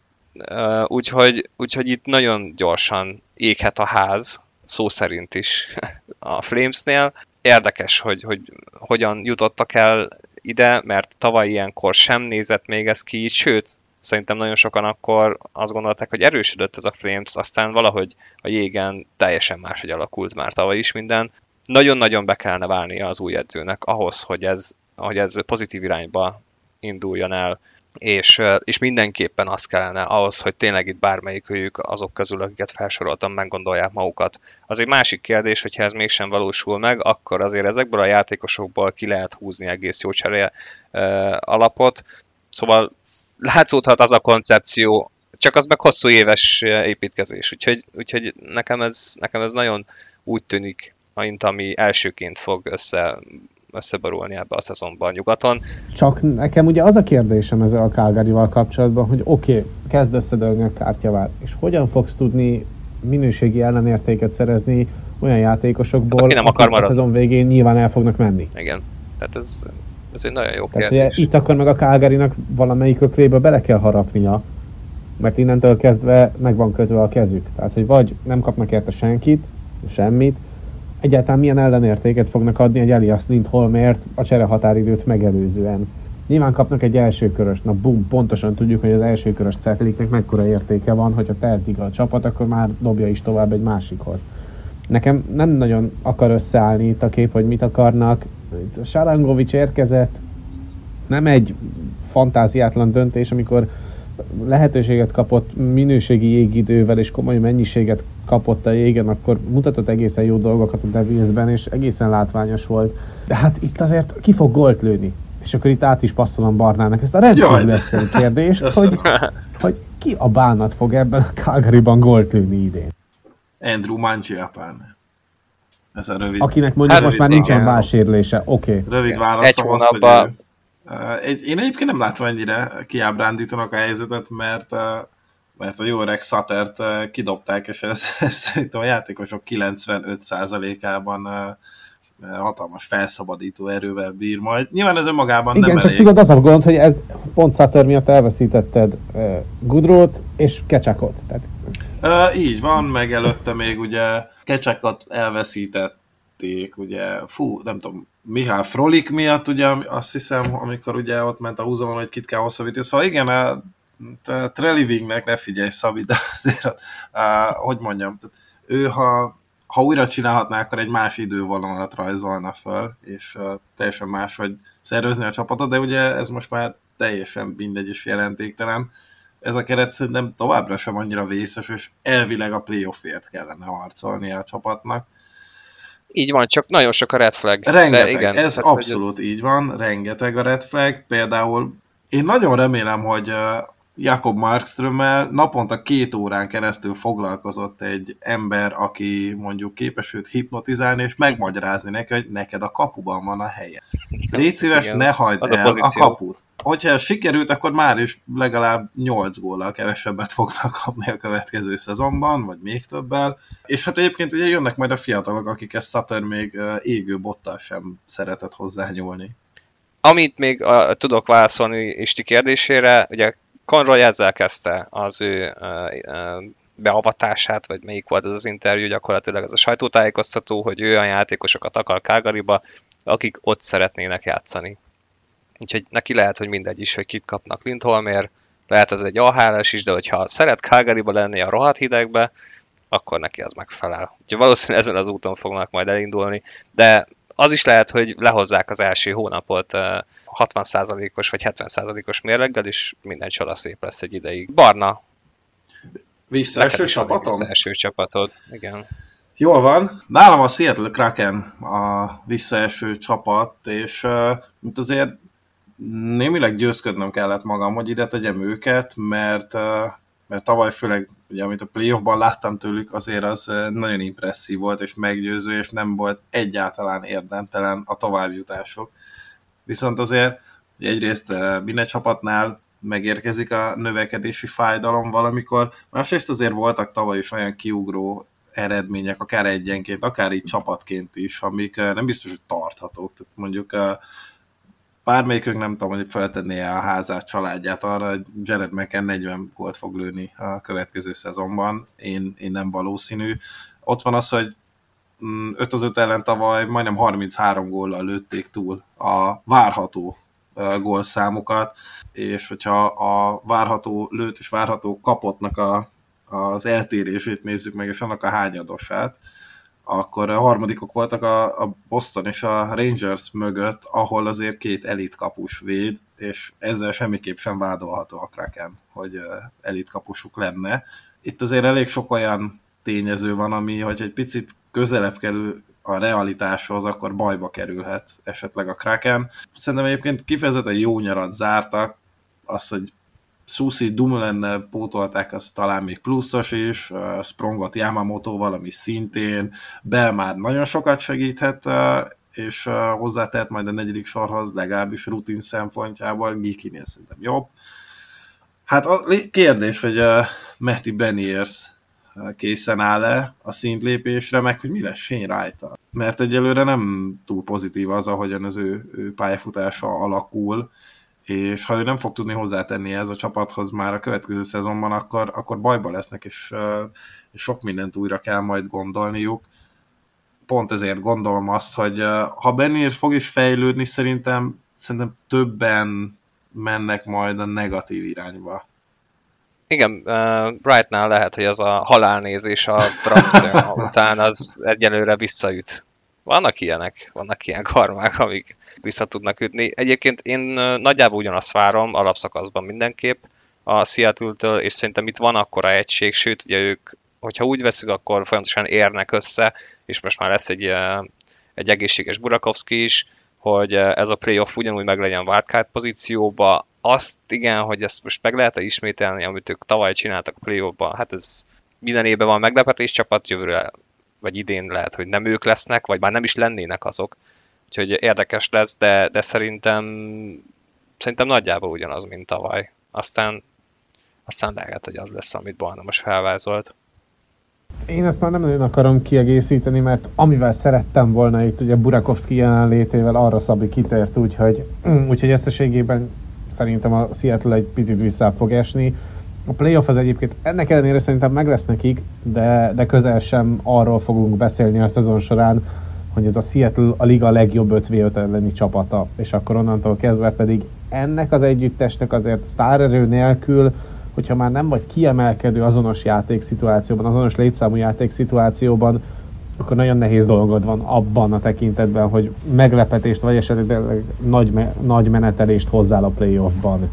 Úgyhogy itt nagyon gyorsan éghet a ház, szó szerint is a Flamesnél. Érdekes, hogy hogyan jutottak el ide, mert tavaly ilyenkor sem nézett még ez ki, sőt, szerintem nagyon sokan akkor azt gondolták, hogy erősödött ez a Flames, aztán valahogy a jégen teljesen máshogy alakult már tavaly is minden. Nagyon-nagyon be kellene válnia az új edzőnek ahhoz, hogy ez pozitív irányba induljon el, és mindenképpen az kellene ahhoz, hogy tényleg itt bármelyikőjük azok közül, akiket felsoroltam, meggondolják magukat. Az egy másik kérdés, hogyha ez mégsem valósul meg, akkor azért ezekből a játékosokból ki lehet húzni egész jó cseré alapot. Szóval látszódhat az a koncepció, csak az meg hosszú éves építkezés. Úgyhogy nekem ez nagyon úgy tűnik, mint ami elsőként fog összeborulni ebbe a szezonban nyugaton. Csak nekem ugye az a kérdésem ezzel a Calgaryval kapcsolatban, hogy oké, kezd összedőlni a kártyavár, és hogyan fogsz tudni minőségi ellenértéket szerezni olyan játékosokból, aki nem akar maradni. A szezon végén nyilván el fognak menni. Igen, tehát ez egy nagyon jó tehát kérdés. Ugye, itt akkor meg a Calgarynak valamelyik öklébe bele kell harapnia, mert innentől kezdve meg van kötve a kezük. Tehát, hogy vagy nem kapnak érte semmit, egyáltalán milyen ellenértéket fognak adni egy Elias Lindholmért a cserehatáridőt megelőzően. Nyilván kapnak egy elsőköröst, na bum, pontosan tudjuk, hogy az elsőkörös cetliknek mekkora értéke van, hogyha tehetik a csapat, akkor már dobja is tovább egy másikhoz. Nekem nem nagyon akar összeállni itt a kép, hogy mit akarnak. Sharangovich érkezett, nem egy fantáziátlan döntés, amikor lehetőséget kapott minőségi jégidővel és komoly mennyiséget kapott a jégen, akkor mutatott egészen jó dolgokat a Devilsben, és egészen látványos volt. De hát itt azért ki fog gólt lőni? És akkor itt át is passzolom Barnának ezt a rendkívül egyszerű kérdést, hogy ki a bánat fog ebben a Calgaryban gólt lőni idén? Andrew Mangiapane. Ez a rövid. Akinek mondjuk most már nincsen válsérülése. Oké. Rövid válaszom az, hogy én egyébként nem látom ennyire kiábrándítanak a helyzetet, mert a jó öreg Suttert kidobták, és ez szerintem a játékosok 95%-ában hatalmas felszabadító erővel bír majd. Nyilván ez önmagában igen, nem csak elég. tudod, az a gond, hogy ez pont Sutter miatt elveszítetted Goodrow-t és Kecsakot. Így van, meg előtte még ugye Kecsakot elveszítették, ugye, nem tudom, Mihály Frolik miatt, ugye, azt hiszem, amikor ugye ott ment a húzamon, hogy kit kell hosszabbítani. Szóval igen, a Trelivingnek ne figyelj, Szabi, de azért, hogy mondjam, ő ha ha újra csinálhatná, akkor egy más idővonalat rajzolna föl, és teljesen máshogy szervezni a csapatot, de ugye ez most már teljesen mindegy és jelentéktelen. Ez a keret szerintem továbbra sem annyira vészes, és elvileg a playoffért kellene harcolni a csapatnak. Így van, csak nagyon sok a red flag. Rengeteg, igen, ez abszolút így van, rengeteg a red flag. Például én nagyon remélem, hogy Jakob Markströmmel naponta 2 órán keresztül foglalkozott egy ember, aki mondjuk képes őt hipnotizálni, és megmagyarázni neki, hogy neked a kapuban van a helye. Légy szíves, ne hagyd el a kaput. Hogyha sikerült, akkor már is legalább 8 góllal kevesebbet fognak kapni a következő szezonban, vagy még többel. És hát egyébként ugye jönnek majd a fiatalok, akik Sutter még égő bottal sem szeretett hozzányúlni. Amit még tudok válaszolni Isti kérdésére, ugye Conroy ezzel kezdte az ő beavatását, vagy melyik volt ez az interjú, gyakorlatilag ez a sajtótájékoztató, hogy ő olyan játékosokat akar Calgaryba, akik ott szeretnének játszani. Úgyhogy neki lehet, hogy mindegy is, hogy kit kapnak Lindholmért, lehet az egy AHL-es is, de hogyha szeret Calgaryba lenni a rohadt hidegbe, akkor neki az megfelel. Úgyhogy valószínűleg ezen az úton fognak majd elindulni, de az is lehet, hogy lehozzák az első hónapot 60%-os vagy 70%-os mérleggel, és minden csoda szép lesz egy ideig. Barna. Visszaeső csapatom? Visszaeső csapatod, igen. Jól van. Nálam a Seattle Kraken a visszaeső csapat, és mint azért némileg győzködnöm kellett magam, hogy ide tegyem őket, mert tavaly főleg, ugye, amit a playoffban láttam tőlük, azért az nagyon impresszív volt, és meggyőző, és nem volt egyáltalán érdemtelen a továbbjutások. Viszont azért egyrészt minden csapatnál megérkezik a növekedési fájdalom valamikor, másrészt azért voltak tavaly is olyan kiugró eredmények, akár egyenként, akár így csapatként is, amik nem biztos, hogy tarthatók. Tehát mondjuk bármelyikünk nem tudom, hogy feltenné a házát, családját arra, hogy Jared McCann 40 gólt fog lőni a következő szezonban. Én nem valószínű. Ott van az, hogy 5-5 ellen tavaly majdnem 33 góllal lőtték túl a várható gólszámokat, és hogyha a várható lőtt és várható kapottnak az eltérését nézzük meg, és annak a hányadosát, akkor a harmadikok voltak a Boston és a Rangers mögött, ahol azért 2 elit kapus véd, és ezzel semmiképp sem vádolható a Kraken, hogy elit kapusuk lenne. Itt azért elég sok olyan tényező van, ami, hogy egy picit közelebb kerül a realitáshoz, akkor bajba kerülhet esetleg a Kraken. Szerintem egyébként kifejezetten jó nyarat zártak, az, hogy Susi Dumoulin pótolták, az talán még pluszos is, Sprongot Yamamotoval, ami szintén, Belmár nagyon sokat segíthet, és hozzátehet majd a 4. sorhoz, legalábbis rutin szempontjából, Geekinél szerintem jobb. Hát a kérdés, hogy Matty Beniers készen áll-e a szintlépésre, meg hogy mi lesz Shane Wright-tal. Mert egyelőre nem túl pozitív az, ahogyan az ő pályafutása alakul, és ha ő nem fog tudni hozzátenni ez a csapathoz már a következő szezonban, akkor bajba lesznek, és sok mindent újra kell majd gondolniuk. Pont ezért gondolom azt, hogy ha Beniers fog is fejlődni, szerintem többen mennek majd a negatív irányba. Igen, Wrightnál lehet, hogy az a halálnézés a draft után az egyelőre visszaüt. Vannak ilyenek, vannak ilyen karmák, amik vissza tudnak ütni. Egyébként én nagyjából ugyanazt várom alapszakaszban mindenképp a Seattle-től, és szerintem itt van akkora egység, sőt, ugye ők, hogyha úgy veszük, akkor folyamatosan érnek össze, és most már lesz egy egészséges Burakovsky is, hogy ez a playoff ugyanúgy meg legyen wildcard pozícióba. Azt igen, hogy ezt most meg lehet ismételni, amit ők tavaly csináltak a playoffban, hát ez minden évben van meglepetés csapat, jövőre vagy idén lehet, hogy nem ők lesznek, vagy már nem is lennének azok. Úgyhogy érdekes lesz, de szerintem nagyjából ugyanaz, mint tavaly. Aztán lehet, hogy az lesz, amit Barna most felvázolt. Én ezt már nem nagyon akarom kiegészíteni, mert amivel szerettem volna itt, ugye Burakovsky jelenlétével arra Szabi kitért, úgyhogy összességében szerintem a Seattle egy picit vissza fog esni. A playoff az egyébként ennek ellenére szerintem meg lesz nekik, de közel sem arról fogunk beszélni a szezon során, hogy ez a Seattle a liga legjobb 5v5 elleni csapata, és akkor onnantól kezdve pedig ennek az együttesnek azért sztárerő nélkül, hogyha már nem vagy kiemelkedő azonos játékszituációban, azonos létszámú játékszituációban, akkor nagyon nehéz dolgod van abban a tekintetben, hogy meglepetést, vagy esetleg nagy menetelést hozzál a playoffban.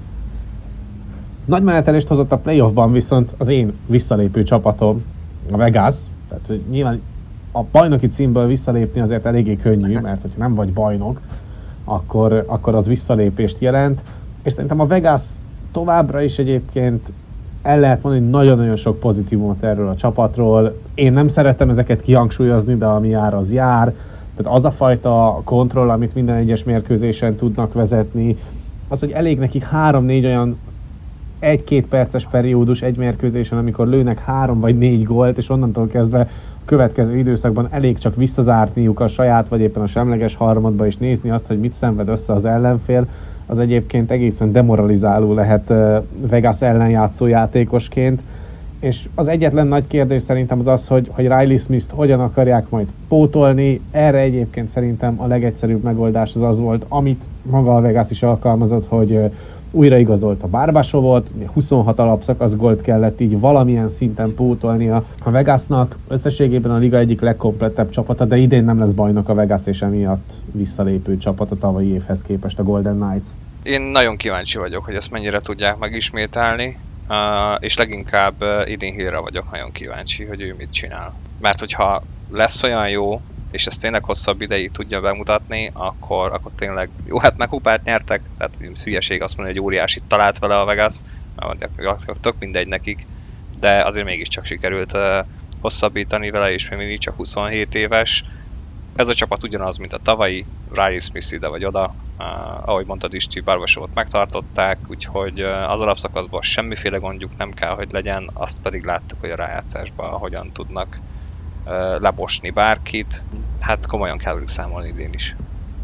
Nagy menetelést hozott a playoffban viszont az én visszalépő csapatom, a Vegas. Tehát hogy nyilván a bajnoki címből visszalépni azért eléggé könnyű, mert hogyha nem vagy bajnok, akkor az visszalépést jelent. És szerintem a Vegas továbbra is egyébként el lehet mondani nagyon-nagyon sok pozitívumot erről a csapatról. Én nem szeretem ezeket kihangsúlyozni, de ami jár, az jár. Tehát az a fajta kontroll, amit minden egyes mérkőzésen tudnak vezetni, az, hogy elég nekik 3-4 olyan 1-2 perces periódus egy mérkőzésen, amikor lőnek 3 vagy 4 gólt, és onnantól kezdve a következő időszakban elég csak visszazártniuk a saját, vagy éppen a semleges harmadba, és nézni azt, hogy mit szenved össze az ellenfél, az egyébként egészen demoralizáló lehet Vegas ellen játszó játékosként. És az egyetlen nagy kérdés szerintem az az, hogy Riley Smith-t hogyan akarják majd pótolni. Erre egyébként szerintem a legegyszerűbb megoldás az volt, amit maga a Vegas is alkalmazott, hogy újraigazolt a Barbasovot, 26 alapszakasz gólt kellett így valamilyen szinten pótolnia a Vegasnak. Összességében a liga egyik legkomplettebb csapata, de idén nem lesz bajnok a Vegas, és emiatt visszalépő csapat a tavalyi évhez képest a Golden Knights. Én nagyon kíváncsi vagyok, hogy ezt mennyire tudják megismételni, és leginkább Edin Hillre vagyok nagyon kíváncsi, hogy ő mit csinál. Mert hogyha lesz olyan jó, és ezt tényleg hosszabb ideig tudja bemutatni, akkor tényleg jó, hát megkupát nyertek, tehát hülyeség azt mondani, hogy óriásit talált vele a Vegas, tök mindegy nekik, de azért mégiscsak sikerült hosszabbítani vele, és még mindig csak 27 éves. Ez a csapat ugyanaz, mint a tavalyi, Riley Smith ide vagy oda, ahogy mondtad Isti, Barbasovot megtartották, úgyhogy az alapszakaszban semmiféle gondjuk nem kell, hogy legyen, azt pedig láttuk, hogy a rájátszásban hogyan tudnak lebosni bárkit. Hát komolyan kell velük számolni idén is.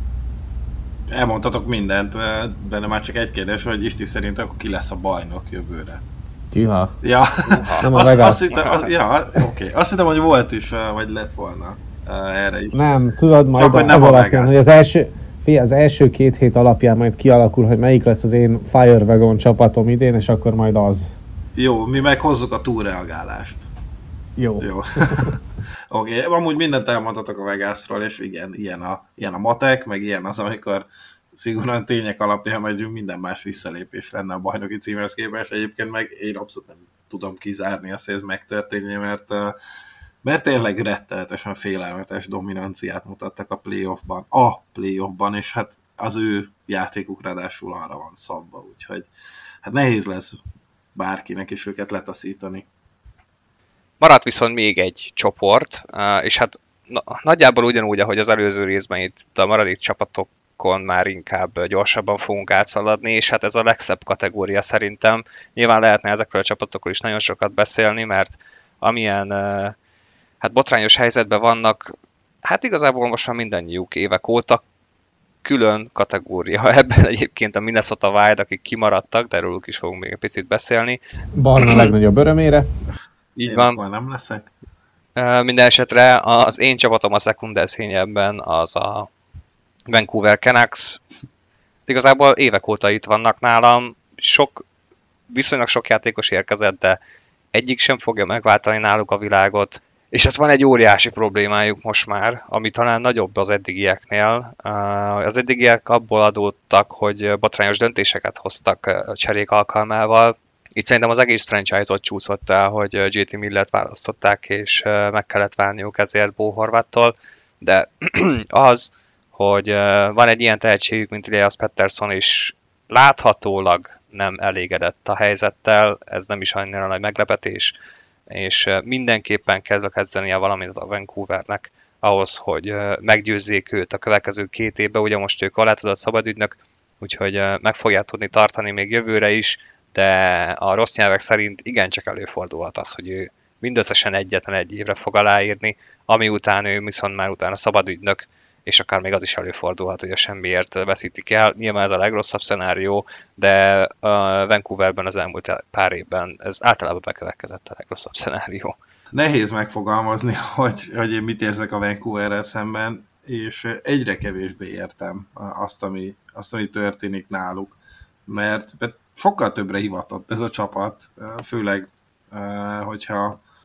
Elmondhatok mindent, benne már csak egy kérdés, hogy Isti szerint akkor ki lesz a bajnok jövőre. Tűha. Ja, nem a Vegas. Azt hittem, hogy volt is, vagy lett volna erre is. Nem, tudod, majd csak, az alapján, hogy az első 2 hét alapján majd kialakul, hogy melyik lesz az én Fire Wagon csapatom idén, és akkor majd az. Jó, mi meghozzuk a túlreagálást. Jó. Oké, amúgy mindent elmondhatok a Vegasról, és igen, ilyen a matek, meg ilyen az, amikor szigorúan tények alapján megyünk, minden más visszalépés lenne a bajnoki címhez képest. Egyébként meg én abszolút nem tudom kizárni azt, hogy ez megtörténje, mert tényleg rettenetesen félelmetes dominanciát mutattak a playoffban, és hát az ő játékuk ráadásul arra van szabva, úgyhogy hát nehéz lesz bárkinek is őket letaszítani. Maradt viszont még egy csoport, és hát nagyjából ugyanúgy, ahogy az előző részben itt a maradék csapatokon már inkább gyorsabban fogunk átszaladni, és hát ez a legszebb kategória szerintem. Nyilván lehetne ezekről a csapatokról is nagyon sokat beszélni, mert amilyen hát botrányos helyzetben vannak, hát igazából most már mindannyiuk évek óta külön kategória. Ebben egyébként a Minnesota Wild, akik kimaradtak, de erről is fogunk még egy picit beszélni. Barna legnagyobb örömére. Így van. Nem leszek. Minden esetre az én csapatom a szekundeszényebben az a Vancouver Canucks. Igazából évek óta itt vannak nálam. Viszonylag sok játékos érkezett, de egyik sem fogja megváltani náluk a világot. És hát van egy óriási problémájuk most már, ami talán nagyobb az eddigieknél. Az eddigiek abból adódtak, hogy botrányos döntéseket hoztak cserék alkalmával. Itt szerintem az egész franchise-ot csúszott el, hogy JT Millert választották, és meg kellett válniuk ezért Bo Horvattól, de az, hogy van egy ilyen tehetségük, mint Elias Pettersson, és láthatólag nem elégedett a helyzettel, ez nem is annyira nagy meglepetés, és mindenképpen kell kezdenie valamit a Vancouvernek ahhoz, hogy meggyőzzék őt a következő 2 évben, ugye most ők alá tudott szabadügynök, úgyhogy meg fogják tudni tartani még jövőre is, de a rossz nyelvek szerint igencsak előfordulhat az, hogy ő mindösszesen egyetlen egy évre fog aláírni, ami után ő viszont már utána szabadügynök, és akár még az is előfordulhat, hogy a semmiért veszítik el. Nyilván ez a legrosszabb szenárió, de a Vancouverben az elmúlt pár évben ez általában bekövetkezett a legrosszabb szenárió. Nehéz megfogalmazni, hogy én mit érzek a Vancouverrel szemben, és egyre kevésbé értem azt, ami történik náluk, mert sokkal többre hivatott ez a csapat, főleg, hogyha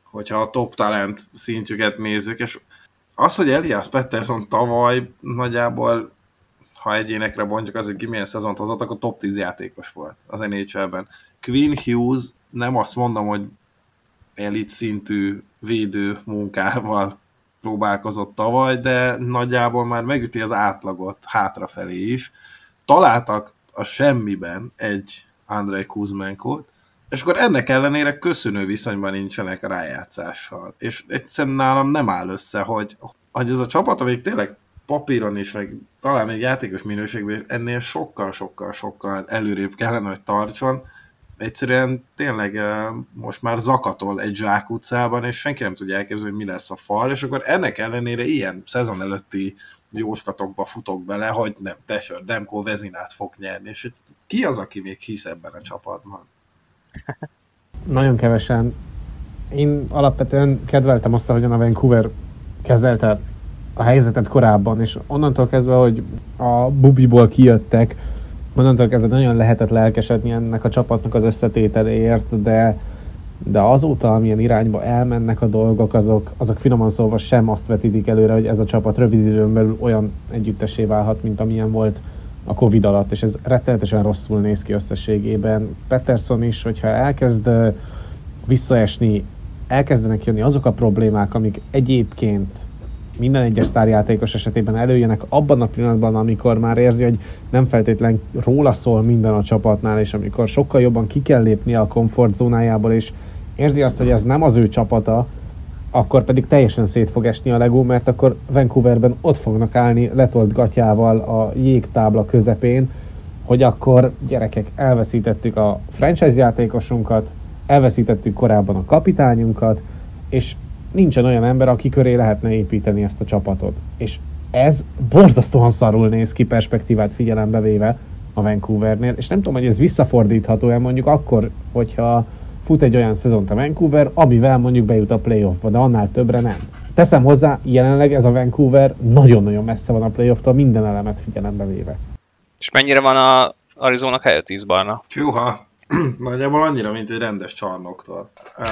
hogyha a top talent szintjüket nézzük, és az, hogy Elias Pettersson tavaly nagyjából, ha egyénekre bontjuk, az, hogy milyen szezont hozott, akkor top 10 játékos volt az NHL-ben. Quinn Hughes, nem azt mondom, hogy elit szintű védő munkával próbálkozott tavaly, de nagyjából már megüti az átlagot hátrafelé is. Találtak a semmiben egy Andrei Kuzmenkót, és akkor ennek ellenére köszönő viszonyban nincsenek a rájátszással. És egyszerűen nálam nem áll össze, hogy ez a csapat, amelyik tényleg papíron is, meg talán még játékos minőségben ennél sokkal előrébb kellene, hogy tartson. Egyszerűen tényleg most már zakatol egy zsákutcában, és senki nem tudja elképzelni, hogy mi lesz a fal, és akkor ennek ellenére ilyen szezon előtti jóslatokba futok bele, hogy nem, Tesser, Demko Vezinát fog nyerni, és ki az, aki még hisz ebben a csapatban? Nagyon kevesen. Én alapvetően kedveltem azt, ahogyan a Vancouver kezelte a helyzetet korábban, és onnantól kezdve, hogy a bubiból kijöttek, onnantól kezdve nagyon lehetett lelkesedni ennek a csapatnak az összetételéért, de azóta, amilyen irányba elmennek a dolgok, azok finoman szólva sem azt vetítik előre, hogy ez a csapat rövid időn belül olyan együttessé válhat, mint amilyen volt a Covid alatt, és ez rettenetesen rosszul néz ki összességében. Pettersson is, hogyha elkezd visszaesni, elkezdenek jönni azok a problémák, amik egyébként minden egyes sztárjátékos esetében előjönnek abban a pillanatban, amikor már érzi, hogy nem feltétlen róla szól minden a csapatnál, és amikor sokkal jobban ki kell lépni a komfortzónájából, és érzi azt, hogy ez nem az ő csapata, akkor pedig teljesen szét fog esni a Legó, mert akkor Vancouverben ott fognak állni letolt gatyával a jégtábla közepén, hogy akkor gyerekek, elveszítettük a franchise játékosunkat, elveszítettük korábban a kapitányunkat, és nincsen olyan ember, aki köré lehetne építeni ezt a csapatot. És ez borzasztóan szarul néz ki perspektívát figyelembe véve a Vancouvernél, és nem tudom, hogy ez visszafordítható-e mondjuk akkor, hogyha fut egy olyan szezont a Vancouver, amivel mondjuk bejut a playoffba, de annál többre nem. Teszem hozzá, jelenleg ez a Vancouver nagyon-nagyon messze van a playoff-tól, minden elemet figyelembe véve. És mennyire van a Arizona Coyotes, Barna? Hűha! Nagyjából annyira, mint egy rendes csarnoktól.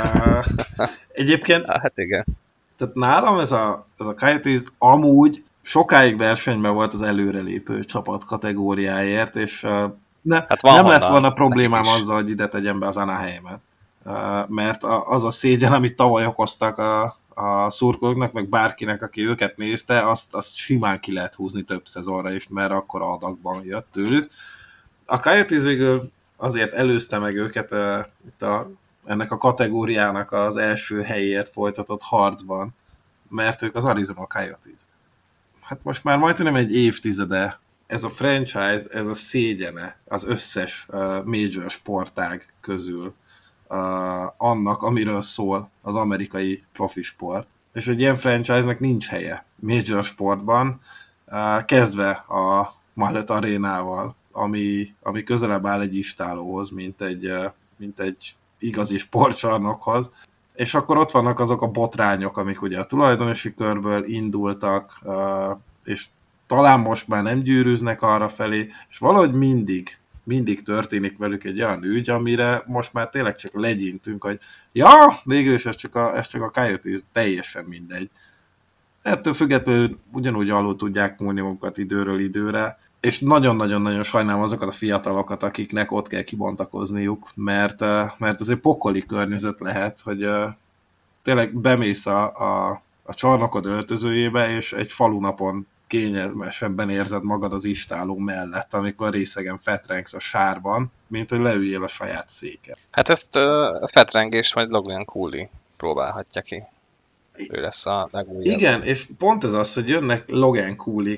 Egyébként, Hát igen. tehát nálam ez a Coyotes amúgy sokáig versenyben volt az előrelépő csapat kategóriáért, és hát nem lett volna problémám azzal, hogy ide tegyem be az Anaheimet. Mert az a szégyen, amit tavaly okoztak a szurkolóknak, meg bárkinek, aki őket nézte, azt simán ki lehet húzni több szezonra is, mert akkor adagban jött tőlük. A Coyotes végül azért előzte meg őket ennek a kategóriának az első helyért folytatott harcban, mert ők az Arizona Coyotes. Hát most már majdnem egy évtizede ez a franchise, ez a szégyene az összes major sportág közül annak, amiről szól az amerikai profi sport. És egy ilyen franchise-nek nincs helye major sportban, kezdve a Mallet Arénával, ami közelebb áll egy istálóhoz, mint egy igazi sportcsarnokhoz. És akkor ott vannak azok a botrányok, amik ugye a tulajdonosi körből indultak, és talán most már nem gyűrűznek arra felé, és valahogy mindig történik velük egy olyan ügy, amire most már tényleg csak legyintünk, hogy ja, végül is ez csak a Coyotes, teljesen mindegy. Ettől függetlenül ugyanúgy alul tudják múlni magukat időről időre, és nagyon-nagyon-nagyon sajnálom azokat a fiatalokat, akiknek ott kell kibontakozniuk, mert ez egy pokoli környezet lehet, hogy tényleg bemész a csarnokod öltözőjébe, és egy falunapon kényelmesebben érzed magad az istáló mellett, amikor részegen fetrengsz a sárban, mint hogy leüljél a saját széken. Hát ezt a fetrengést majd Logan Cooley próbálhatja ki. Ő lesz a legújabb. Igen, és pont ez az, hogy jönnek Logan Cooley-k,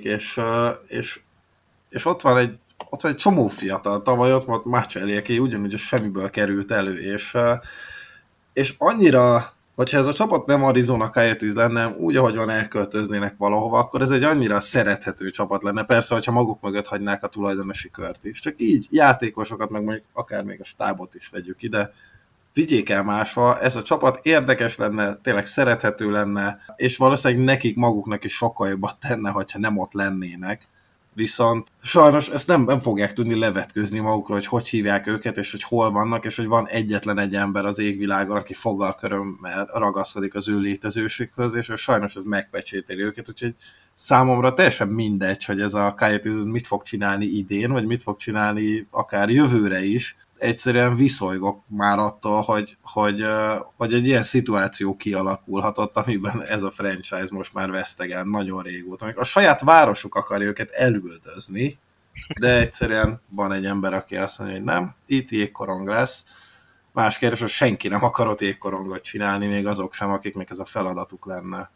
és ott van egy csomó fiatal, tavaly ott volt Machelli, aki ugyanúgy a semmiből került elő, és annyira, hogyha ez a csapat nem Arizona Coyotes lenne, úgy, ahogy van, elköltöznének valahova, akkor ez egy annyira szerethető csapat lenne. Persze, hogyha maguk mögött hagynák a tulajdonosi kört is. Csak így játékosokat, meg mondjuk akár még a stábot is vegyük ide, vigyék el máshol, ez a csapat érdekes lenne, tényleg szerethető lenne, és valószínűleg nekik maguknak is sokkal jobbat tenne, hogyha nem ott lennének. Viszont sajnos ezt nem fogják tudni levetkőzni magukról, hogy hívják őket, és hogy hol vannak, és hogy van egyetlen egy ember az égvilágon, aki fogalkörömmel ragaszkodik az ő létezőséghez, és sajnos ez megpecsételi őket, úgyhogy számomra teljesen mindegy, hogy ez a Coyotes mit fog csinálni idén, vagy mit fog csinálni akár jövőre is. Egyszerűen viszolygok már attól, hogy egy ilyen szituáció kialakulhatott, amiben ez a franchise most már vesztegen nagyon régóta. A saját városuk akarja őket elüldözni, de egyszerűen van egy ember, aki azt mondja, hogy nem, itt jégkorong lesz. Más kérdés, hogy senki nem akar ott jégkorongot csinálni, még azok sem, akiknek ez a feladatuk lenne.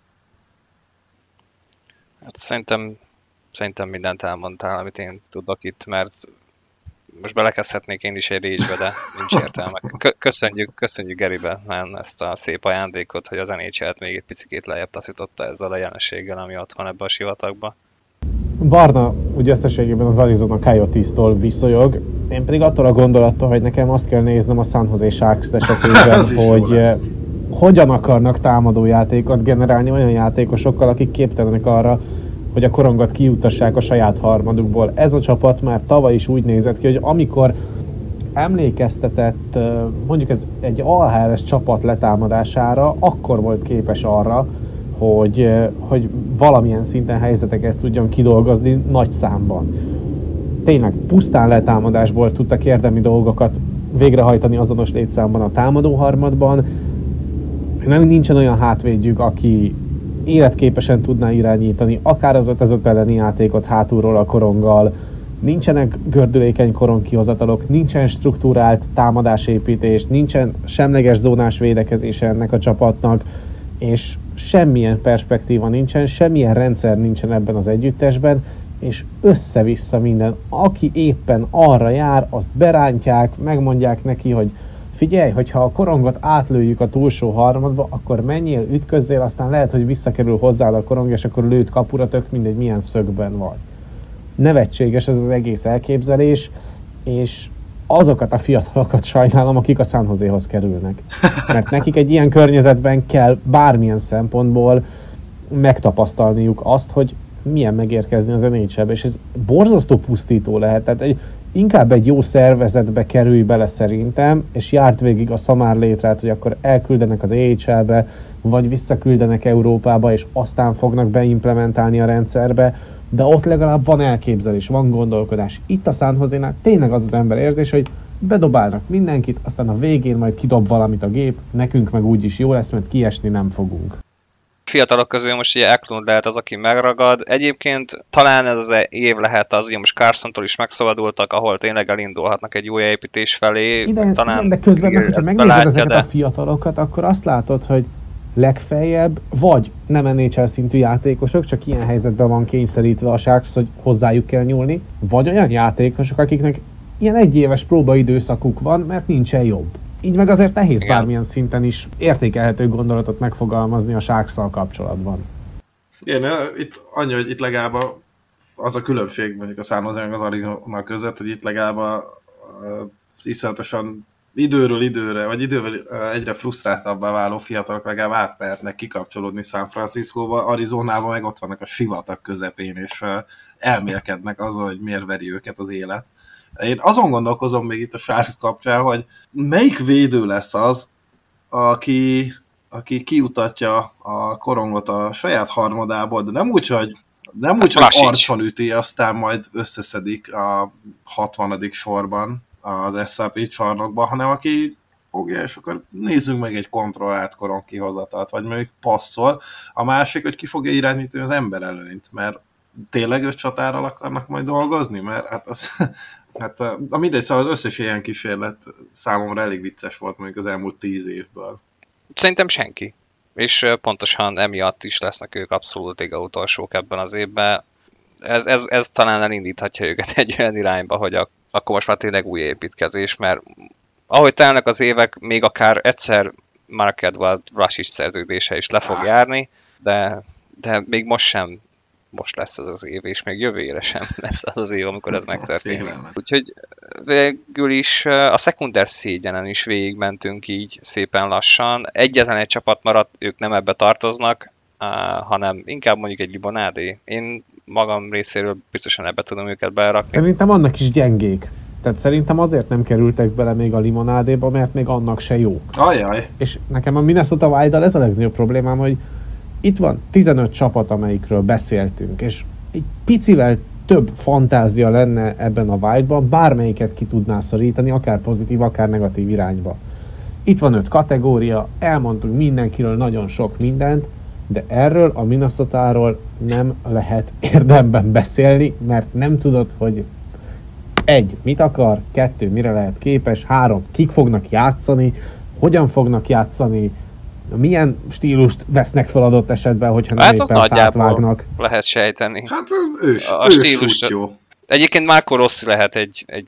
Hát szerintem mindent elmondtál, amit én tudok itt, mert most belekezdhetnék én is egy rage-be, de nincs értelme. Köszönjük Garybe ezt a szép ajándékot, hogy az NHL-t még egy picikét lejjebb taszította ezzel a jelenséggel, ami ott van ebbe a sivatagba. Barna úgy összességében az Arizona Coyotes-tól viszonyog, én pedig attól a gondolattól, hogy nekem azt kell néznem a San Jose Sharks esetében, hogy hogyan akarnak támadójátékot generálni olyan játékosokkal, akik képtelenek arra, hogy a korongot kiutassák a saját harmadukból. Ez a csapat már tavaly is úgy nézett ki, hogy amikor emlékeztetett mondjuk ez egy AHL-es csapat letámadására, akkor volt képes arra, hogy valamilyen szinten helyzeteket tudjon kidolgozni nagy számban. Tényleg pusztán letámadásból tudtak érdemi dolgokat végrehajtani azonos létszámban a támadó harmadban. Nem nincsen olyan hátvédjük, aki életképesen tudná irányítani akár az 5-5 elleni játékot hátulról a koronggal, nincsenek gördülékeny korongkihozatalok, nincsen struktúrált támadásépítés, nincsen semleges zónás védekezése ennek a csapatnak, és semmilyen perspektíva nincsen, semmilyen rendszer nincsen ebben az együttesben, és össze-vissza minden. Aki éppen arra jár, azt berántják, megmondják neki, hogy figyelj, hogyha a korongot átlőjük a túlsó harmadba, akkor menjél, ütközzél, aztán lehet, hogy visszakerül hozzád a korong, és akkor lőtt kapura, tök mindegy, milyen szögben vagy. Nevetséges ez az egész elképzelés, és azokat a fiatalokat sajnálom, akik a San Joséhoz kerülnek. Mert nekik egy ilyen környezetben kell bármilyen szempontból megtapasztalniuk azt, hogy milyen megérkezni az NHL-be, és ez borzasztó pusztító lehet. Tehát inkább egy jó szervezetbe kerülj bele szerintem, és járt végig a szamár létrát, hogy akkor elküldenek az AHL-be, vagy visszaküldenek Európába, és aztán fognak beimplementálni a rendszerbe, de ott legalább van elképzelés, van gondolkodás. Itt a San Josénál tényleg az ember érzés, hogy bedobálnak mindenkit, aztán a végén majd kidob valamit a gép, nekünk meg úgyis jó lesz, mert kiesni nem fogunk. Fiatalok közül most ugye Eklund lehet az, aki megragad. Egyébként talán ez az év lehet az, ugye most Carsontól is megszabadultak, ahol tényleg elindulhatnak egy új építés felé. Igen, de közben meg, hogyha megnézed ezeket a fiatalokat, akkor azt látod, hogy legfeljebb vagy nem NHL szintű játékosok, csak ilyen helyzetben van kényszerítve a Sharks, hogy hozzájuk kell nyúlni, vagy olyan játékosok, akiknek ilyen egyéves próbaidőszakuk van, mert nincsen jobb. Így meg azért nehéz igen, bármilyen szinten is értékelhető gondolatot megfogalmazni a Sharks-szal kapcsolatban. Igen, itt annyi, hogy itt legalább az a különbség mondjuk a San Jose meg az Arizona között, hogy itt legalább iszonyatosan időről időre, vagy idővel egyre frusztráltabbá váló fiatalok legalább átmehetnek kikapcsolódni San Franciscóba, Arizonában meg ott vannak a sivatag közepén, és elmélkednek azon, hogy miért veri őket az élet. Én azon gondolkozom még itt a Sharks kapcsán, hogy melyik védő lesz az, aki kiutatja a korongot a saját harmadából, de nem úgy, hogy arcon üti, aztán majd összeszedik a 60. sorban az SAP csarnokban, hanem aki fogja, és akkor nézzünk meg egy kontrollált korong kihozatalt, vagy mondjuk passzol. A másik, hogy ki fogja irányítani az ember előnyt, mert tényleg csatárral akarnak majd dolgozni, mert mindegy, szóval az összes ilyen kísérlet számomra elég vicces volt mondjuk az elmúlt 10 évből. Szerintem senki. És pontosan emiatt is lesznek ők abszolút utolsók ebben az évben. Ez talán elindíthatja őket egy olyan irányba, hogy akkor most már tényleg új építkezés, mert ahogy telnek az évek, még akár egyszer Mark Edward Vlasic szerződése is le fog járni, de még most lesz az az év, és még jövőre sem lesz az az év, amikor ez megtörténik. Úgyhogy végül is a szekunder szégyenen is végigmentünk így szépen lassan. Egyetlen egy csapat maradt, ők nem ebbe tartoznak, hanem inkább mondjuk egy limonádé. Én magam részéről biztosan ebbe tudom őket berakni. Szerintem annak is gyengék. Tehát szerintem azért nem kerültek bele még a limonádéba, mert még annak se jó. Ajaj. És nekem a Minnesota Wild-dal ez a legnagyobb problémám, hogy itt van 15 csapat, amelyikről beszéltünk, és egy picivel több fantázia lenne ebben a Wildban, bármelyiket ki tudná szorítani, akár pozitív, akár negatív irányba. Itt van 5 kategória, elmondtunk mindenkiről nagyon sok mindent, de erről a Minnesotáról nem lehet érdemben beszélni, mert nem tudod, hogy 1. mit akar, 2. mire lehet képes, 3. kik fognak játszani, hogyan fognak játszani, milyen stílust vesznek fel adott esetben, hogyha nem éppen átvágnak. Lehet sejteni. Hát ős jó. Egyébként Marco Rossi lehet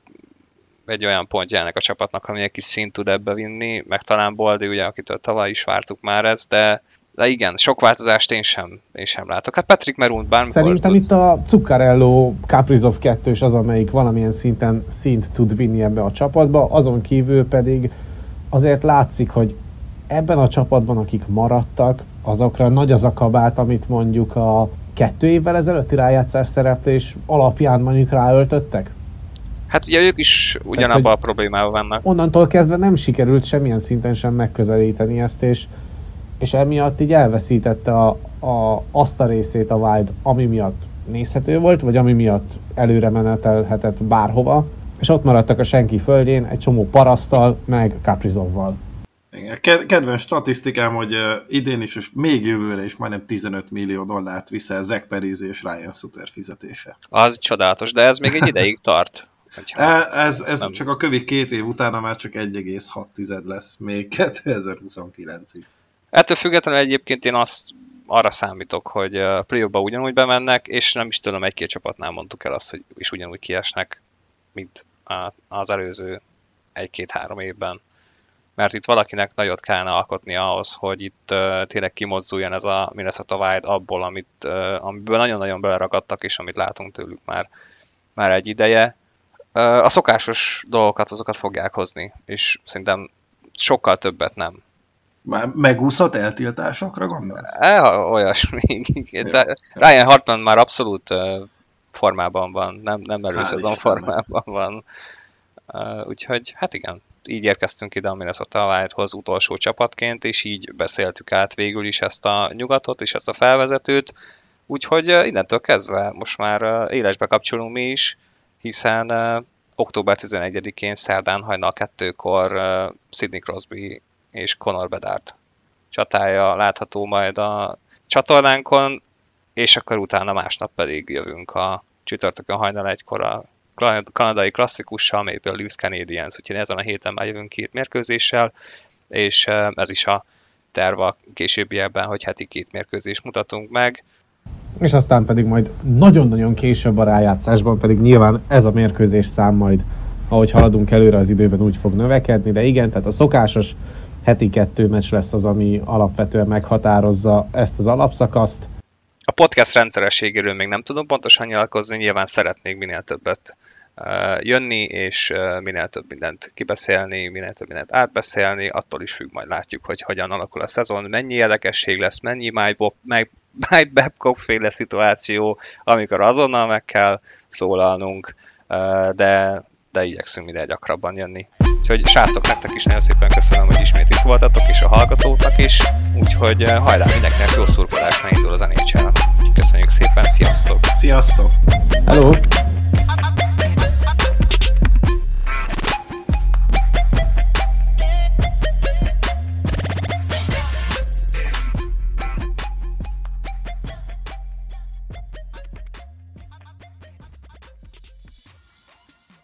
egy olyan pontjának a csapatnak, ami egy kis szint tud ebbe vinni, meg talán Boldi, ugye, akitől tavaly is vártuk már ezt, de igen, sok változást én sem látok. Hát Patrick Maroon bármikor... Szerintem itt a Zuccarello, Kaprizov 2-s az, amelyik valamilyen szinten szint tud vinni ebbe a csapatba, azon kívül pedig azért látszik, hogy ebben a csapatban, akik maradtak, azokra nagy az a kabát, amit mondjuk a 2 évvel ezelőtti rájátszás szereplés alapján mondjuk ráöltöttek. Hát ugye ők is ugyanabban a problémával vannak. Onnantól kezdve nem sikerült semmilyen szinten sem megközelíteni ezt, és emiatt így elveszítette azt a részét a Wild, ami miatt nézhető volt, vagy ami miatt előre menetelhetett bárhova, és ott maradtak a senki földjén egy csomó paraszttal, meg Kaprizovval. Kedvenc statisztikám, hogy idén is, és még jövőre is majdnem $15 millió viszel Zach Parise és Ryan Suter fizetése. Az csodálatos, de ez még egy ideig tart. Ez csak a kövi 2 év utána már csak 1,6 lesz, még 2029-ig. Ettől függetlenül egyébként én arra számítok, hogy a play-offba ugyanúgy bemennek, és nem is tudom, 1-2 csapatnál mondtuk el azt, hogy is ugyanúgy kiesnek, mint az előző 1-2-3 évben. Mert itt valakinek nagyot kellene alkotnia ahhoz, hogy itt tényleg kimozduljon ez a Minnesota Wild abból, amiből nagyon-nagyon beleragadtak, és amit látunk tőlük már egy ideje. A szokásos dolgokat, azokat fogják hozni, és szerintem sokkal többet nem. Már megúszott eltiltásokra gondolsz? Olyasmi. Ryan Hartman már abszolút formában van, nem előtt formában van. Úgyhogy hát igen, így érkeztünk ide a Minnesota Wildhoz utolsó csapatként, és így beszéltük át végül is ezt a nyugatot és ezt a felvezetőt. Úgyhogy innentől kezdve most már élesbe kapcsolunk mi is, hiszen október 11-én szerdán hajnal 2-kor Sidney Crosby és Connor Bedard csatája látható majd a csatornánkon, és akkor utána másnap pedig jövünk a csütörtökön hajnal 1-kor a kanadai klasszikussal, Maple Leafs Canadiens, úgyhogy ezen a héten már jövünk 2 mérkőzéssel, és ez is a terv a későbbiekben, hogy heti 2 mérkőzést mutatunk meg. És aztán pedig majd nagyon-nagyon később a rájátszásban pedig nyilván ez a mérkőzés szám majd, ahogy haladunk előre az időben, úgy fog növekedni, de igen, tehát a szokásos heti 2 meccs lesz az, ami alapvetően meghatározza ezt az alapszakaszt. A podcast rendszerességéről még nem tudom pontosan nyilatkozni, nyilván szeretnék minél többet jönni, és minél több mindent kibeszélni, minél több mindent átbeszélni, attól is függ, majd látjuk, hogy hogyan alakul a szezon, mennyi érdekesség lesz, mennyi Mike Babcock-féle szituáció, amikor azonnal meg kell szólalnunk, de igyekszünk minél gyakrabban jönni. Úgyhogy srácok, nektek is nagyon szépen köszönöm, hogy ismét itt voltatok, és a hallgatóknak is, úgyhogy hajrá mindenkinek, jó szurkolás, megindul az NHL. Köszönjük szépen, sziasztok! Sziasztok! Hello!